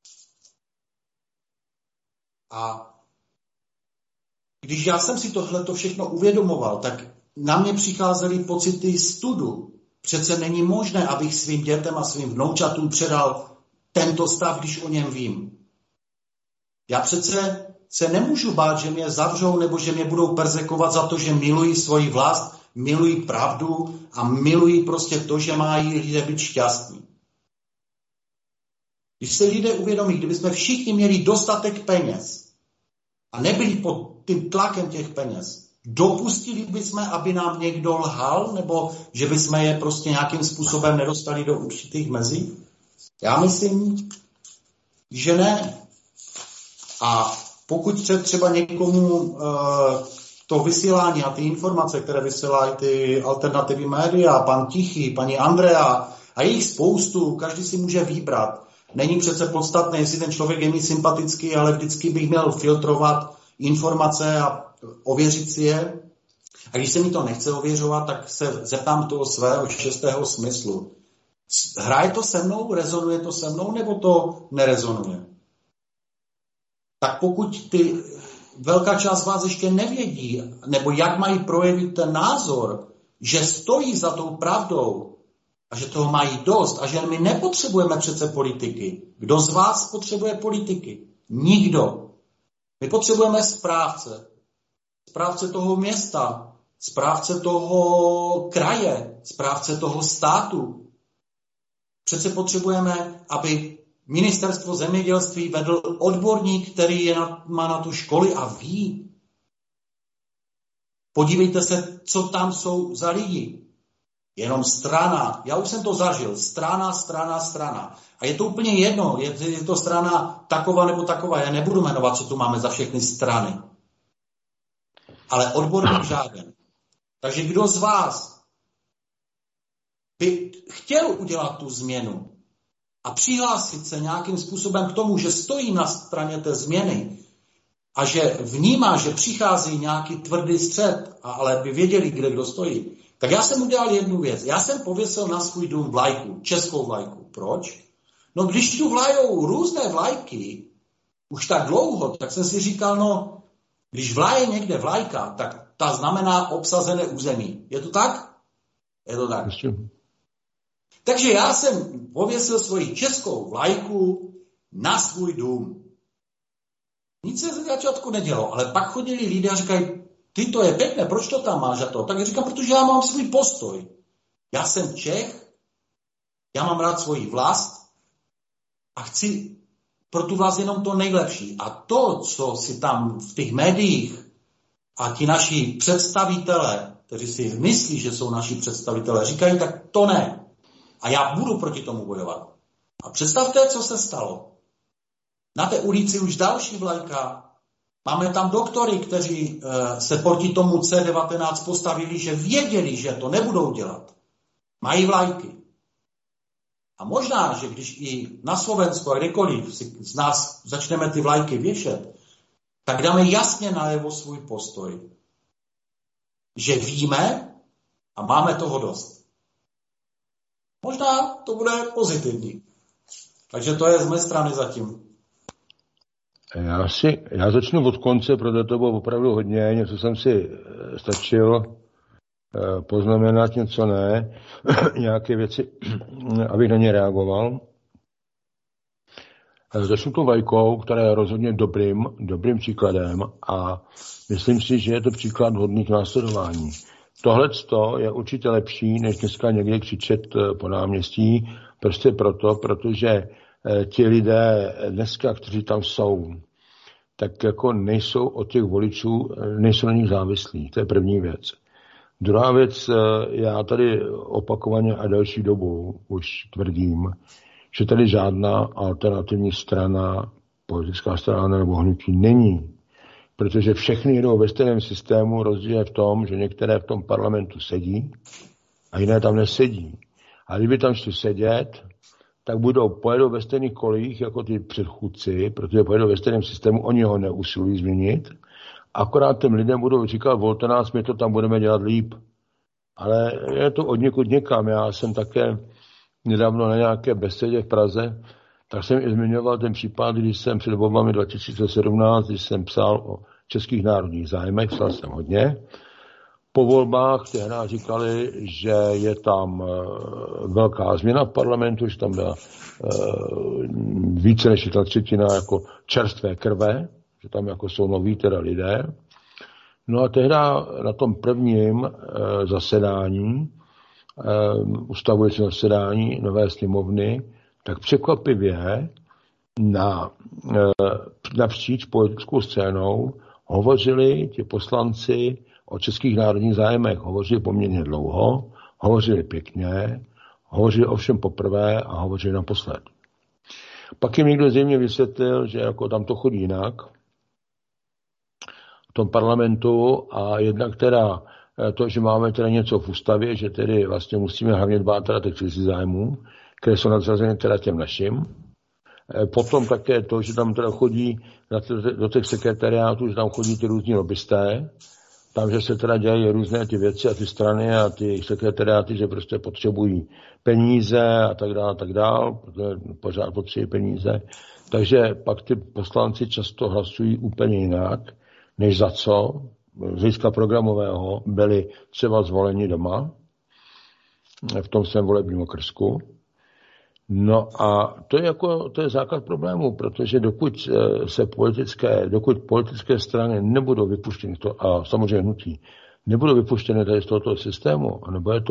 A když já jsem si tohleto všechno uvědomoval, tak na mě přicházely pocity studu. Přece není možné, abych svým dětem a svým vnoučatům předal tento stav, když o něm vím. Já přece se nemůžu bát, že mě zavřou nebo že mě budou perzekovat za to, že milují svoji vlast, milují pravdu a milují prostě to, že mají lidé být šťastní. Když se lidé uvědomí, kdybychom všichni měli dostatek peněz a nebyli pod tím tlakem těch peněz, Dopustili bychom, aby nám někdo lhal, nebo že bychom je prostě nějakým způsobem nedostali do určitých mezí? Já myslím, že ne. A pokud třeba někomu to vysílání a ty informace, které vysílají ty alternativní média, pan Tichý, paní Andrea a jejich spoustu, každý si může vybrat. Není přece podstatné, jestli ten člověk je mi sympatický, ale vždycky bych měl filtrovat informace a ověřit si je. A když se mi to nechce ověřovat, tak se zeptám toho svého šestého smyslu. Hraje to se mnou, rezonuje to se mnou, nebo to nerezonuje? Tak pokud velká část vás ještě nevědí, nebo jak mají projevit ten názor, že stojí za tou pravdou a že toho mají dost a že my nepotřebujeme přece politiky. Kdo z vás potřebuje politiky? Nikdo. My potřebujeme správce. Správce toho města, správce toho kraje, správce toho státu. Přece potřebujeme, aby ministerstvo zemědělství vedl odborník, který má na tu školy a ví. Podívejte se, co tam jsou za lidi. Jenom strana. Já už jsem to zažil. Strana. A je to úplně jedno. Je to strana taková nebo taková. Já nebudu jmenovat, co tu máme za všechny strany. Ale odborník žáden. Takže kdo z vás by chtěl udělat tu změnu a přihlásit se nějakým způsobem k tomu, že stojí na straně té změny a že vnímá, že přichází nějaký tvrdý střed, ale by věděli, kde kdo stojí, tak já jsem udělal jednu věc. Já jsem pověsil na svůj dům vlajku, českou vlajku. Proč? No když tu vlajou různé vlajky už tak dlouho, tak jsem si říkal, no když vlaje někde vlajka, tak ta znamená obsazené území. Je to tak? Je to tak. Takže já jsem pověsil svoji českou vlajku na svůj dům. Nic se z začátku nedělo, ale pak chodili lidé a říkají, ty to je pěkné, proč to tam máš a to? Tak říkám, protože já mám svůj postoj. Já jsem Čech, já mám rád svoji vlast a chci pro tu vlast jenom to nejlepší. A to, co si tam v těch médiích a ti naši představitelé, kteří si myslí, že jsou naši představitelé, říkají, tak to ne. A já budu proti tomu bojovat. A představte, co se stalo. Na té ulici už další vlajka. Máme tam doktory, kteří se proti tomu C19 postavili, že věděli, že to nebudou dělat. Mají vlajky. A možná, že když i na Slovensku a kdekoliv si z nás začneme ty vlajky věšet, tak dáme jasně najevo svůj postoj. Že víme a máme toho dost. Možná to bude pozitivní. Takže to je z mé strany zatím. Já začnu od konce, protože to bylo opravdu hodně. Něco jsem si stačil poznamenat, něco ne. Nějaké věci, abych na ně reagoval. Začnu tou vlajkou, která je rozhodně dobrým příkladem a myslím si, že je to příklad hodný k následování. Tohleto je určitě lepší, než dneska někde křičet po náměstí, prostě protože ti lidé dneska, kteří tam jsou, tak jako nejsou od těch voličů, nejsou na nich závislí. To je první věc. Druhá věc, já tady opakovaně a další dobu už tvrdím, že tady žádná alternativní strana, politická strana nebo hnutí není. Protože všechny jdou ve stejném systému, rozdíl je v tom, že některé v tom parlamentu sedí a jiné tam nesedí. A kdyby tam šli sedět, tak pojedou ve stejných kolejích jako ty předchůdci, protože pojedou ve stejném systému, oni ho neusilují změnit. Akorát těm lidem budou říkat, volte nás, my to tam budeme dělat líp. Ale je to od někud někam. Já jsem také nedávno na nějaké besedě v Praze, tak jsem i zmiňoval ten případ, když jsem před volbami 2017, když jsem psal o českých národních zájmech, psal jsem hodně. Po volbách tehdy říkali, že je tam velká změna v parlamentu, že tam byla více než 1/3 jako čerstvé krve, že tam jako jsou noví teda lidé. No a tehdy na tom prvním zasedání, ustavujícím zasedání nové sněmovny, tak překvapivě napříč politickou scénou hovořili ti poslanci o českých národních zájmech hovořili poměrně dlouho, hovořili pěkně, hovořili ovšem poprvé a hovořili naposled. Pak jim někdo zřejmě vysvětlil, že jako tam to chodí jinak v tom parlamentu a jednak teda to, že máme teda něco v ústavě, že tedy vlastně musíme hlavně dbát teda těch cizích zájmů, které jsou nadřazeny teda těm našim. Potom také to, že tam teda chodí do těch sekretariátů, že tam chodí ty různí lobbysté, tam, že se teda dělají různé ty věci a ty strany a ty sekretariáty, že prostě potřebují peníze a tak dál, protože pořád potřebují peníze. Takže pak ty poslanci často hlasují úplně jinak, než za co z hlediska programového byli třeba zvoleni doma v tom svém volebním okrsku. No a to je základ problému, protože dokud politické strany nebudou vypuštěny, a samozřejmě hnutí, nebudou vypuštěny tady z tohoto systému, a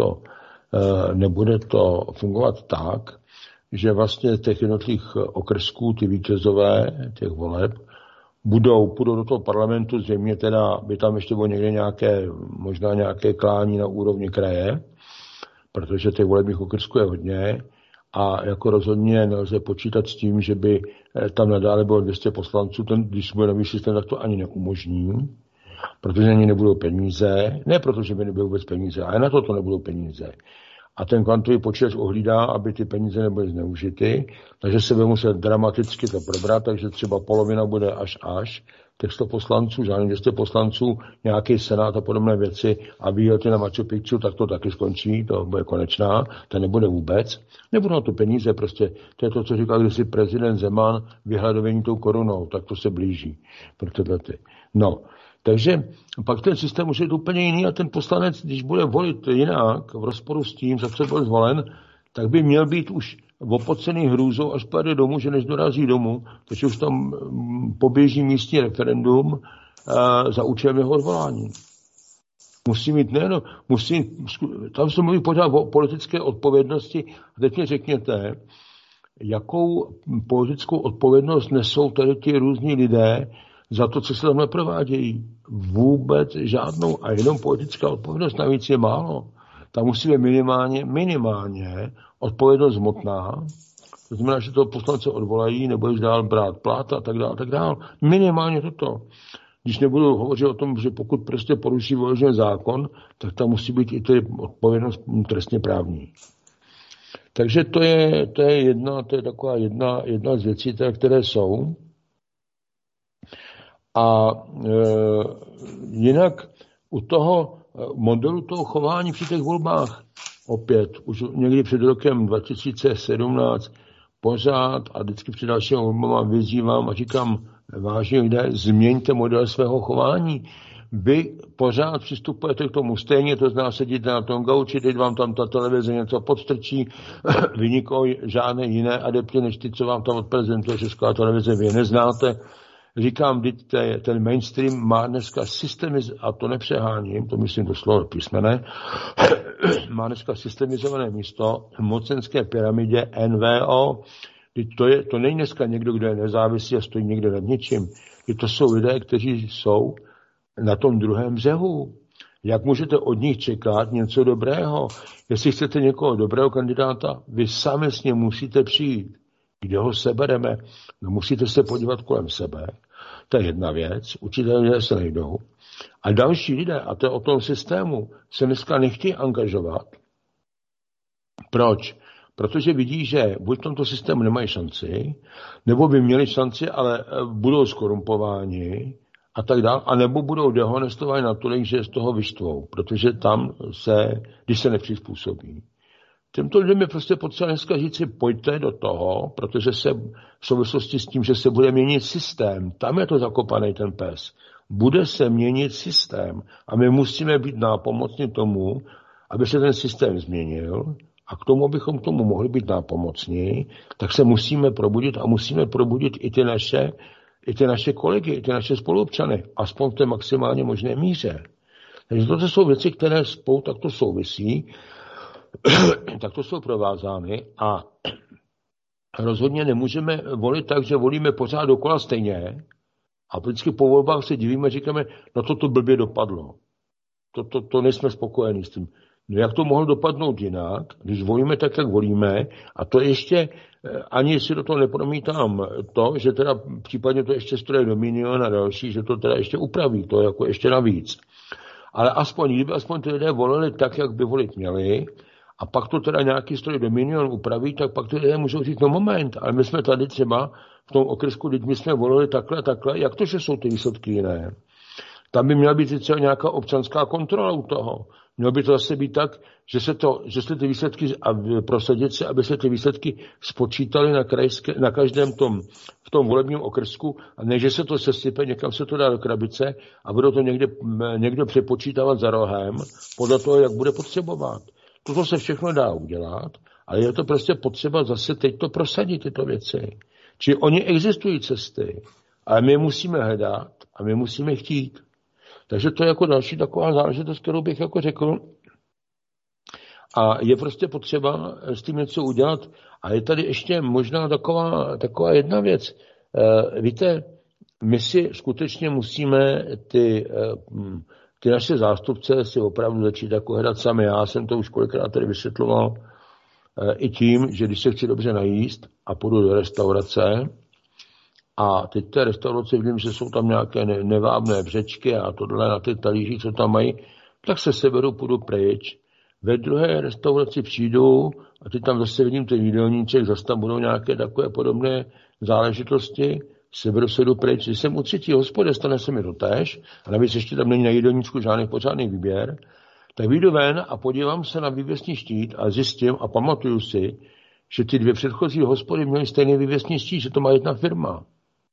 nebude to fungovat tak, že vlastně těch jednotlivých okrsků, ty vítězové těch voleb, půjdou do toho parlamentu, zřejmě teda by tam ještě bylo někde možná nějaké klání na úrovni kraje, protože těch volebních okrsků je hodně, a jako rozhodně nelze počítat s tím, že by tam nadále bylo 200 poslanců, když bude nový systém, tak to ani neumožní, protože ani nebudou peníze, ne protože by nebyly vůbec peníze, ale na to nebudou peníze. A ten kvantový počítač ohlídá, aby ty peníze nebyly zneužity, takže se bude muset dramaticky to probrat, takže třeba polovina bude až těch 100 poslanců, žádných 200 poslanců, nějaký senát a podobné věci a výlety na Machu Picchu, tak to taky skončí, to bude konečná, to nebude vůbec. Nebudou to peníze, prostě to je to, co říkal kdysi prezident Zeman, vyhladovění tou korunou, tak to se blíží. No, takže pak ten systém už je úplně jiný a ten poslanec, když bude volit jinak, v rozporu s tím, za co byl zvolen, tak by měl být už opocený hrůzou, až pojede domů, že než dorazí domů, takže už tam poběží místní referendum za účelem jeho odvolání. Tam se mluví pořád o politické odpovědnosti. A teď mě řekněte, jakou politickou odpovědnost nesou tady ti různí lidé za to, co se tam neprovádějí. Vůbec žádnou a jenom politická odpovědnost navíc je málo. Tam musíme minimálně odpovědnost hmotná, to znamená, že toho poslance odvolají, nebo již dál brát plat a tak dále. Minimálně toto. Když nebudu hovořit o tom, že pokud prostě poruší vyložený zákon, tak tam musí být i ty odpovědnost trestně právní. Takže to je taková jedna z věcí, které jsou. A jinak u toho modelu toho chování při těch volbách opět, už někdy před rokem 2017 pořád a vždycky před dalšími volbama vyzývám a říkám, vážně lidé, změňte model svého chování. Vy pořád přistupujete k tomu stejně, to znamená sedíte na tom gauči, teď vám tam ta televize něco podstrčí, vy nikoho žádné jiné adepty, než ty, co vám tam odprezentuje Česká televize, vy je neznáte. Říkám, ten mainstream má dneska a to nepřeháním, to myslím doslova písmene, má dneska systemizované místo v mocenské pyramidě NVO. To není dneska někdo, kdo je nezávislý a stojí někde nad něčím. To jsou lidé, kteří jsou na tom druhém břehu. Jak můžete od nich čekat něco dobrého? Jestli chcete někoho dobrého kandidáta, vy sami s ním musíte přijít. Kde ho sebereme? No musíte se podívat kolem sebe. To je jedna věc. Určitě lidé se nejdou. A další lidé, a to je o tom systému, se dneska nechtějí angažovat. Proč? Protože vidí, že buď v tomto systému nemají šanci, nebo by měli šanci, ale budou skorumpováni a tak dále, a nebo budou dehonestováni natolik, že z toho vyštvou, protože tam když se nepřizpůsobí. Těmto lidem je prostě potřeba dneska říct si, pojďte do toho, protože se v souvislosti s tím, že se bude měnit systém, tam je to zakopaný ten pes. Bude se měnit systém a my musíme být nápomocni tomu, aby se ten systém změnil a k tomu, abychom k tomu mohli být nápomocni, tak se musíme probudit a musíme probudit i ty naše kolegy, i ty naše spoluobčany, aspoň v té maximálně možné míře. Takže to jsou věci, které spolu takto souvisí, takto jsou provázány a rozhodně nemůžeme volit tak, že volíme pořád dokola stejně a vždycky po volbách se divíme a říkáme, no to blbě dopadlo. To nejsme spokojení s tím. No jak to mohlo dopadnout jinak, když volíme tak, jak volíme, a to ještě, ani si do toho nepromítám to, že teda případně to ještě stroje Dominion a další, že to teda ještě upraví, to jako ještě navíc. Ale kdyby aspoň ty lidé volili tak, jak by volit měli, a pak to teda nějaký stroj Dominion upraví, tak pak ty lidé můžou říct, no moment, ale my jsme tady třeba v tom okresku, když my jsme volili takhle, jak to, že jsou ty výsledky jiné? Tam by měla být třeba nějaká občanská kontrola u toho. Mělo by to zase být tak, že se ty výsledky a prosadit se, aby se ty výsledky spočítaly na každém v tom volebním okrsku, a ne, že se to sesype, někam se to dá do krabice a budou to někdo přepočítávat za rohem podle toho, jak bude potřebovat. Toto se všechno dá udělat, ale je to prostě potřeba zase teď to prosadit, tyto věci. Čili oni existují cesty, ale my musíme hledat a my musíme chtít. Takže to je jako další taková záležitost, kterou bych jako řekl. A je prostě potřeba s tím něco udělat. A je tady ještě možná taková jedna věc. Víte, my si skutečně musíme ty naše zástupce si opravdu začít jako hledat sami. Já jsem to už kolikrát tady vysvětloval i tím, že když se chci dobře najíst a půjdu do restaurace, a teď té restaurace vidím, že jsou tam nějaké nevábné břečky a tohle na ty talíři, co tam mají, tak se seberu, půjdu pryč. Ve druhé restauraci přijdu a teď tam zase vidím ten jídelníček, zase tam budou nějaké takové podobné záležitosti, seberu se jdu pryč. Když jsem u třetí hospody, stane se mi to též, a navíc ještě tam není na jídelníčku žádný pořádný výběr, tak vyjdu ven a podívám se na vývěsní štít a zjistím a pamatuju si, že ty dvě předchozí hospody měly stejný vývěsní štít, že to má jedna firma.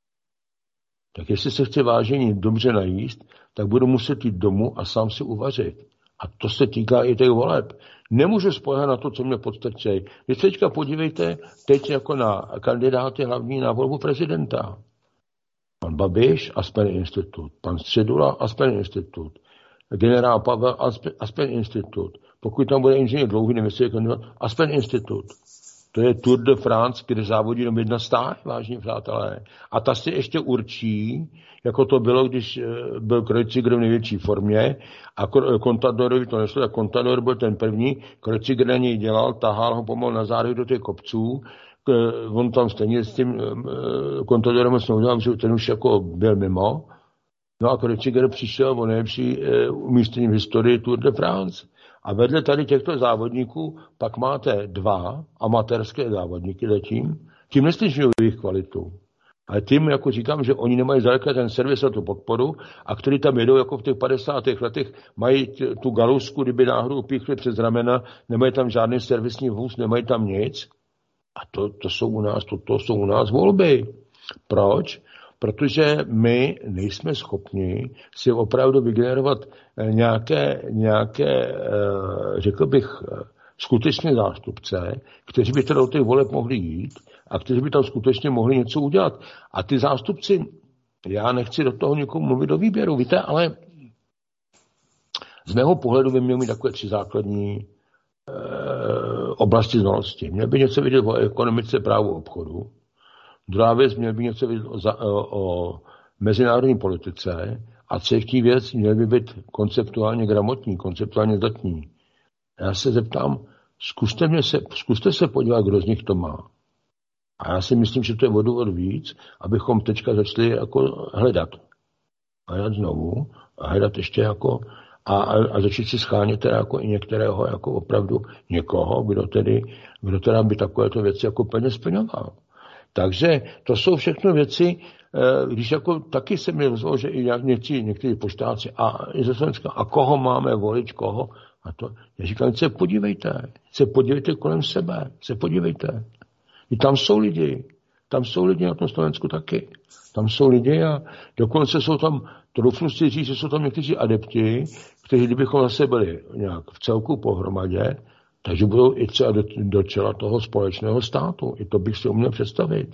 Tak jestli se chce vážení dobře najíst, tak budu muset jít domů a sám si uvařit. A to se týká i těch voleb. Nemůžu spoléhat na to, co mě podstrčej. Vy se teďka podívejte teď jako na kandidáty hlavní na volbu prezidenta. Pan Babiš, Aspen Institut. Pan Středula, Aspen Institut. Generál Pavel, Aspen Institut. Pokud tam bude inženýr Dlouhý, nevím, jestli je kandidát, Aspen Institut. To je Tour de France, kde závodí jenom jedna stáj, vážní přátelé. A ta si ještě určí, jako to bylo, když byl Kreuziger v největší formě a Contadorovi to nešlo, tak Contador byl ten první, Kreuziger na něj dělal, tahal ho pomalu na zády do těch kopců, on tam stejně s tím Contadorem moc neudělal, že ten už jako byl mimo. No a Kreuziger přišel o nejlepší umístění v historii Tour de France. A vedle tady těchto závodníků pak máte dva amatérské závodníky zatím. Tím neslyšují jejich kvalitu. Ale tím, jako říkám, že oni nemají zdaleka ten servis a tu podporu, a kteří tam jedou jako v těch 50. letech, mají tu galusku, kdyby náhodou upíchli přes ramena, nemají tam žádný servisní vůz, nemají tam nic. A to jsou u nás volby. Proč? Protože my nejsme schopni si opravdu vygenerovat nějaké řekl bych, skutečně zástupce, kteří by teda do těch voleb mohli jít a kteří by tam skutečně mohli něco udělat. A ty zástupci, já nechci do toho nikomu mluvit do výběru, víte, ale z mého pohledu by měl mít takové 3 základní oblasti znalosti. Měl by něco vědět o ekonomice, právu obchodu. Druhá věc, měl by něco vědět o mezinárodní politice. A třetí věc, měl by být konceptuálně gramotní, konceptuálně zdatní. Já se zeptám, zkuste se podívat, kdo z nich to má. A já si myslím, že to je o důvod víc, abychom teďka začali jako hledat. Hledat znovu a hledat ještě jako a začít si schánět teda jako i některého jako opravdu někoho, kdo teda by takovéto věci jako plně splňoval. Takže to jsou všechno věci, když jako taky se mi rozhodl, že i někteří poštáci a i ze Slovenska, a koho máme volit, koho, a to, já říkám, se podívejte kolem sebe, se podívejte. I tam jsou lidi na tom Slovensku taky. Tam jsou lidi a dokonce jsou tam, troufnu si říct, že jsou tam někteří adepti, kteří kdybychom zase byli nějak v celku pohromadě, takže budou i třeba do čela toho společného státu. I to bych si uměl představit.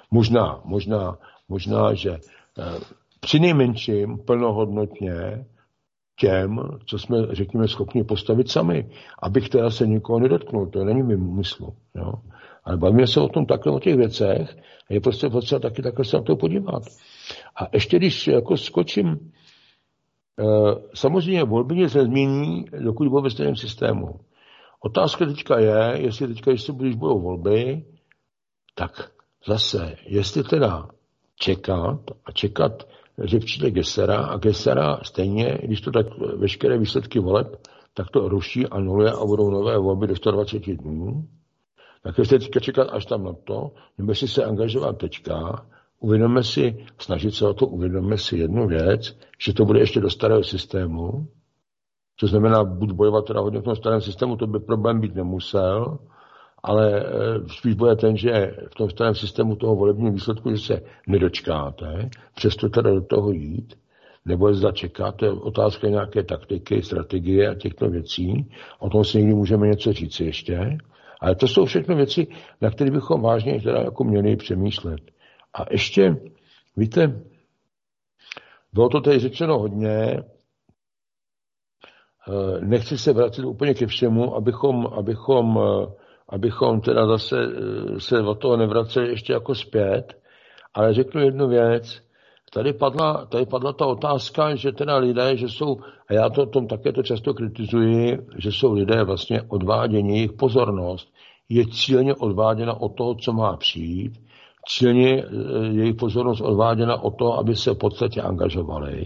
Možná, že při nejmenším plnohodnotně těm, co jsme, řekněme, schopni postavit sami, abych teda se nikoho nedotknul. To není mým úmyslu. Jo? Ale bavíme se o tom takhle, o těch věcech, a je prostě potřeba taky takhle se na to podívat. A ještě když jako skočím Samozřejmě volby nic nezmění, dokud budou ve stejném systému. Otázka teďka je, jestli teďka, když budou volby, tak zase, jestli teda čekat, že přijde Gesera a Gesera stejně, když to tak veškeré výsledky voleb, tak to ruší, anuluje a budou nové volby do 120 dnů. Tak jestli teďka čekat až tam na to, nebo si se angažovat teďka, snažit se o to, uvědomme si jednu věc, že to bude ještě do starého systému, to znamená, buď bojovat teda hodně v tom starém systému, to by problém být nemusel, ale spíš bude ten, že v tom starém systému toho volebního výsledku, že se nedočkáte, přesto teda do toho jít, nebo zda čekat, to je otázka nějaké taktiky, strategie a těchto věcí, o tom si někdy můžeme něco říct ještě, ale to jsou všechno věci, na které bychom vážně teda jako měli přemýšlet. A ještě, víte, bylo to tady řečeno hodně, nechci se vracet úplně ke všemu, abychom teda zase se od toho nevraceli ještě jako zpět, ale řeknu jednu věc. Tady padla ta otázka, že teda lidé, že jsou, a já to o tom také to často kritizuji, že jsou lidé vlastně odváděni, jejich pozornost je cíleně odváděna od toho, co má přijít, cíleně jejich pozornost odváděna od toho, aby se v podstatě angažovali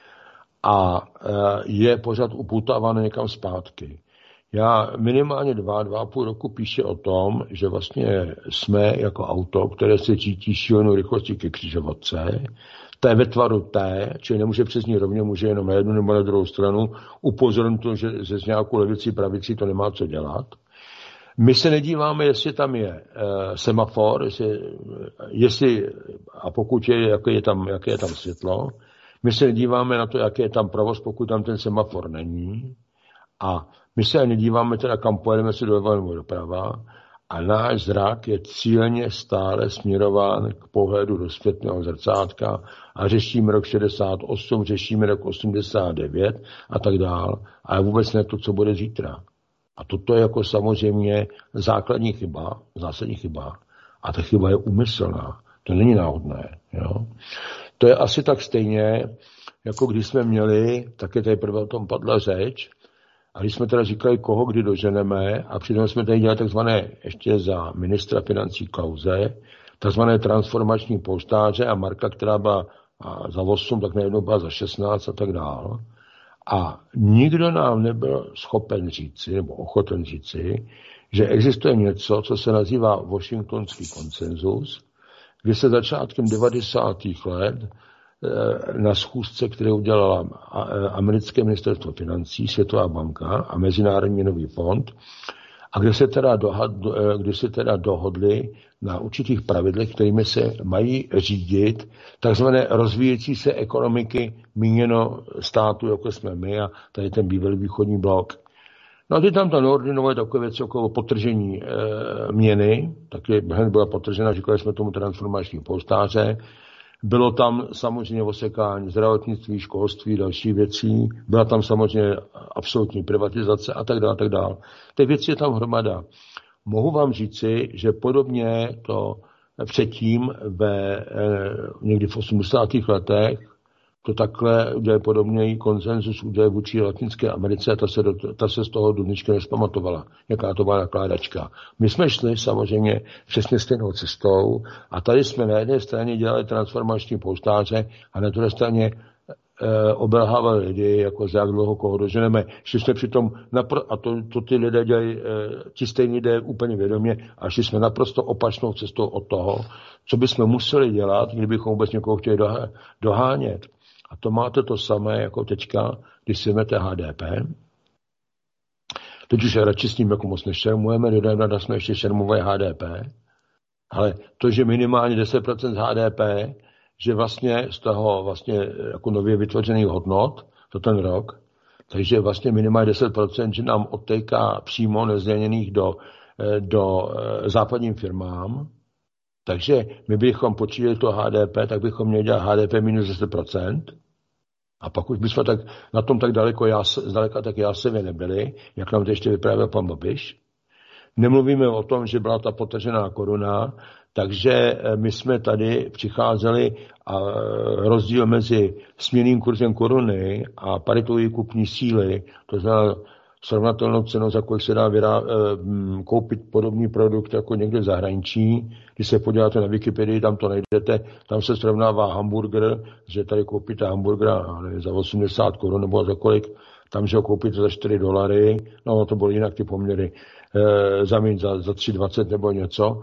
a je pořád upoutáváno někam zpátky. Já minimálně 2,5 roku píše o tom, že vlastně jsme jako auto, které se cítí šílenou rychlostí ke křižovatce, té ve tvaru T, čili nemůže přes ní rovně, může jenom na jednu nebo na druhou stranu, upozornit to, že s nějakou levicí, pravicí to nemá co dělat. My se nedíváme, jestli tam je semafor, jestli a pokud je, jaké je tam světlo. My se nedíváme na to, jaký je tam provoz, pokud tam ten semafor není. A my se nedíváme teda, kam pojedeme, jestli doleva nebo doprava. A náš zrak je cíleně stále směrován k pohledu do světlného zrcátka a řešíme rok 68, řešíme rok 89 a tak dál. Ale vůbec ne to, co bude zítra. A toto je jako samozřejmě zásadní chyba. A ta chyba je úmyslná. To není náhodné. Jo? To je asi tak stejně, jako když jsme měli, také tady prvé o tom padla řeč, a když jsme teda říkali, koho kdy doženeme, a přitom jsme tady dělali takzvané, ještě za ministra financí Klause, takzvané transformační polštáře a Marka, která byla za 8, tak najednou byla za 16 a tak dál. A nikdo nám nebyl schopen říci, nebo ochoten říci, že existuje něco, co se nazývá Washingtonský konsenzus, kdy se začátkem 90. let na schůzce, kterou udělala americké ministerstvo financí, Světová banka a Mezinárodní měnový fond, a kde se teda dohodli na určitých pravidlech, kterými se mají řídit takzvané rozvíjející se ekonomiky míněno státu, jako jsme my a tady ten bývalý východní blok. No a ty tam to neordinovali takové věci okolo potržení měny, taky hned byla potržena, říkali jsme tomu transformační polštáře. Bylo tam samozřejmě osekání zdravotnictví, školství, další věcí. Byla tam samozřejmě absolutní privatizace a tak dále, tak dále. Těch věcí je tam hromada. Mohu vám říci, že podobně to předtím někdy v 80. letech to takhle udělali podobně konsenzus udělali vůči Latinské Americe a ta se z toho do dneška nespamatovala, jaká to byla nakládačka. My jsme šli samozřejmě přesně stejnou cestou a tady jsme na jedné straně dělali transformační polštáře a na druhé straně obelhávali lidi, jako za jak dlouho koho doženeme. Šli jsme přitom, a to ty lidé dělají, ti stejní lidé úplně vědomě, a šli jsme naprosto opačnou cestou od toho, co bychom museli dělat, kdybychom vůbec někoho chtěli dohánět. A to máte to samé jako teďka, když si vezmete HDP. Teď už radši s ním jako moc nešermujeme, nedávno jsme ještě šermové HDP, ale to, že minimálně 10% HDP, že vlastně z toho vlastně jako nově vytvořených hodnot za ten rok, takže vlastně minimálně 10%, že nám odtéká přímo nezdaněných do západním firmám. Takže my bychom počítali to HDP, tak bychom měli dělat HDP minus 10%. A pak už bychom tak, na tom tak daleko zdaleka tak jásevě nebyli, jak nám to ještě vyprávěl pan Babiš. Nemluvíme o tom, že byla ta potažená koruna, Takže my jsme tady přicházeli a rozdíl mezi směnným kurzem koruny a paritou její kupní síly, to znamená srovnatelnou cenou, za kolik se dá koupit podobný produkt jako někde v zahraničí. Když se podíváte na Wikipedii, tam to najdete, tam se srovnává hamburger, že tady koupíte hamburgera za 80 korun nebo za kolik, tam, že ho koupíte za $4, no to bylo jinak ty poměry, za 3,20 nebo něco.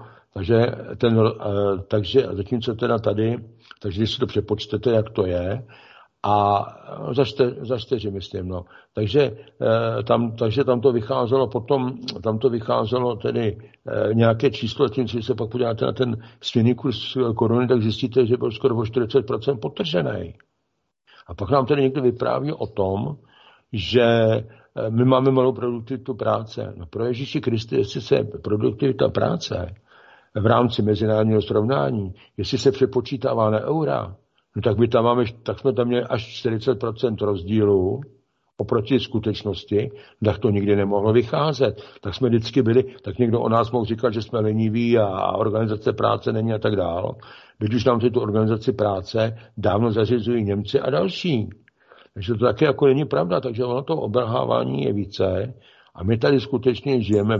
Takže zatímco teda tady, takže když si to přepočtete, jak to je, a začte, myslím, no. Takže tam to vycházelo potom, tam to vycházelo tedy nějaké číslo, tím, když se pak podíváte na ten směnný kurz koruny, tak zjistíte, že byl skoro o 40% potržený. A pak nám tedy někdo vypráví o tom, že my máme malou produktivitu práce. No pro Ježíši Kriste, jestli se produktivita práce v rámci mezinárodního srovnání, jestli se přepočítává na eura, no tak jsme tam měli až 40% rozdílu oproti skutečnosti, tak to nikdy nemohlo vycházet. Tak jsme vždycky byli, tak někdo o nás mohl říkat, že jsme leniví a organizace práce není a tak dál. Byť už nám tu organizaci práce dávno zařizují Němci a další. Takže to taky jako není pravda, takže ono to obrhávání je více a my tady skutečně žijeme v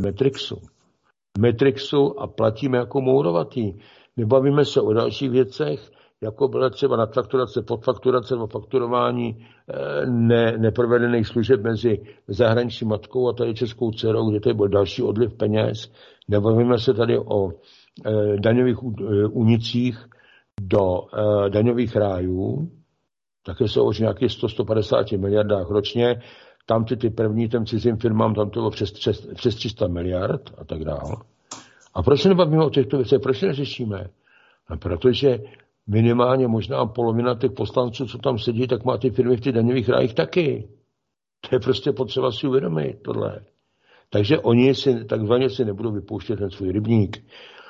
Matrixu a platíme jako mourovatý. Nebavíme se o dalších věcech, jako byla třeba nadfakturace, podfakturace nebo fakturování neprovedených služeb mezi zahraniční matkou a tady českou dcerou, kde tady byl další odliv peněz. Nebavíme se tady o daňových únicích do daňových rájů, také jsou už nějakých 100-150 miliardách ročně. Tam ty první těm cizím firmám, tam to bylo přes 300 miliard a tak dále. A proč se nebavíme o těchto věcech? Proč se neřešíme? No, protože minimálně možná polovina těch poslanců, co tam sedí, tak má ty firmy v těch daňových rájích taky. To je prostě potřeba si uvědomit tohle. Takže oni takzvaně si nebudou vypouštět ten svůj rybník.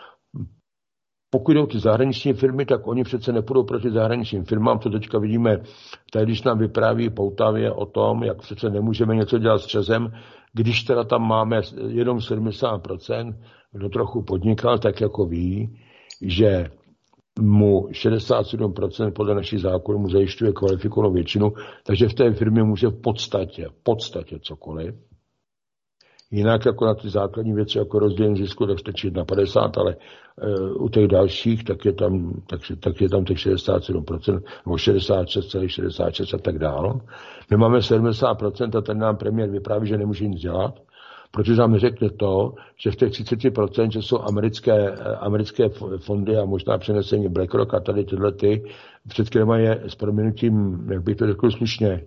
Pokud jdou ty zahraniční firmy, tak oni přece nepůjdou proti zahraničním firmám. To teďka vidíme, tady když nám vypráví Poutavě o tom, jak přece nemůžeme něco dělat s ČEZem, když teda tam máme jenom 70%, kdo trochu podnikal, tak jako ví, že mu 67% podle našich zákonů mu zajišťuje kvalifikovanou většinu, takže v té firmě může v podstatě cokoliv. Jinak jako na ty základní věci, jako rozdělení zisku, tak stačí 1,50, ale u těch dalších, tak je tam těch 67%, nebo 66,66 a tak dále. My máme 70% a ten nám premiér vypráví, že nemůže nic dělat, protože nám neřekne to, že v těch 30%, že jsou americké fondy a možná přenesení BlackRock a tady tyhle před kterými je s prominutím, jak bych to řekl slušně,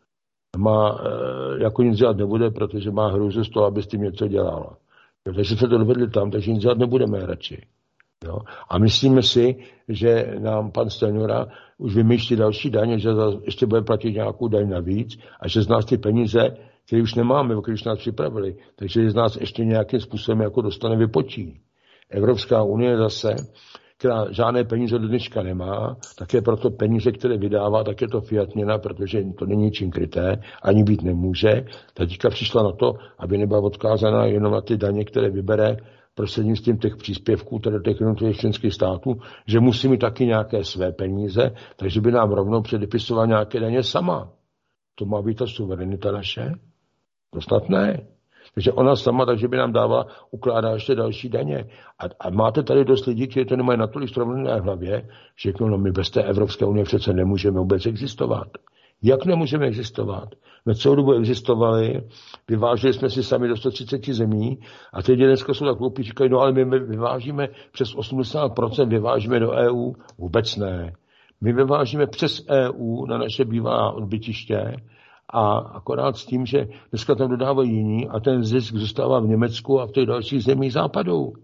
jako nic dělat nebude, protože má hrůzu z toho, aby s tím něco dělala. Takže se to dovedli tam, takže nic dělat nebudeme radši. Jo? A myslíme si, že nám pan Stanjura už vymýšlí další daně, že ještě bude platit nějakou daň navíc a že z nás ty peníze, které už nemáme, které už nás připravili, takže z nás ještě nějakým způsobem jako dostane vypočí. Evropská unie zase, která žádné peníze do dneška nemá, tak je proto peníze, které vydává, tak je to fiat měna, protože to není ničím kryté, ani být nemůže. Teďka přišla na to, aby nebyla odkázaná jenom na ty daně, které vybere prostřednictvím těch příspěvků, tedy těch jednotlivých členských států, že musí mít taky nějaké své peníze, takže by nám rovnou předepisovala nějaké daně sama. To má být ta suverenita naše? To snad ne. Takže ona sama, takže by nám ukládá ještě další daně. A máte tady dost lidí, kteří to nemají natolik srovnané v hlavě, že no, my bez té Evropské unie přece nemůžeme vůbec existovat. Jak nemůžeme existovat? My celou dobu existovali, vyváželi jsme si sami do 130 zemí a teď dneska jsou tak hloupí, říkají, no ale my vyvážíme přes 80%, vyvážíme do EU. Vůbec ne. My vyvážíme přes EU na naše bývalá odbytiště, a akorát s tím, že dneska tam dodávají jiní a ten zisk zůstává v Německu a v těch dalších zemích západu.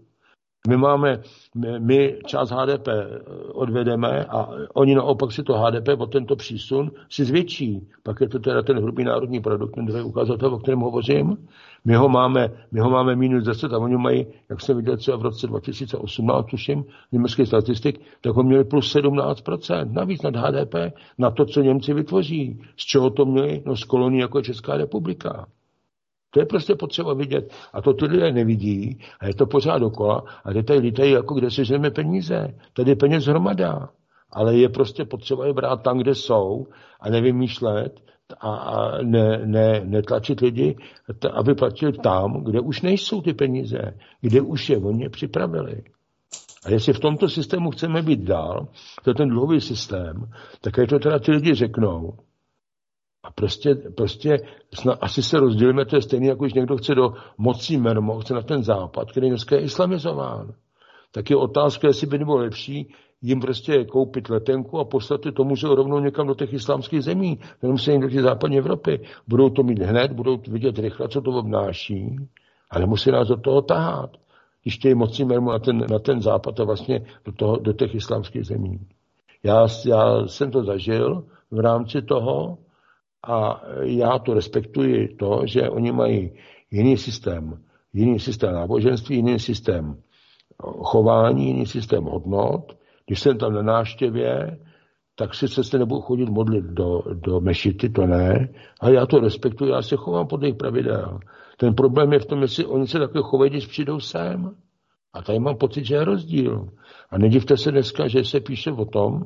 My část HDP odvedeme a oni naopak si to HDP o tento přísun si zvětší. Pak je to teda ten hrubý národní produkt, ten druhý ukazatel, o kterém hovořím. My ho máme minus 10 a oni mají, jak jsem viděl třeba v roce 2018, tuším, německý statistik, tak ho měli plus 17%. Navíc nad HDP, na to, co Němci vytvoří. Z čeho to měli? No z kolonií jako Česká republika. To je prostě potřeba vidět. A to ty lidé nevidí a je to pořád dokola a ty tady lítají, jako kde sežeme peníze. Tady je peněz hromada, ale je prostě potřeba je brát tam, kde jsou a nevymýšlet a netlačit lidi, aby platili tam, kde už nejsou ty peníze, kde už je oni připravili. A jestli v tomto systému chceme být dál, to je ten dlouhý systém, tak je to teda ty lidi řeknou. A prostě asi se rozdělíme, to je stejné, jako když někdo chce do mocí mermo, chce na ten západ, který dneska je islamizován. Tak je otázka, jestli by nebylo lepší jim prostě koupit letenku a poslat to může rovnou někam do těch islámských zemí, nemusí jim do té západní Evropy. Budou to mít hned, budou vidět rychle, co to obnáší, a nemusí nás do toho tahat. Když chtějí mocí mermu na ten západ a vlastně do těch islámských zemí. Já jsem to zažil v rámci toho a já to respektuji to, že oni mají jiný systém náboženství, jiný systém chování, jiný systém hodnot. Když jsem tam na návštěvě, tak sice se nebudu chodit modlit do mešity, to ne, ale já to respektuji, já se chovám podle jejich pravidel. Ten problém je v tom, jestli oni se takhle chovají, když přijdou sem. A tady mám pocit, že je rozdíl. A nedivte se dneska, že se píše o tom,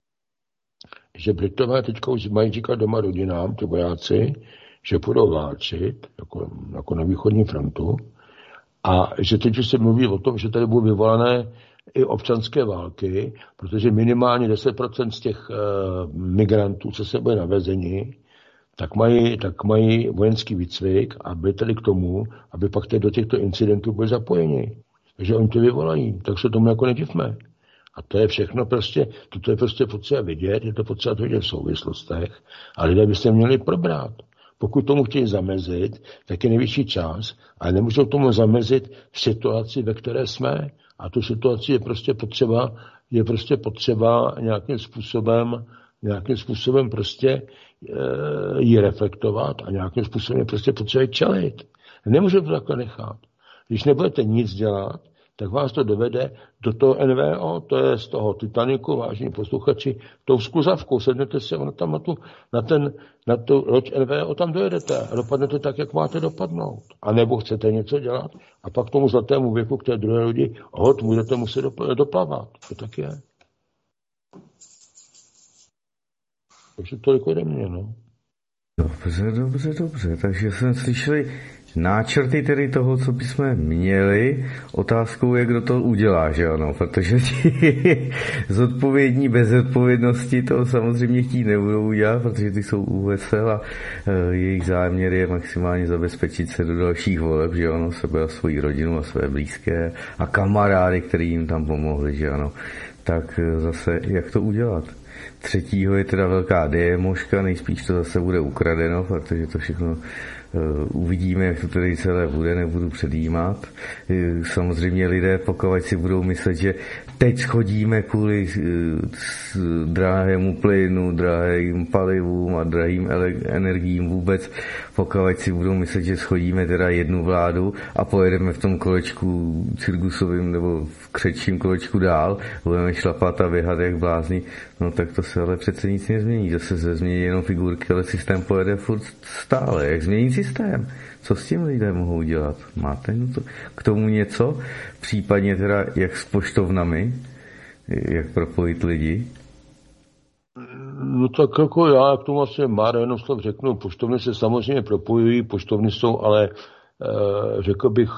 že Britové teďka už mají říkat doma rodinám, ty vojáci, že půjdou válčit, jako na východní frontu, a že teď už se mluví o tom, že tady budou vyvolané i občanské války, protože minimálně 10% z těch migrantů, co se bude na vezení, tak mají vojenský výcvik a byli tady k tomu, aby pak do těchto incidentů byli zapojeni. Takže oni to vyvolají, tak se tomu jako nedivme. A to je všechno prostě, toto je prostě potřeba vidět, je to potřeba to vidět v souvislostech a lidé by se měli probrat. Pokud tomu chtějí zamezit, tak je nejvyšší čas, ale nemůžou tomu zamezit v situaci, ve které jsme. A tu situaci je prostě potřeba nějakým způsobem prostě ji reflektovat a nějakým způsobem je prostě potřeba čelit. Nemůžeme to takhle nechat. Když nebudete nic dělat, tak vás to dovede do toho NVO, to je z toho Titaniku, vážení posluchači, tou skluzavkou, sednete se tam na tu loď NVO, tam dojedete a dopadnete tak, jak máte dopadnout. A nebo chcete něco dělat a pak tomu zlatému věku k té druhé lodi budete muset doplavat. To tak je. Takže tolik ode mě, no. Dobře. Takže jsme slyšeli náčrty tedy toho, co bychom měli. Otázkou je, kdo to udělá, že ano? Protože ti zodpovědní bez zodpovědnosti to samozřejmě chtít nebudou udělat, protože ty jsou USL a jejich záměr je maximálně zabezpečit se do dalších voleb, že ano, sebe a svoji rodinu a své blízké a kamarády, který jim tam pomohli, že ano. Tak zase, jak to udělat? 3. je teda velká démoška, nejspíš to zase bude ukradeno, protože to všechno uvidíme, jak to tady celé bude, nebudu předjímat. Samozřejmě lidé, pokud si budou myslet, že teď schodíme kvůli drahému plynu, drahým palivům a drahým energiím vůbec, pokud si budou myslet, že schodíme teda jednu vládu a pojedeme v tom kolečku cirkusovým nebo v křečím kolečku dál, budeme šlapat a běhat jak blázni, no tak to se ale přece nic nezmění. Zase se změní jenom figurky, ale systém pojede furt stále. Jak změní systém? Co s tím lidé mohou dělat? Máte k tomu něco? Případně teda jak s poštovnami? Jak propojit lidi? No tak jako já k tomu asi jenom slov řeknu. Poštovny se samozřejmě propojují, poštovny jsou ale řekl bych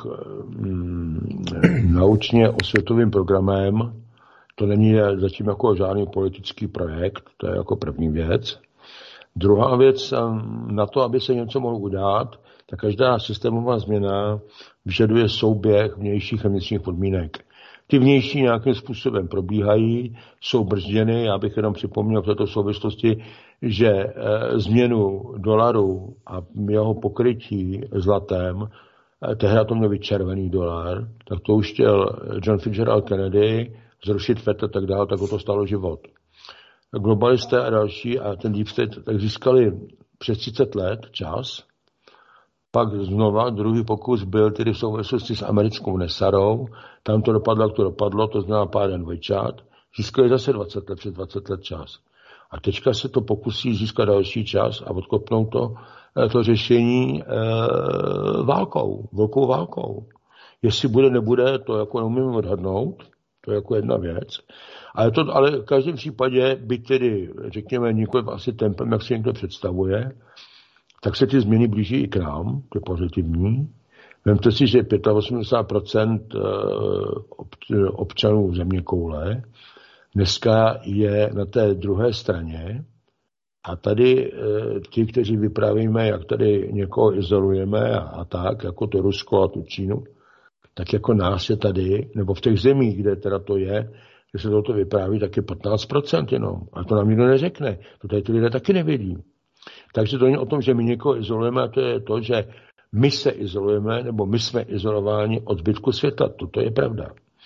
naučně osvětovým programem. To není zatím jako žádný politický projekt, to je jako první věc. Druhá věc, na to, aby se něco mohlo udát, tak každá systémová změna vyžaduje souběh vnějších a vnitřních podmínek. Ty vnější nějakým způsobem probíhají, jsou brzděny. Já bych jenom připomněl v této souvislosti, že změnu dolaru a jeho pokrytí zlatem, tehdy to měl být červený dolar, tak to už chtěl John Fitzgerald Kennedy zrušit FED a tak dále, tak ho to stalo život. Globalisté a další a ten Deep State tak získali přes 30 let čas. Pak znova druhý pokus byl tedy v souvislosti s americkou Nesarou. Tam to dopadlo, jak to dopadlo, to znamená pár dvojčat. Získali zase 20 let, přes 20 let čas. A teďka se to pokusí získat další čas a odkopnout to to řešení válkou, velkou válkou. Jestli bude, nebude, to jako neumím odhadnout, to je jako jedna věc. Ale v každém případě, byť tedy, řekněme, nikoliv asi tempem, jak si někdo představuje, tak se ty změny blíží i k nám, to je pozitivní. Vemte si, že 85% občanů zeměkoule dneska je na té druhé straně a tady ti, kteří vyprávíme, jak tady někoho izolujeme a tak, jako to Rusko a tu Čínu, tak jako nás je tady, nebo v těch zemích, kde teda to je, když se toto vypráví, tak je 15% jenom. A to nám nikdo neřekne. To tady ty lidé taky nevědí. Takže to není o tom, že my někoho izolujeme, a to je to, že my se izolujeme, nebo my jsme izolováni od zbytku světa. Toto je pravda.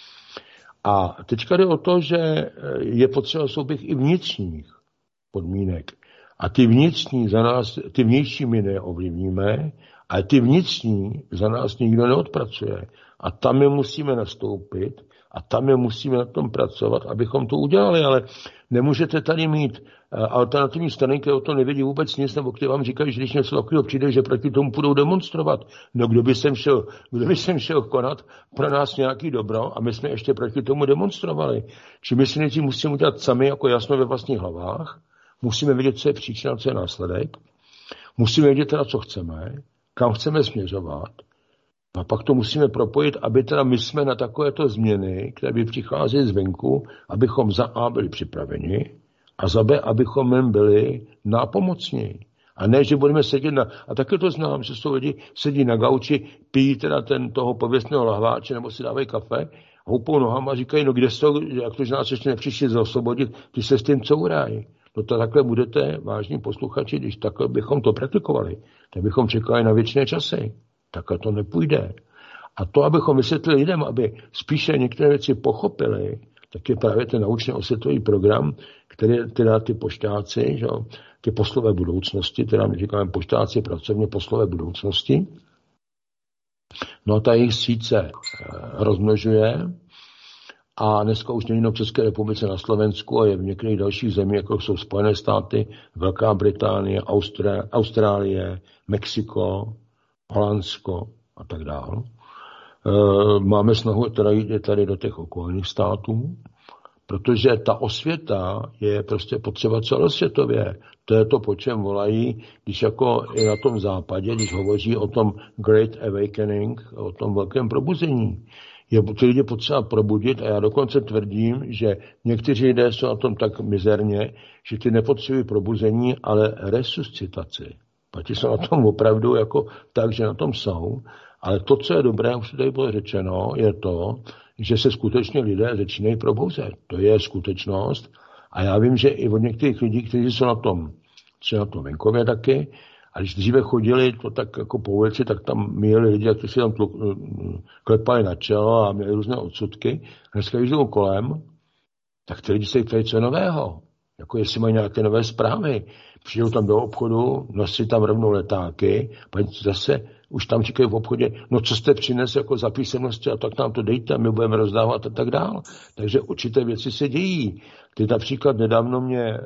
A teďka jde o to, že je potřeba souběh i vnitřních podmínek. A ty vnitřní za nás, ty vnější my neovlivníme, ale ty vnitřní za nás nikdo neodpracuje. A tam je musíme nastoupit a tam je musíme na tom pracovat, abychom to udělali, ale nemůžete tady mít alternativní strany, které o to nevědí vůbec nic, nebo které vám říkají, že když něco takového přijde, že proti tomu budou demonstrovat. No kdo by sem šel konat pro nás nějaký dobro a my jsme ještě proti tomu demonstrovali. Či my si nejdřív musíme udělat sami jako jasno ve vlastních hlavách, musíme vědět, co je příčina, co je následek, musíme vědět teda, co chceme, kam chceme směřovat, a pak to musíme propojit, aby teda my jsme na takovéto změny, které by přicházely zvenku, abychom za A byli připraveni a za B, abychom jim byli nápomocní. A ne, že budeme sedět a taky to znám, že jsou lidi sedí na gauči, pijí teda toho pověstného lahváče nebo si dávají kafe, houpou nohama a říkají, no kde jsou, jak to, že nás ještě nepřišli zaosvobodit, ty se s tím courají. No to takhle budete, vážní posluchači, když takhle bychom to praktikovali, tak bychom čekali na věčné časy. Takhle to nepůjde. A to, abychom vysvětlili lidem, aby spíše některé věci pochopili, tak je právě ten naučně osvětový program, který teda ty pošťáci, že, ty poslové budoucnosti, teda my říkáme pošťáci pracovně poslové budoucnosti, no a ta jejich síť se rozmnožuje a dneska už není v České republice, na Slovensku a je v některých dalších zemích, jako jsou Spojené státy, Velká Británie, Austrálie, Mexiko, Holandsko a tak dále. Máme snahu teda jít tady do těch okolních států, protože ta osvěta je prostě potřeba celosvětově. To je to, po čem volají, když jako i na tom západě, když hovoří o tom Great Awakening, o tom velkém probuzení. Je ty lidi potřeba probudit a já dokonce tvrdím, že někteří lidé jsou na tom tak mizerně, že ty nepotřebují probuzení, ale resuscitaci. Ti jsou na tom opravdu jako tak, že na tom jsou. Ale to, co je dobré, už tady bylo řečeno, je to, že se skutečně lidé začínají probouzet. To je skutečnost. A já vím, že i od některých lidí, kteří jsou na tom, třeba na tom venkově taky, a když dříve chodili to tak jako po ulici, tak tam měli lidi, kteří si tam klepali na čelo a měli různé odsudky. A dneska, když jdou kolem, tak ty lidi se ptají, co je nového. Jako jestli mají nějaké nové zprávy. Přijdou tam do obchodu, nosí tam rovnou letáky, pak zase už tam říkají v obchodě, no co jste přinesl jako za písemnosti a tak nám to dejte, my budeme rozdávat a tak dál. Takže určité věci se dějí. Teď například nedávno mě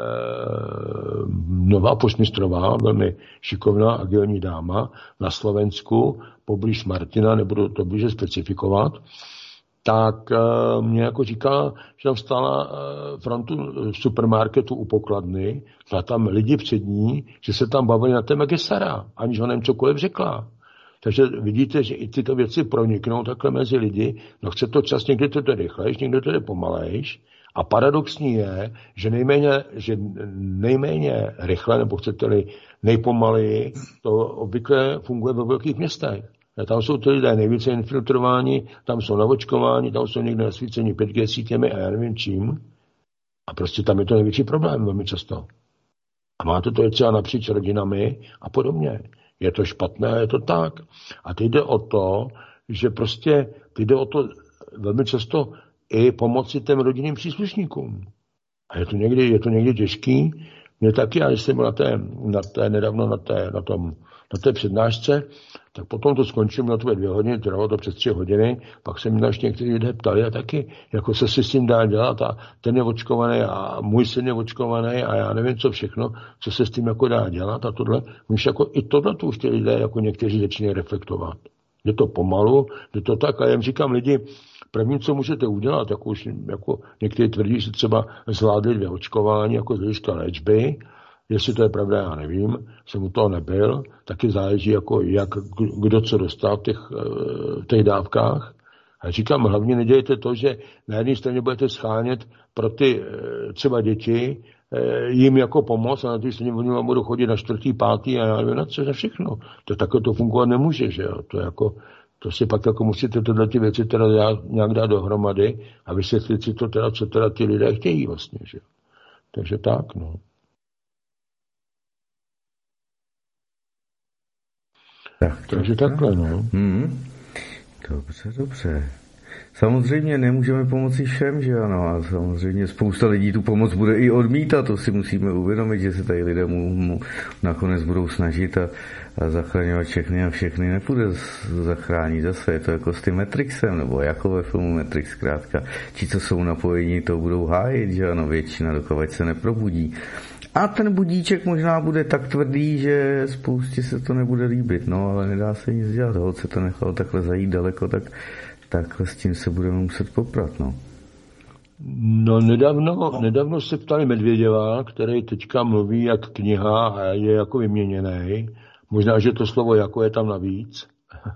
nová poštmistrová, velmi šikovná agilní dáma na Slovensku, poblíž Martina, nebudu to blíže specifikovat, tak mě jako říkala, že tam stála frontu v supermarketu u pokladny, a tam lidi před ní, že se tam bavili na téma Gesara, aniž ho nevím cokoliv řekla. Takže vidíte, že i tyto věci proniknou takhle mezi lidi, no chce to čas, někdy to jde rychlejš, někdy to jde pomalejš. A paradoxní je, že nejméně rychle, nebo chcete-li nejpomaleji, to obvykle funguje ve velkých městech. Tam jsou ty lidé nejvíce infiltrováni, tam jsou navočkováni, tam jsou někde nasvíceni 5G sítěmi a já nevím čím. A prostě tam je to největší problém velmi často. A máte to třeba napříč rodinami a podobně. Je to špatné, je to tak. A teď jde o to, že prostě jde o to velmi často i pomoci těm rodinným příslušníkům. A je to někdy těžký. Mě taky, já jsem byl nedávno na té přednášce, tak potom to skončilo, mělo to být 2 hodiny, trvalo to přes 3 hodiny, pak se mě ještě někteří lidé ptali a taky, jako se si s tím dá dělat a ten je očkovaný a můj syn je očkovaný a já nevím co všechno, co se s tím jako dá dělat a tohle, už jako i tohle tu už ty lidé jako někteří začínají reflektovat. Je to pomalu, je to tak a já jim říkám lidi, první, co můžete udělat, jako někteří tvrdí, že třeba zvládli 2 očkování jako z hlediska léčby. Jestli to je pravda, já nevím, jsem u toho nebyl, taky záleží, jako kdo co dostal v těch dávkách. A říkám, hlavně nedělejte to, že na jedné straně budete schánět pro ty třeba děti, jim jako pomoc a na té straně oni vám budou chodit na 4., 5. a já nevím na co, za všechno. To takhle to fungovat nemůže, že jo. To si pak jako musíte tyhle ty věci teda nějak dát dohromady a vysvětlit si to teda, co teda ty lidé chtějí vlastně, že jo. Takže tak, no. Takže takhle, no. Dobře. Samozřejmě nemůžeme pomoci všem, že ano, a samozřejmě spousta lidí tu pomoc bude i odmítat, to si musíme uvědomit, že se tady lidé nakonec budou snažit a zachraňovat všechny a všechny nepůjde zachránit zase, je to jako s tím Matrixem, nebo jako ve filmu Matrix zkrátka, ti, co jsou napojení, to budou hájit, že ano, většina, dokud se neprobudí. A ten budíček možná bude tak tvrdý, že spoustě se to nebude líbit, no, ale nedá se nic dělat, holt se to nechalo takhle zajít daleko, takhle s tím se budeme muset poprat, no. No, nedávno se ptali Medvěděva, který teďka mluví jak kniha a je jako vyměněný. Možná, že to slovo jako je tam navíc.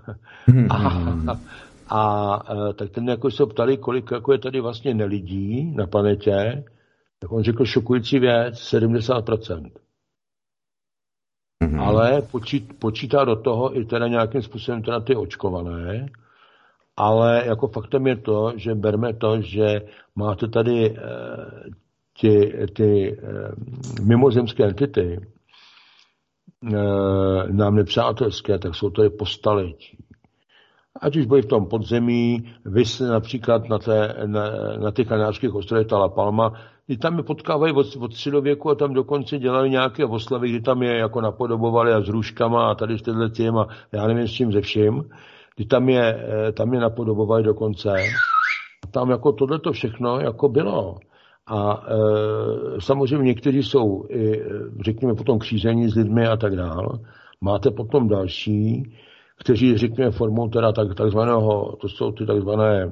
a tak ten jako se ptali, kolik jako je tady vlastně nelidí na planetě, tak on řekl šokující věc, 70%. Ale počítá do toho i teda nějakým způsobem teda ty očkované, ale jako faktem je to, že berme to, že máte tady ty mimozemské entity, nám nepřátelské, tak jsou tady po staletí. Ať už byli v tom podzemí, vys například na těch Kanárských ostrovech ta La Palma, kdy tam je potkávají od středověku a tam dokonce dělali nějaké oslavy, kdy tam je jako napodobovali a s růžkama a tady s tím a já nevím s čím ze vším, kdy tam je napodobovali dokonce. A tam jako tohleto všechno jako bylo. A samozřejmě někteří jsou i, řekněme, potom křížení s lidmi a tak dál. Máte potom další, kteří, řekněme, formou teda takzvaného, to jsou ty takzvané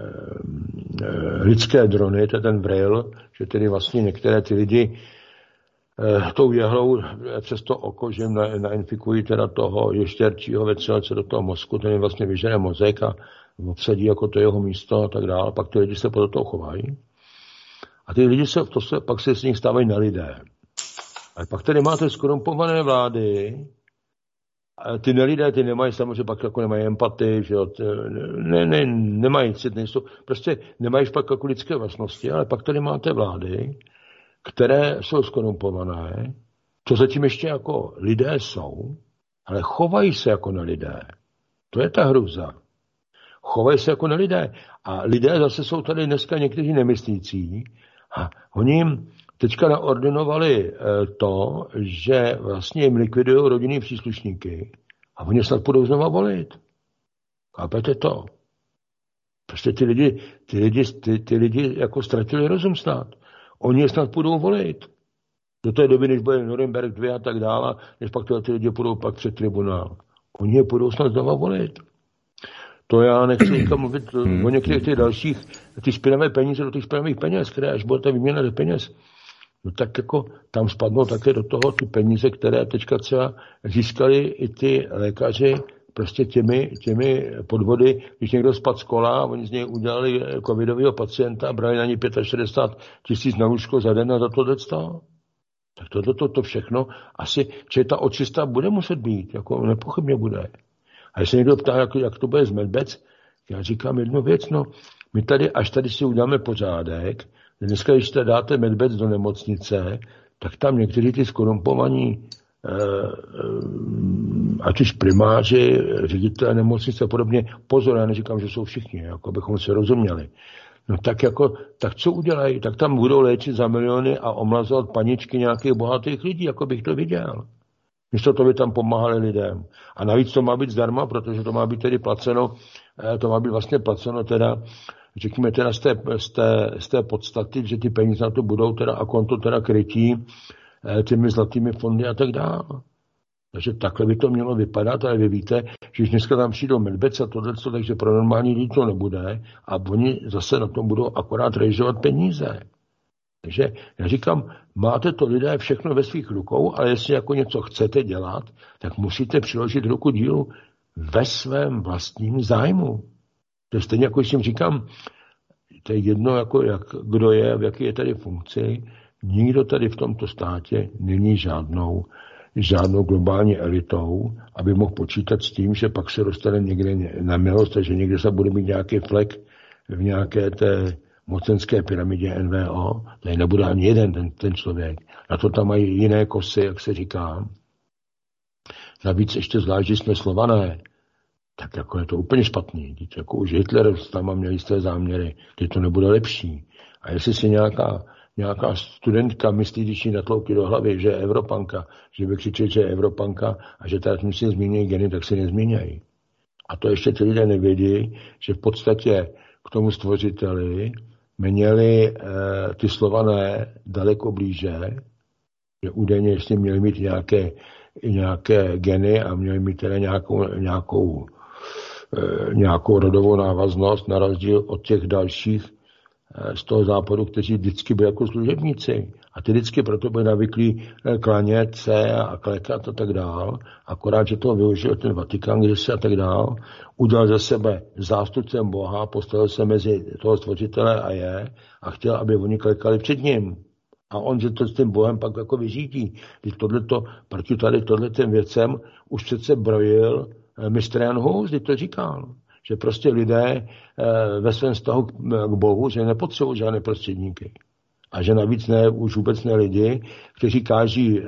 lidské drony, to je ten vril, že tedy vlastně některé ty lidi tou jehlou přes to oko, že jim nainfikují teda toho ještěrčího vetřelce do toho mozku, ten jim vlastně vyžene mozek a obsadí jako to jeho místo a tak dále. Pak ty lidi se podle toho chovají. A ty lidi pak se z nich stávají na lidé. A pak tady máte skorumpované vlády, a ty nelidé, ty nemají samozřejmě pak jako nemají empatii, že jo, nemají cit, nejsou, prostě nemají pak jako lidské vlastnosti, ale pak tady máte vlády, které jsou skorumpované, to zatím ještě jako lidé jsou, ale chovají se jako na lidé. To je ta hruza. Chovají se jako na lidé. A lidé zase jsou tady dneska někteří nemyslící a oni jim teďka naordinovali to, že vlastně jim likvidují rodinný příslušníky a oni snad budou znova volit. Chápete to? Prostě ty lidi jako ztratili rozum snad. Oni je snad budou volit. Do té doby, než bude Nuremberg 2 a tak dále, než pak ty lidi půjdou pak před tribunál. Oni je budou snad znova volit. To já nechci nikam mluvit o některých těch dalších, ty špinavé peníze do těch špinavých peněz, které až bude ta výměna do peněz. No tak jako tam spadnou také do toho ty peníze, které teďka třeba získali i ty lékaři prostě těmi podvody, když někdo spadl z kola a oni z něj udělali covidového pacienta a brali na ní 65 000 na lůžko za den a za to dostal. Tak to všechno asi, že ta očista bude muset být, jako nepochybně bude. A když se někdo ptá, jak to bude z Medbec, já říkám jednu věc, no, my tady, až tady si uděláme pořádek, dneska, když tady dáte Medbec do nemocnice, tak tam někteří ty skorumpovaní, ať už primáři, ředitelé nemocnice a podobně, pozor, já neříkám, že jsou všichni, jako bychom se rozuměli. No tak co udělají? Tak tam budou léčit za miliony a omlazovat paničky nějakých bohatých lidí, jako bych to viděl. Místo toho by tam pomáhali lidem. A navíc to má být zdarma, protože to má být tedy placeno, to má být vlastně placeno teda, řekněme teda z té podstaty, že ty peníze na to budou teda a konto teda krytí těmi zlatými fondy a tak dále. Takže takhle by to mělo vypadat, ale vy víte, že když dneska tam přijdou medbec a tohleto, takže pro normální lidi to nebude a oni zase na tom budou akorát realizovat peníze. Takže já říkám, máte to lidé všechno ve svých rukou, ale jestli jako něco chcete dělat, tak musíte přiložit ruku dílu ve svém vlastním zájmu. To je stejně jako, když jim říkám, to je jedno, jako kdo je, v jaké je tady funkci, nikdo tady v tomto státě není žádnou globální elitou, aby mohl počítat s tím, že pak se dostane někde na milost, že někde se bude mít nějaký flek v nějaké té mocenské pyramidě NVO, tady nebude ani jeden ten člověk. Na to tam mají jiné kosy, jak se říká. Navíc ještě zvlášť, že jsme Slované, tak jako je to úplně špatný. Jako už Hitler tam měl jisté záměry, že to nebude lepší. A jestli si nějaká studentka myslí, když jí natloukí do hlavy, že je Evropanka, že by křičeli, že je Evropanka a že tady musí zmínějí geny, tak si nezmínějí. A to ještě ty lidé nevědí, že v podstatě k tomu stvořiteli měli ty Slované daleko blíže, že údajně ještě měli mít nějaké geny a měli mít teda nějakou rodovou návaznost na rozdíl od těch dalších z toho západu, kteří vždycky byli jako služebníci. A ty vždycky proto byli navyklí klanět se a klekat a tak dál. Akorát, že toho využil ten Vatikán, kde se a tak dál. Udělal ze sebe zástupcem Boha, postavil se mezi toho stvořitele a chtěl, aby oni klekali před ním. A on, že to s tím Bohem pak jako vyřídí. Když proti tady tohletem věcem už přece brojil mistr Jan Hus, když to říkal. Že prostě lidé ve svém vztahu k Bohu, že nepotřebují žádné prostředníky. A že navíc už vůbec ne lidi, kteří káží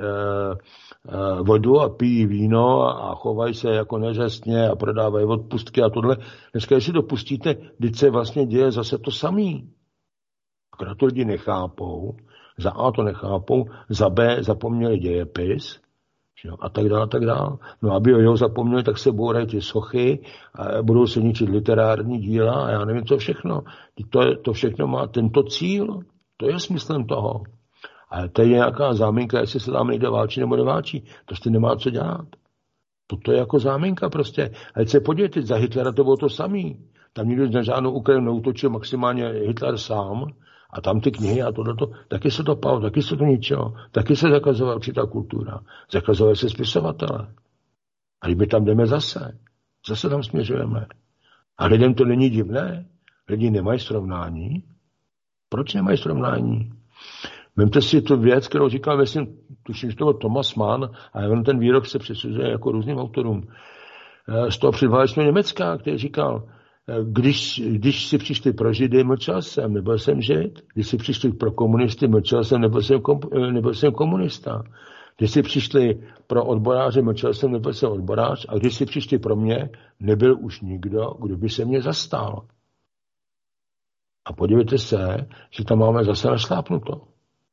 vodu a pijí víno a chovají se jako neřestně a prodávají odpustky a tohle. Dneska, jestli dopustíte, když se vlastně děje zase to samý. Akorát to lidi nechápou, za A to nechápou, za B zapomněli dějepis, a tak dále, tak dále. No aby ho zapomněli, tak se bourají ty sochy a budou se ničit literární díla a já nevím, co všechno. To všechno má tento cíl. To je smyslem toho. Ale to je nějaká záminka, jestli se tam nejde válčí nebo neválčí. To s tím nemá co dělat. To je jako záminka prostě. Ale se podívejte, za Hitlera to bylo to samý. Tam nikdo na žádnou Ukrajinu neútočil, maximálně Hitler sám. A tam ty knihy a tohleto, taky se to palo, taky se to ničilo, taky se zakazovala určitá kultura. Zakazovaly se spisovatele. A když my tam jdeme zase tam směřujeme. A lidem to není divné. Lidi nemají srovnání. Proč nemají srovnání? Vemte si tu věc, kterou říkal, myslím, tuším, že to byl Thomas Mann, a on ten výrok se přesuzuje jako různým autorům. Z toho předválečného Německa, který říkal, když si přišli pro Židy, mlčel jsem, nebyl jsem Žid. Když si přišli pro komunisty, mlčel jsem, nebyl jsem komunista. Když si přišli pro odboráře, mlčel jsem, nebyl jsem odborář. A když si přišli pro mě, nebyl už nikdo, kdo by se mě zastal. A podívejte se, že tam máme zase našlápnuto.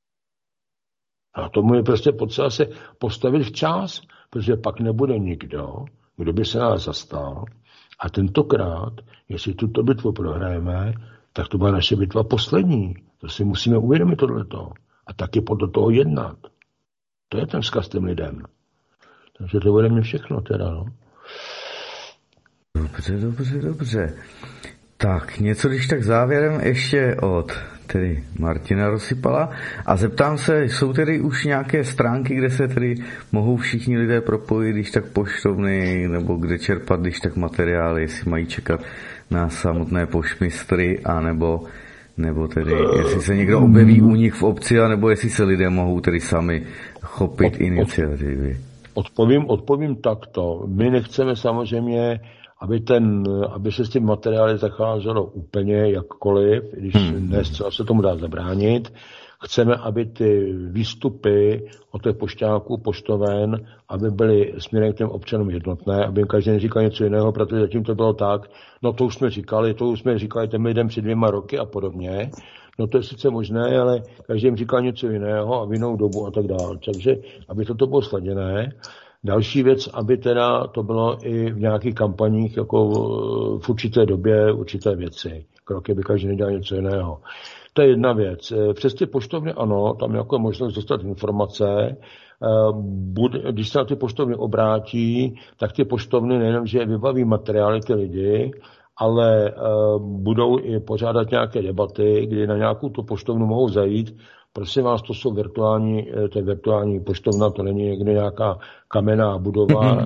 A tomu je prostě potřeba se postavit včas, protože pak nebude nikdo, kdo by se nás zastal. A tentokrát, jestli tuto bitvu prohrajeme, tak to byla naše bitva poslední. To si musíme uvědomit tohleto. A taky podle toho jednat. To je ten vzkaz těm lidem. Takže to bude mě všechno teda, no. Dobře. Tak, něco když tak závěrem ještě od tedy Martina Rosypala a zeptám se, jsou tedy už nějaké stránky, kde se tedy mohou všichni lidé propojit, když tak poštovny, nebo kde čerpat, když tak materiály, jestli mají čekat na samotné poštmistry, nebo tedy, jestli se někdo objeví u nich v obci, anebo jestli se lidé mohou tedy sami chopit iniciativy. Odpovím takto. My nechceme samozřejmě, aby se s tím materiály zacházelo úplně jakkoliv, když dnes se tomu dá zabránit. Chceme, aby ty výstupy od těch pošťáků, poštoven, aby byly směrem k těm občanům jednotné, aby jim každý neříkal něco jiného, protože zatím to bylo tak, no to už jsme říkali těm lidem před 2 roky a podobně. No to je sice možné, ale každý jim říkal něco jiného a v jinou dobu a tak dále. Takže, aby toto bylo sladěné. Další věc, aby teda to bylo i v nějakých kampaních, jako v určité době, určité věci. Kroky by každý nedělal něco jiného. To je jedna věc. Přes ty poštovny ano, tam je jako možnost dostat informace. Když se na ty poštovny obrátí, tak ty poštovny nejenom, že vybaví materiály ty lidi, ale budou i pořádat nějaké debaty, kdy na nějakou tu poštovnu mohou zajít. Prosím vás, to jsou virtuální poštovna, to není někde nějaká kamenná budova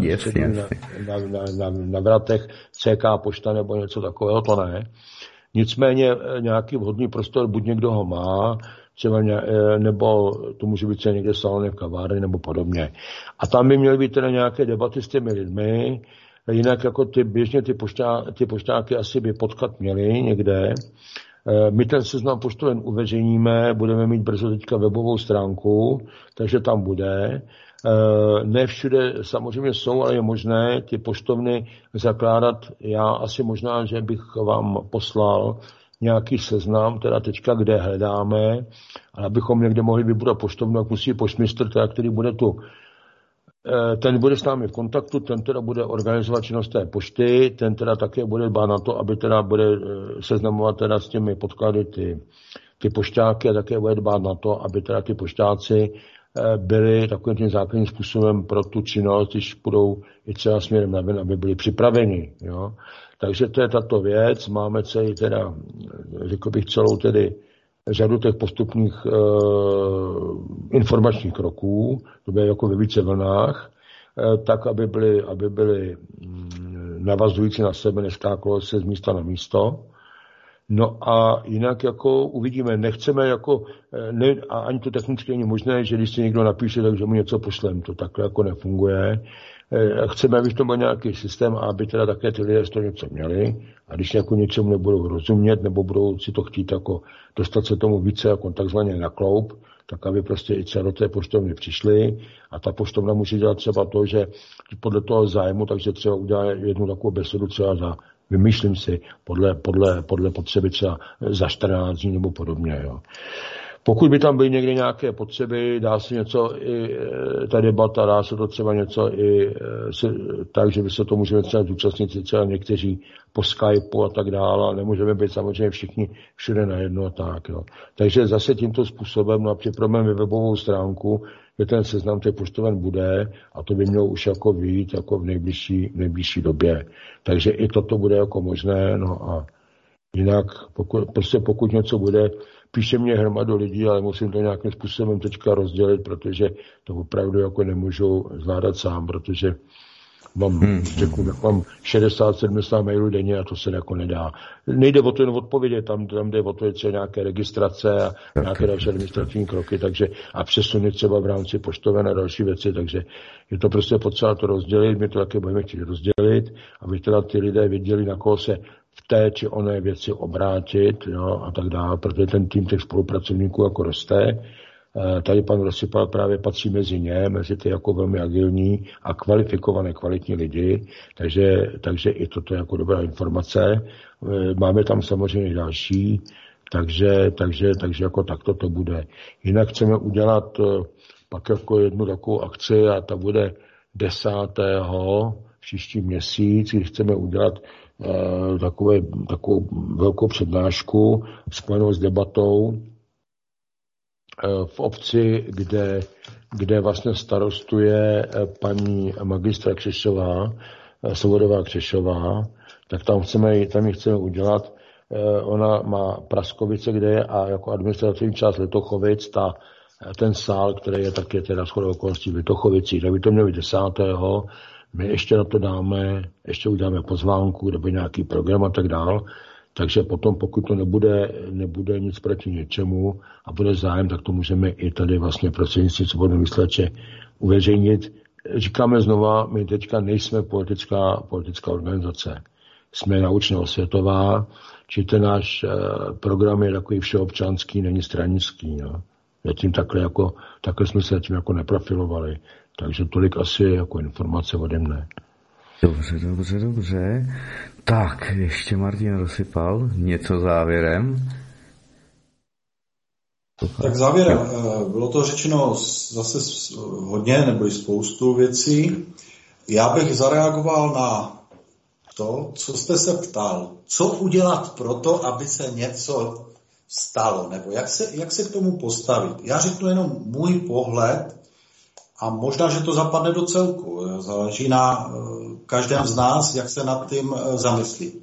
na vratech CK pošta nebo něco takového, to ne. Nicméně nějaký vhodný prostor, buď někdo ho má, třeba nebo to může být někde v saloně, v kavárně nebo podobně. A tam by měly být teda nějaké debaty s těmi lidmi, jinak jako běžně ty pošťáky asi by potkat měli někde. My ten seznam poštoven uveřejníme, budeme mít brzo teďka webovou stránku, takže tam bude. Ne všude samozřejmě jsou, ale je možné ty poštovny zakládat. Já asi možná, že bych vám poslal nějaký seznam, teda teďka, kde hledáme, ale abychom někde mohli vybudovat poštovnu, jak musí poštmistr, teda, který bude tu. Ten bude s námi v kontaktu, ten teda bude organizovat činnost té pošty, ten teda také bude dbát na to, aby teda bude seznamovat teda s těmi podklady ty pošťáky a také bude dbát na to, aby teda ty pošťáci byli takovým tím základním způsobem pro tu činnost, když budou i třeba směrem na ven, aby byli připraveni. Jo? Takže to je tato věc, máme celý teda, řekl bych celou tedy řadu těch postupných informačních kroků, to bude jako ve více vlnách, tak, aby byly navazující na sebe, neskákalo se z místa na místo. No a jinak jako uvidíme, nechceme jako, a ani to technicky není možné, že když si někdo napíše, takže mu něco pošlem, to takhle jako nefunguje. Chceme, aby to byl nějaký systém, aby teda také ty lidé z toho něco měli a když jako něčemu nebudou rozumět nebo budou si to chtít jako dostat se tomu více jako takzvaně na kloup, tak aby prostě i třeba do té poštovny přišli a ta poštovna musí dělat třeba to, že podle toho zájmu, takže třeba udělá jednu takovou besedu třeba vymýšlím si podle potřeby třeba za 14 dní nebo podobně. Jo. Pokud by tam byly někde nějaké potřeby, dá se něco i ta debata, dá se to třeba něco i tak, že by se to můžeme třeba zúčastnit třeba někteří po Skypeu a tak dále, a nemůžeme být samozřejmě všichni všude najednou a tak. Jo. Takže zase tímto způsobem připravujeme webovou stránku, kde ten seznam těch poštoven bude a to by mělo už jako vyjít jako v nejbližší době. Takže i toto bude jako možné, no a jinak pokud něco bude, píše mě hromadu lidí, ale musím to nějakým způsobem teďka rozdělit, protože to opravdu jako nemůžu zvládat sám, protože mám 60-70 mailů denně a to se jako nedá. Nejde o to jen odpovědět, tam jde o to, třeba nějaké registrace a nějaké další administrativní kroky, takže a přesuny třeba v rámci poštoven a další věci, takže je to prostě potřeba to rozdělit, my to také budeme chtít rozdělit, aby teda ty lidé věděli, na koho se v té či oné věci obrátit, jo, a tak dále, protože ten tým těch spolupracovníků jako roste. Tady pan Rozsypal právě patří mezi ně, mezi ty jako velmi agilní a kvalifikované, kvalitní lidi, takže i toto je jako dobrá informace. Máme tam samozřejmě další, takže jako takto to bude. Jinak chceme udělat pak jako jednu takovou akci a ta bude 10. příští měsíc, kdy chceme udělat takovou velkou přednášku spojenou s debatou v obci, kde vlastně starostuje paní magistra Křešová, Svobodová Křešová, tak tam ji chceme udělat. Ona má Praskovice, kde je a jako administrativní část Litochovic, ten sál, který je taky teda shodou okolností v Litochovicích, tak by to mělo být 10. My ještě na to dáme, ještě uděláme pozvánku, kde bude nějaký program a tak dál. Takže potom, pokud to nebude nic proti něčemu a bude zájem, tak to můžeme i tady vlastně prostřednictvím svobodného vysílače uveřejnit. Říkáme znova, my teďka nejsme politická organizace. Jsme naučno-osvětová, či ten náš program je takový všeobčanský, není stranický. No. Zatím takhle jsme se zatím jako neprofilovali. Takže tolik asi jako informace ode mne. Dobře. Tak, ještě Martin Rosypal, něco závěrem? Tak závěrem, bylo to řečeno zase hodně, nebo i spoustu věcí. Já bych zareagoval na to, co jste se ptal. Co udělat pro to, aby se něco stalo, nebo jak se k tomu postavit. Já řeknu jenom můj pohled a možná, že to zapadne do celku. Záleží na každém z nás, jak se nad tím zamyslí.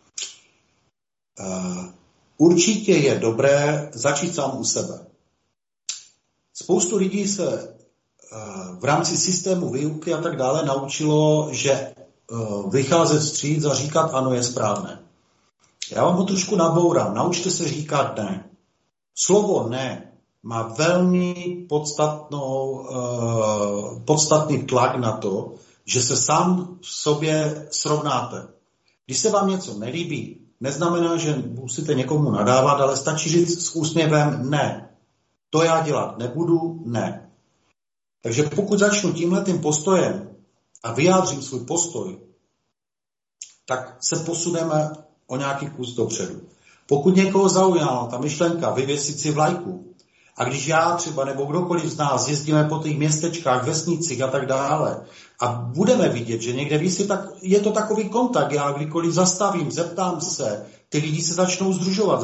Určitě je dobré začít sám u sebe. Spoustu lidí se v rámci systému výuky a tak dále naučilo, že vycházet vstříc a říkat ano je správné. Já vám ho trošku nabourám. Naučte se říkat ne. Slovo ne má velmi podstatný tlak na to, že se sám v sobě srovnáte. Když se vám něco nelíbí, neznamená, že musíte někomu nadávat, ale stačí říct s úsměvem ne. To já dělat nebudu, ne. Takže pokud začnu tímhletým postojem a vyjádřím svůj postoj, tak se posuneme o nějaký kus dopředu. Pokud někoho zaujala ta myšlenka vyvěsit si vlajku, a když já třeba nebo kdokoliv z nás jezdíme po těch městečkách, vesnicích a tak dále a budeme vidět, že někde visí, tak je to takový kontakt. Já kdykoliv zastavím, zeptám se, ty lidi se začnou sdružovat,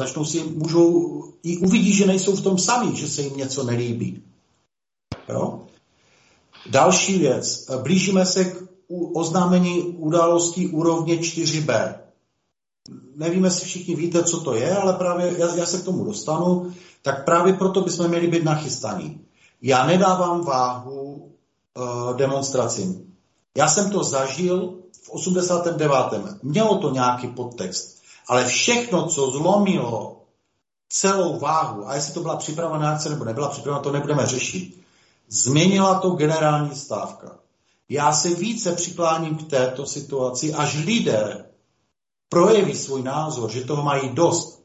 i uvidí, že nejsou v tom sami, že se jim něco nelíbí. Jo? Další věc. Blížíme se k oznámení událostí úrovně 4B. Nevíme, si všichni víte, co to je, ale právě já se k tomu dostanu, tak právě proto bychom měli být nachystaní. Já nedávám váhu demonstracím. Já jsem to zažil v 89. Mělo to nějaký podtext, ale všechno, co zlomilo celou váhu, a jestli to byla připravená akce nebo nebyla připravená, to nebudeme řešit, změnila to generální stávka. Já se více přikláním k této situaci, až lidé projeví svůj názor, že toho mají dost,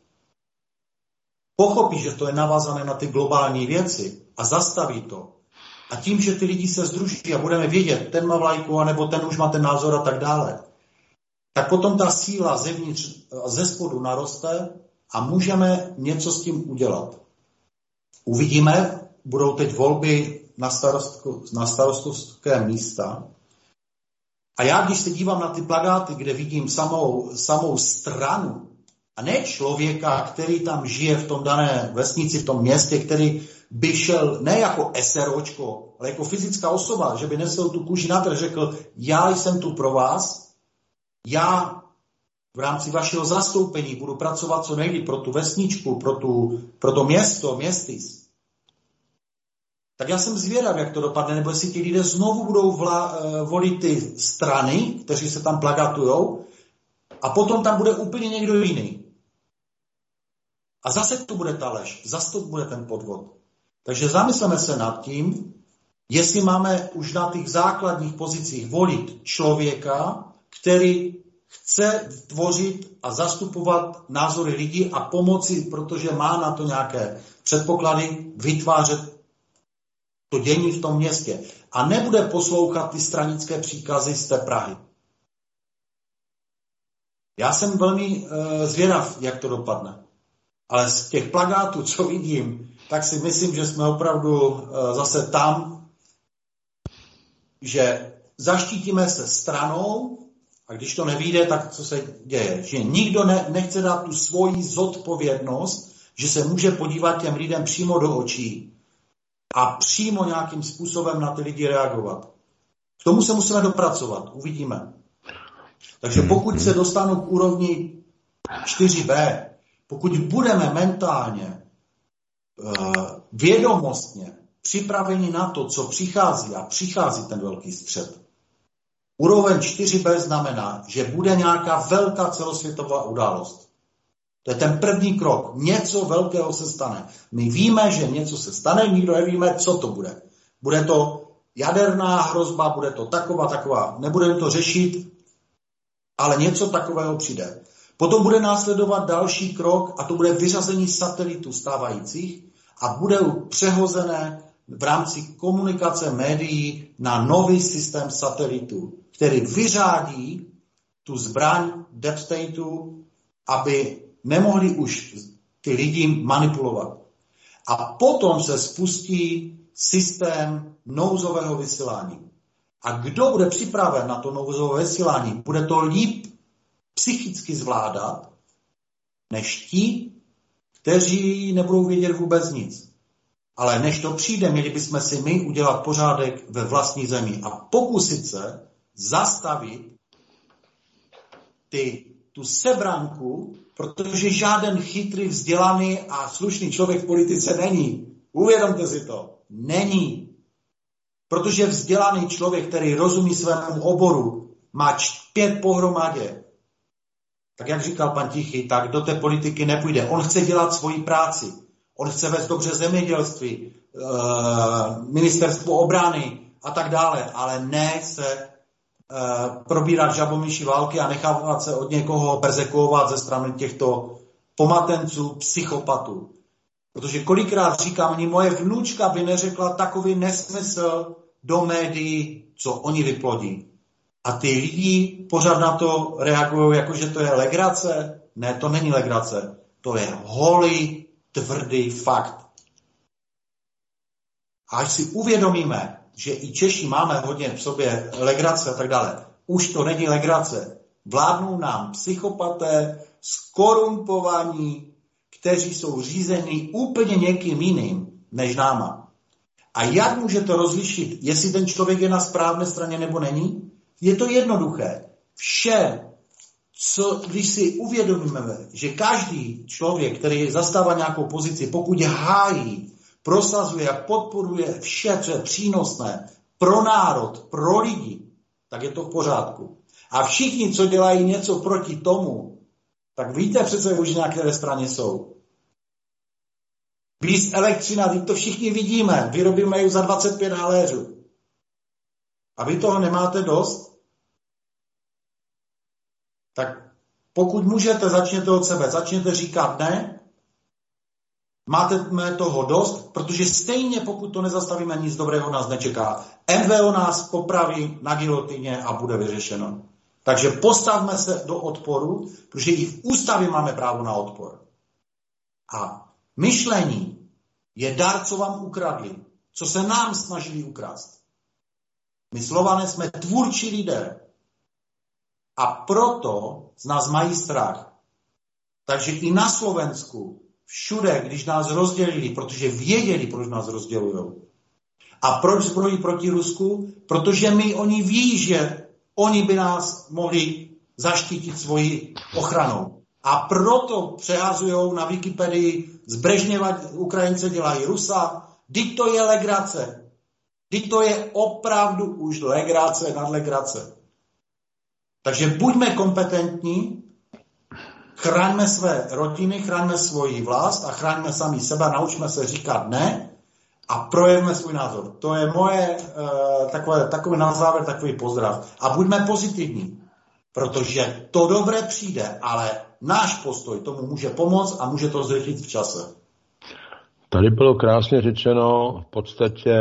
pochopí, že to je navázané na ty globální věci a zastaví to. A tím, že ty lidi se sdruží a budeme vědět, ten má vlajku, anebo ten už má ten názor a tak dále, tak potom ta síla zevnitř a ze spodu naroste a můžeme něco s tím udělat. Uvidíme, budou teď volby na starostovské místa. A já, když se dívám na ty plakáty, kde vidím samou stranu, a ne člověka, který tam žije v tom dané vesnici, v tom městě, který by šel ne jako SROčko, ale jako fyzická osoba, že by nesl tu kůži na trh, řekl, já jsem tu pro vás, já v rámci vašeho zastoupení budu pracovat co nejlíp pro tu vesničku, pro to město, městis. Tak já jsem zvědav, jak to dopadne, nebo jestli ti lidé znovu budou volit ty strany, kteří se tam plakatujou, a potom tam bude úplně někdo jiný. A zase tu bude ta lež, zase tu bude ten podvod. Takže zamysleme se nad tím, jestli máme už na těch základních pozicích volit člověka, který chce tvořit a zastupovat názory lidí a pomoci, protože má na to nějaké předpoklady, vytvářet to dění v tom městě. A nebude poslouchat ty stranické příkazy z té Prahy. Já jsem velmi zvědav, jak to dopadne. Ale z těch plakátů, co vidím, tak si myslím, že jsme opravdu zase tam, že zaštítíme se stranou a když to nevyjde, tak co se děje? Že nikdo nechce dát tu svoji zodpovědnost, že se může podívat těm lidem přímo do očí a přímo nějakým způsobem na ty lidi reagovat. K tomu se musíme dopracovat, uvidíme. Takže pokud se dostanu k úrovni 4B, pokud budeme mentálně, vědomostně připraveni na to, co přichází, a přichází ten velký střet, úroveň 4B znamená, že bude nějaká velká celosvětová událost. To je ten první krok. Něco velkého se stane. My víme, že něco se stane, nikdo nevíme, co to bude. Bude to jaderná hrozba, bude to taková. Nebudeme to řešit, ale něco takového přijde. Potom bude následovat další krok a to bude vyřazení satelitů stávajících a budou přehozené v rámci komunikace médií na nový systém satelitů, který vyřádí tu zbraň Deep Stateu, aby nemohli už ty lidi manipulovat. A potom se spustí systém nouzového vysílání. A kdo bude připraven na to nouzové vysílání, bude to líp psychicky zvládat, než ti, kteří nebudou vědět vůbec nic. Ale než to přijde, měli bychom si my udělat pořádek ve vlastní zemi a pokusit se zastavit tu sebranku, protože žádný chytrý, vzdělaný a slušný člověk v politice není. Uvědomte si to. Není. Protože vzdělaný člověk, který rozumí svému oboru, má 5 pohromadě. Tak jak říkal pan Tichý, tak do té politiky nepůjde. On chce dělat svoji práci. On chce vést dobře zemědělství, ministerstvo obrany a tak dále, ale ne se probírat žabomyší války a nechávat se od někoho perzekuovat ze strany těchto pomatenců, psychopatů. Protože kolikrát říkám, ani moje vnučka by neřekla takový nesmysl do médií, co oni vyplodí. A ty lidi pořád na to reagují, jako že to je legrace. Ne, to není legrace. To je holý, tvrdý fakt. A až si uvědomíme, že i Češi máme hodně v sobě legrace a tak dále, už to není legrace. Vládnou nám psychopaté, skorumpovaní, kteří jsou řízení úplně někým jiným než náma. A jak můžete rozlišit, jestli ten člověk je na správné straně nebo není? Je to jednoduché. Vše, když si uvědomíme, že každý člověk, který zastává nějakou pozici, pokud hájí, prosazuje a podporuje vše, co je přínosné pro národ, pro lidi, tak je to v pořádku. A všichni, co dělají něco proti tomu, tak víte přece už na které straně jsou. Blíz elektřina, teď to všichni vidíme, vyrobíme ji za 25 haléřů. A vy toho nemáte dost? Tak pokud můžete, začněte od sebe, začněte říkat ne, máte toho dost, protože stejně pokud to nezastavíme, nic dobrého nás nečeká. MVO nás popraví na gilotině a bude vyřešeno. Takže postavme se do odporu, protože i v ústavě máme právo na odpor. A myšlení je dar, co vám ukradli, co se nám snažili ukrást. My Slované jsme tvůrčí lidé a proto z nás mají strach. Takže i na Slovensku, všude, když nás rozdělili, protože věděli, proč nás rozdělují. A proč zbrojí proti Rusku? Protože oni ví, že oni by nás mohli zaštítit svoji ochranou. A proto přehazují na Wikipedii z Brežněva Ukrajince dělají Rusa. Vždyť to je legrace. Vždyť to je opravdu už legrace nad legrace. Takže buďme kompetentní, chraňme své rodiny, chraňme svoji vlast a chraňme sami sebe, naučme se říkat ne a projevme svůj názor. To je moje takový na závěr, takový pozdrav. A buďme pozitivní, protože to dobré přijde, ale náš postoj tomu může pomoct a může to zrychlit v čase. Tady bylo krásně řečeno v podstatě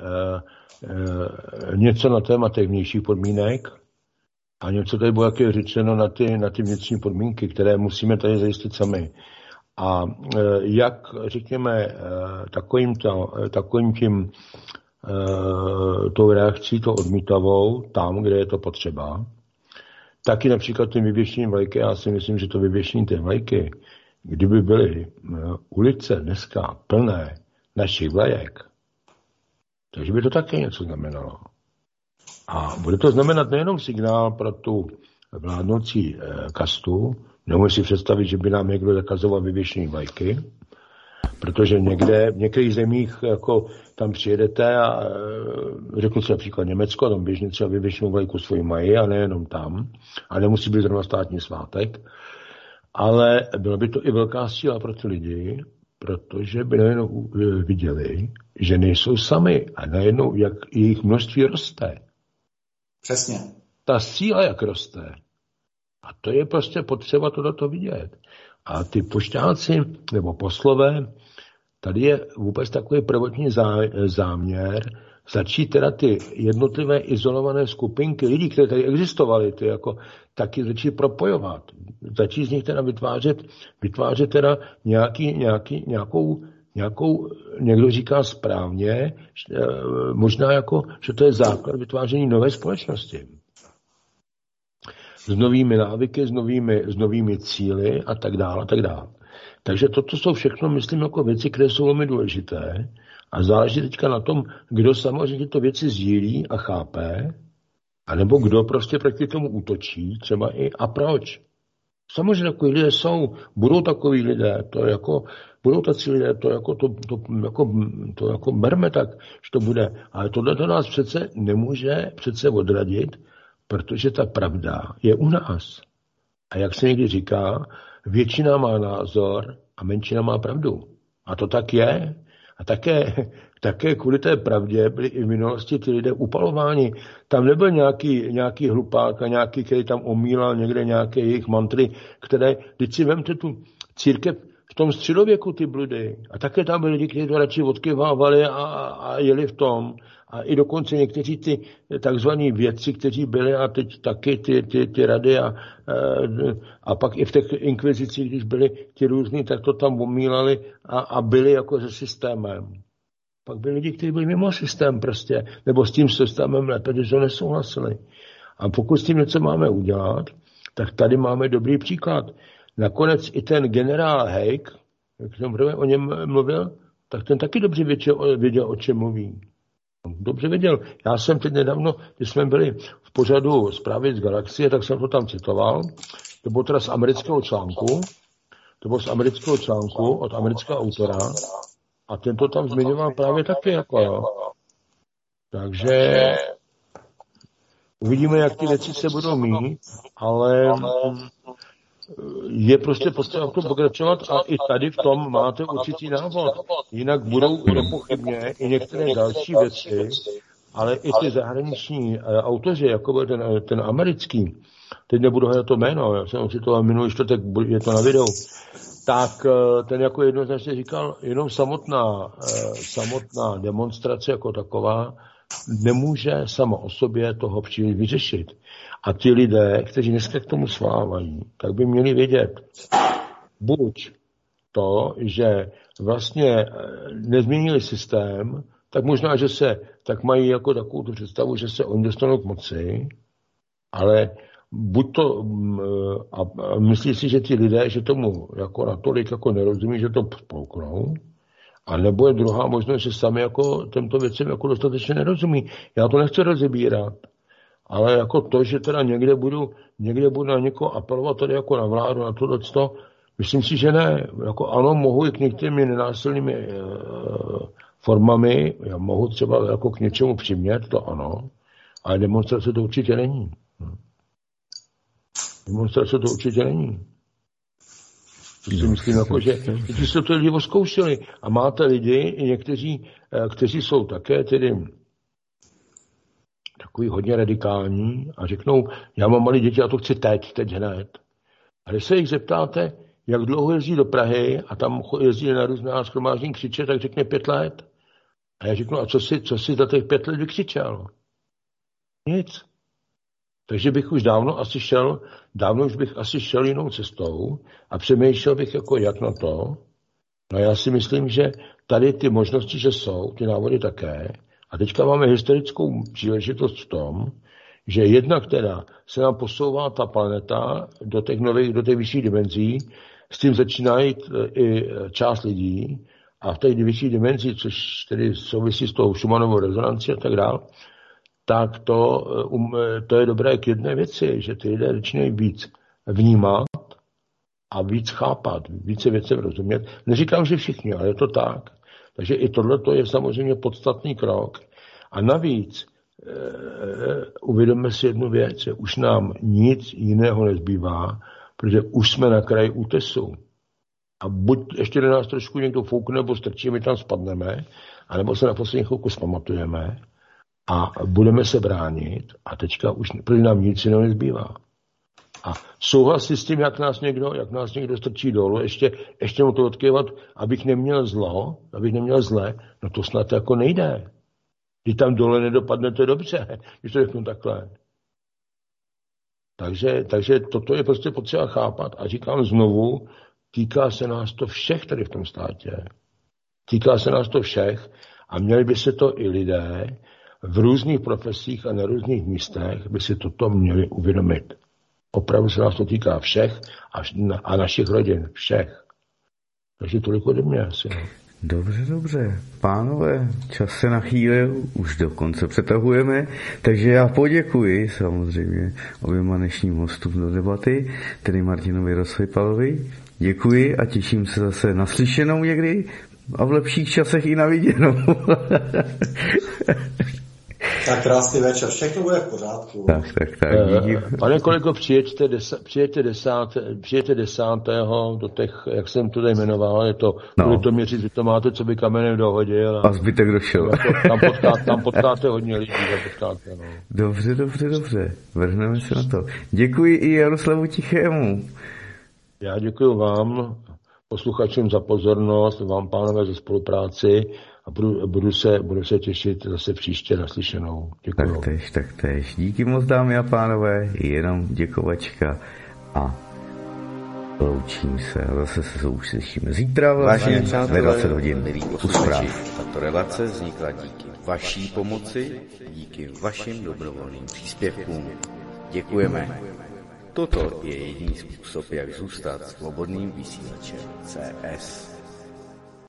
něco na téma těch vnějších podmínek a něco tady bylo také řečeno na ty vnitřní podmínky, které musíme tady zajistit sami. A jak, řekněme, takovým tím tou reakcí, to odmítavou, tam, kde je to potřeba, taky například tím vyvěšením vlajky, já si myslím, že to vyvěšení té vlajky, kdyby byly ulice dneska plné našich vlajek, takže by to také něco znamenalo. A bude to znamenat nejenom signál pro tu vládnoucí kastu, nemůžu si představit, že by nám někdo zakazoval vyvěšení vlajky, protože někde, v některých zemích jako tam přijedete a řeknu si například Německo, tam běžně třeba vyvěšenou vlajku svoji mají a nejenom tam, a nemusí být zrovna státní svátek, ale byla by to i velká síla pro ty lidi, protože by najednou viděli, že nejsou sami a najednou, jak jejich množství roste. Přesně. Ta síla, jak roste. A to je prostě potřeba tohleto vidět. A ty pošťáci nebo poslové, tady je vůbec takový prvotní záměr začít teda ty jednotlivé izolované skupinky lidí, které tady existovaly, ty jako taky začít propojovat. Začít z nich teda vytvářet teda nějakou, někdo říká správně, možná jako, že to je základ vytváření nové společnosti. S novými návyky, s novými cíli a tak dále, a tak dále. Takže toto jsou všechno, myslím, jako věci, které jsou velmi důležité a záleží teďka na tom, kdo samozřejmě tyto věci sdílí a chápe, anebo kdo prostě proti tomu útočí, třeba i a proč. Samozřejmě takový lidé budou takový lidé, budou tací lidé, to jako berme tak, že to bude. Ale tohle to nás přece nemůže odradit, protože ta pravda je u nás. A jak se někdy říká, většina má názor a menšina má pravdu. A to tak je. A také kvůli té pravdě byli i v minulosti ty lidé upalováni. Tam nebyl nějaký hlupák a nějaký, který tam omílal někde nějaké jejich mantry, které, když si vemte tu církev v tom středověku, ty bludy. A také tam byli lidi, kteří to radši odkyvávali a jeli v tom. A i dokonce někteří ty takzvaní vědci, kteří byli a teď taky ty rady a pak i v těch inkvizicích, když byli ti různí, tak to tam omílali a byli jako se systémem. Pak byli lidi, kteří byli mimo systém prostě, nebo s tím systémem lépe, když to nesouhlasili. A pokud s tím něco máme udělat, tak tady máme dobrý příklad. Nakonec i ten generál Haig, jak jsem o něm mluvil, tak ten taky dobře věděl, o čem mluví. Dobře věděl. Já jsem teď nedávno, když jsme byli v pořadu Zprávy z galaxie, tak jsem to tam citoval. To bylo teda z amerického článku. Od amerického autora. A ten to tam zmiňoval právě taky. Takže uvidíme, jak ty věci se budou mít, ale je prostě potřeba v tom pokračovat a i tady v tom máte určitý návod. Jinak budou nepochybně i některé další věci, ale i ty zahraniční autoři, jako byl ten americký, teď nebudu hledat to jméno, já jsem si to minulý čtvrtek, je to na videu, tak ten jako jednoznačně říkal, jenom samotná demonstrace jako taková nemůže sama o sobě toho příliš vyřešit. A ti lidé, kteří dneska k tomu svávají, tak by měli vědět buď to, že vlastně nezměnili systém, tak možná, že tak mají jako takovou tu představu, že se oni dostanou k moci, ale buď to, a myslí si, že ti lidé, že tomu jako natolik jako nerozumí, že to spolknou, a nebo je druhá možnost, že sami jako těmto věcem jako dostatečně nerozumí. Já to nechci rozebírat, ale jako to, že teda někde budu na někoho apelovat tady jako na vládu, na tohleto, myslím si, že ne. Jako ano, mohu i k některými nenásilnými formami, já mohu třeba jako k něčemu přimět, to ano, ale demonstrace to určitě není. Demonstrace to určitě není. Si myslím, jako, že když se to lidi zkoušeli a máte lidi, i někteří, kteří jsou také tedy takový hodně radikální a řeknou, já mám malé děti, já to chci teď hned. A když se jich zeptáte, jak dlouho jezdí do Prahy a tam jezdí na různá shromáždění křiče, tak řekne 5 let. A já řeknu, a co jsi za těch 5 let vykřičel? Nic. Takže bych už dávno bych asi šel jinou cestou a přemýšlel bych jako jak na to. No já si myslím, že tady ty možnosti, že jsou, ty návody také. A teďka máme historickou příležitost v tom, že jednak teda se nám posouvá ta planeta do těch vyšších dimenzí, s tím začíná jít i část lidí a v těch vyšších dimenzích, což tedy souvisí s tou Schumannovou rezonancí a tak dále, tak to je dobré k jedné věci, že ty lidé začínají víc vnímat a víc chápat, více věcem rozumět. Neříkám, že všichni, ale je to tak. Takže i tohle je samozřejmě podstatný krok. A navíc uvědomme si jednu věc, že už nám nic jiného nezbývá, protože už jsme na kraji útesu. A buď ještě do nás trošku někdo foukne, nebo strčí, my tam spadneme, anebo se na poslední chvilku zpamatujeme a budeme se bránit a teďka už nám nic jiného nezbývá. A souhlasit s tím, jak nás někdo strčí dolů, ještě mu to odkyvat, abych neměl zle, no to snad jako nejde. Když tam dole nedopadne, to je dobře, když to řeknu takhle. Takže toto je prostě potřeba chápat. A říkám znovu, týká se nás to všech tady v tom státě. Týká se nás to všech a měli by se to i lidé v různých profesích a na různých místech by si toto měli uvědomit. Opravdu se nás to týká všech a našich rodin, všech. Takže tolik ode mě asi. Dobře. Pánové, čas se nachýlil, už dokonce přetahujeme, takže já poděkuji samozřejmě oběma dnešním hostům do debaty, tedy Martinovi Rozsypalovi. Děkuji a těším se zase na slyšenou někdy a v lepších časech i na viděnou. Tak krásný večer, všechno bude v pořádku. Tak, díky. Pane kolego, přijďte 10. do těch, jak jsem to jmenoval, je to, bude to měřit, že to máte, co by kamenem dohodil. A zbytek došel. Tam potkáte hodně lidí. No. Dobře. Vrhneme se na to. Děkuji i Jaroslavu Tichému. Já děkuji vám, posluchačům za pozornost, vám, pánové, za spolupráci a budu se těšit zase příště naslyšenou. Děkuji. Taktéž. Díky moc, dámy a pánové, jenom děkovačka a loučím se. Zase se už slyšíme zítra Vážení ve 20 hodin. Milí posluchači, tato relace vznikla díky vaší pomoci, díky vašim dobrovolným příspěvkům. Děkujeme. Toto je jediný způsob, jak zůstat svobodným vysílačem CS.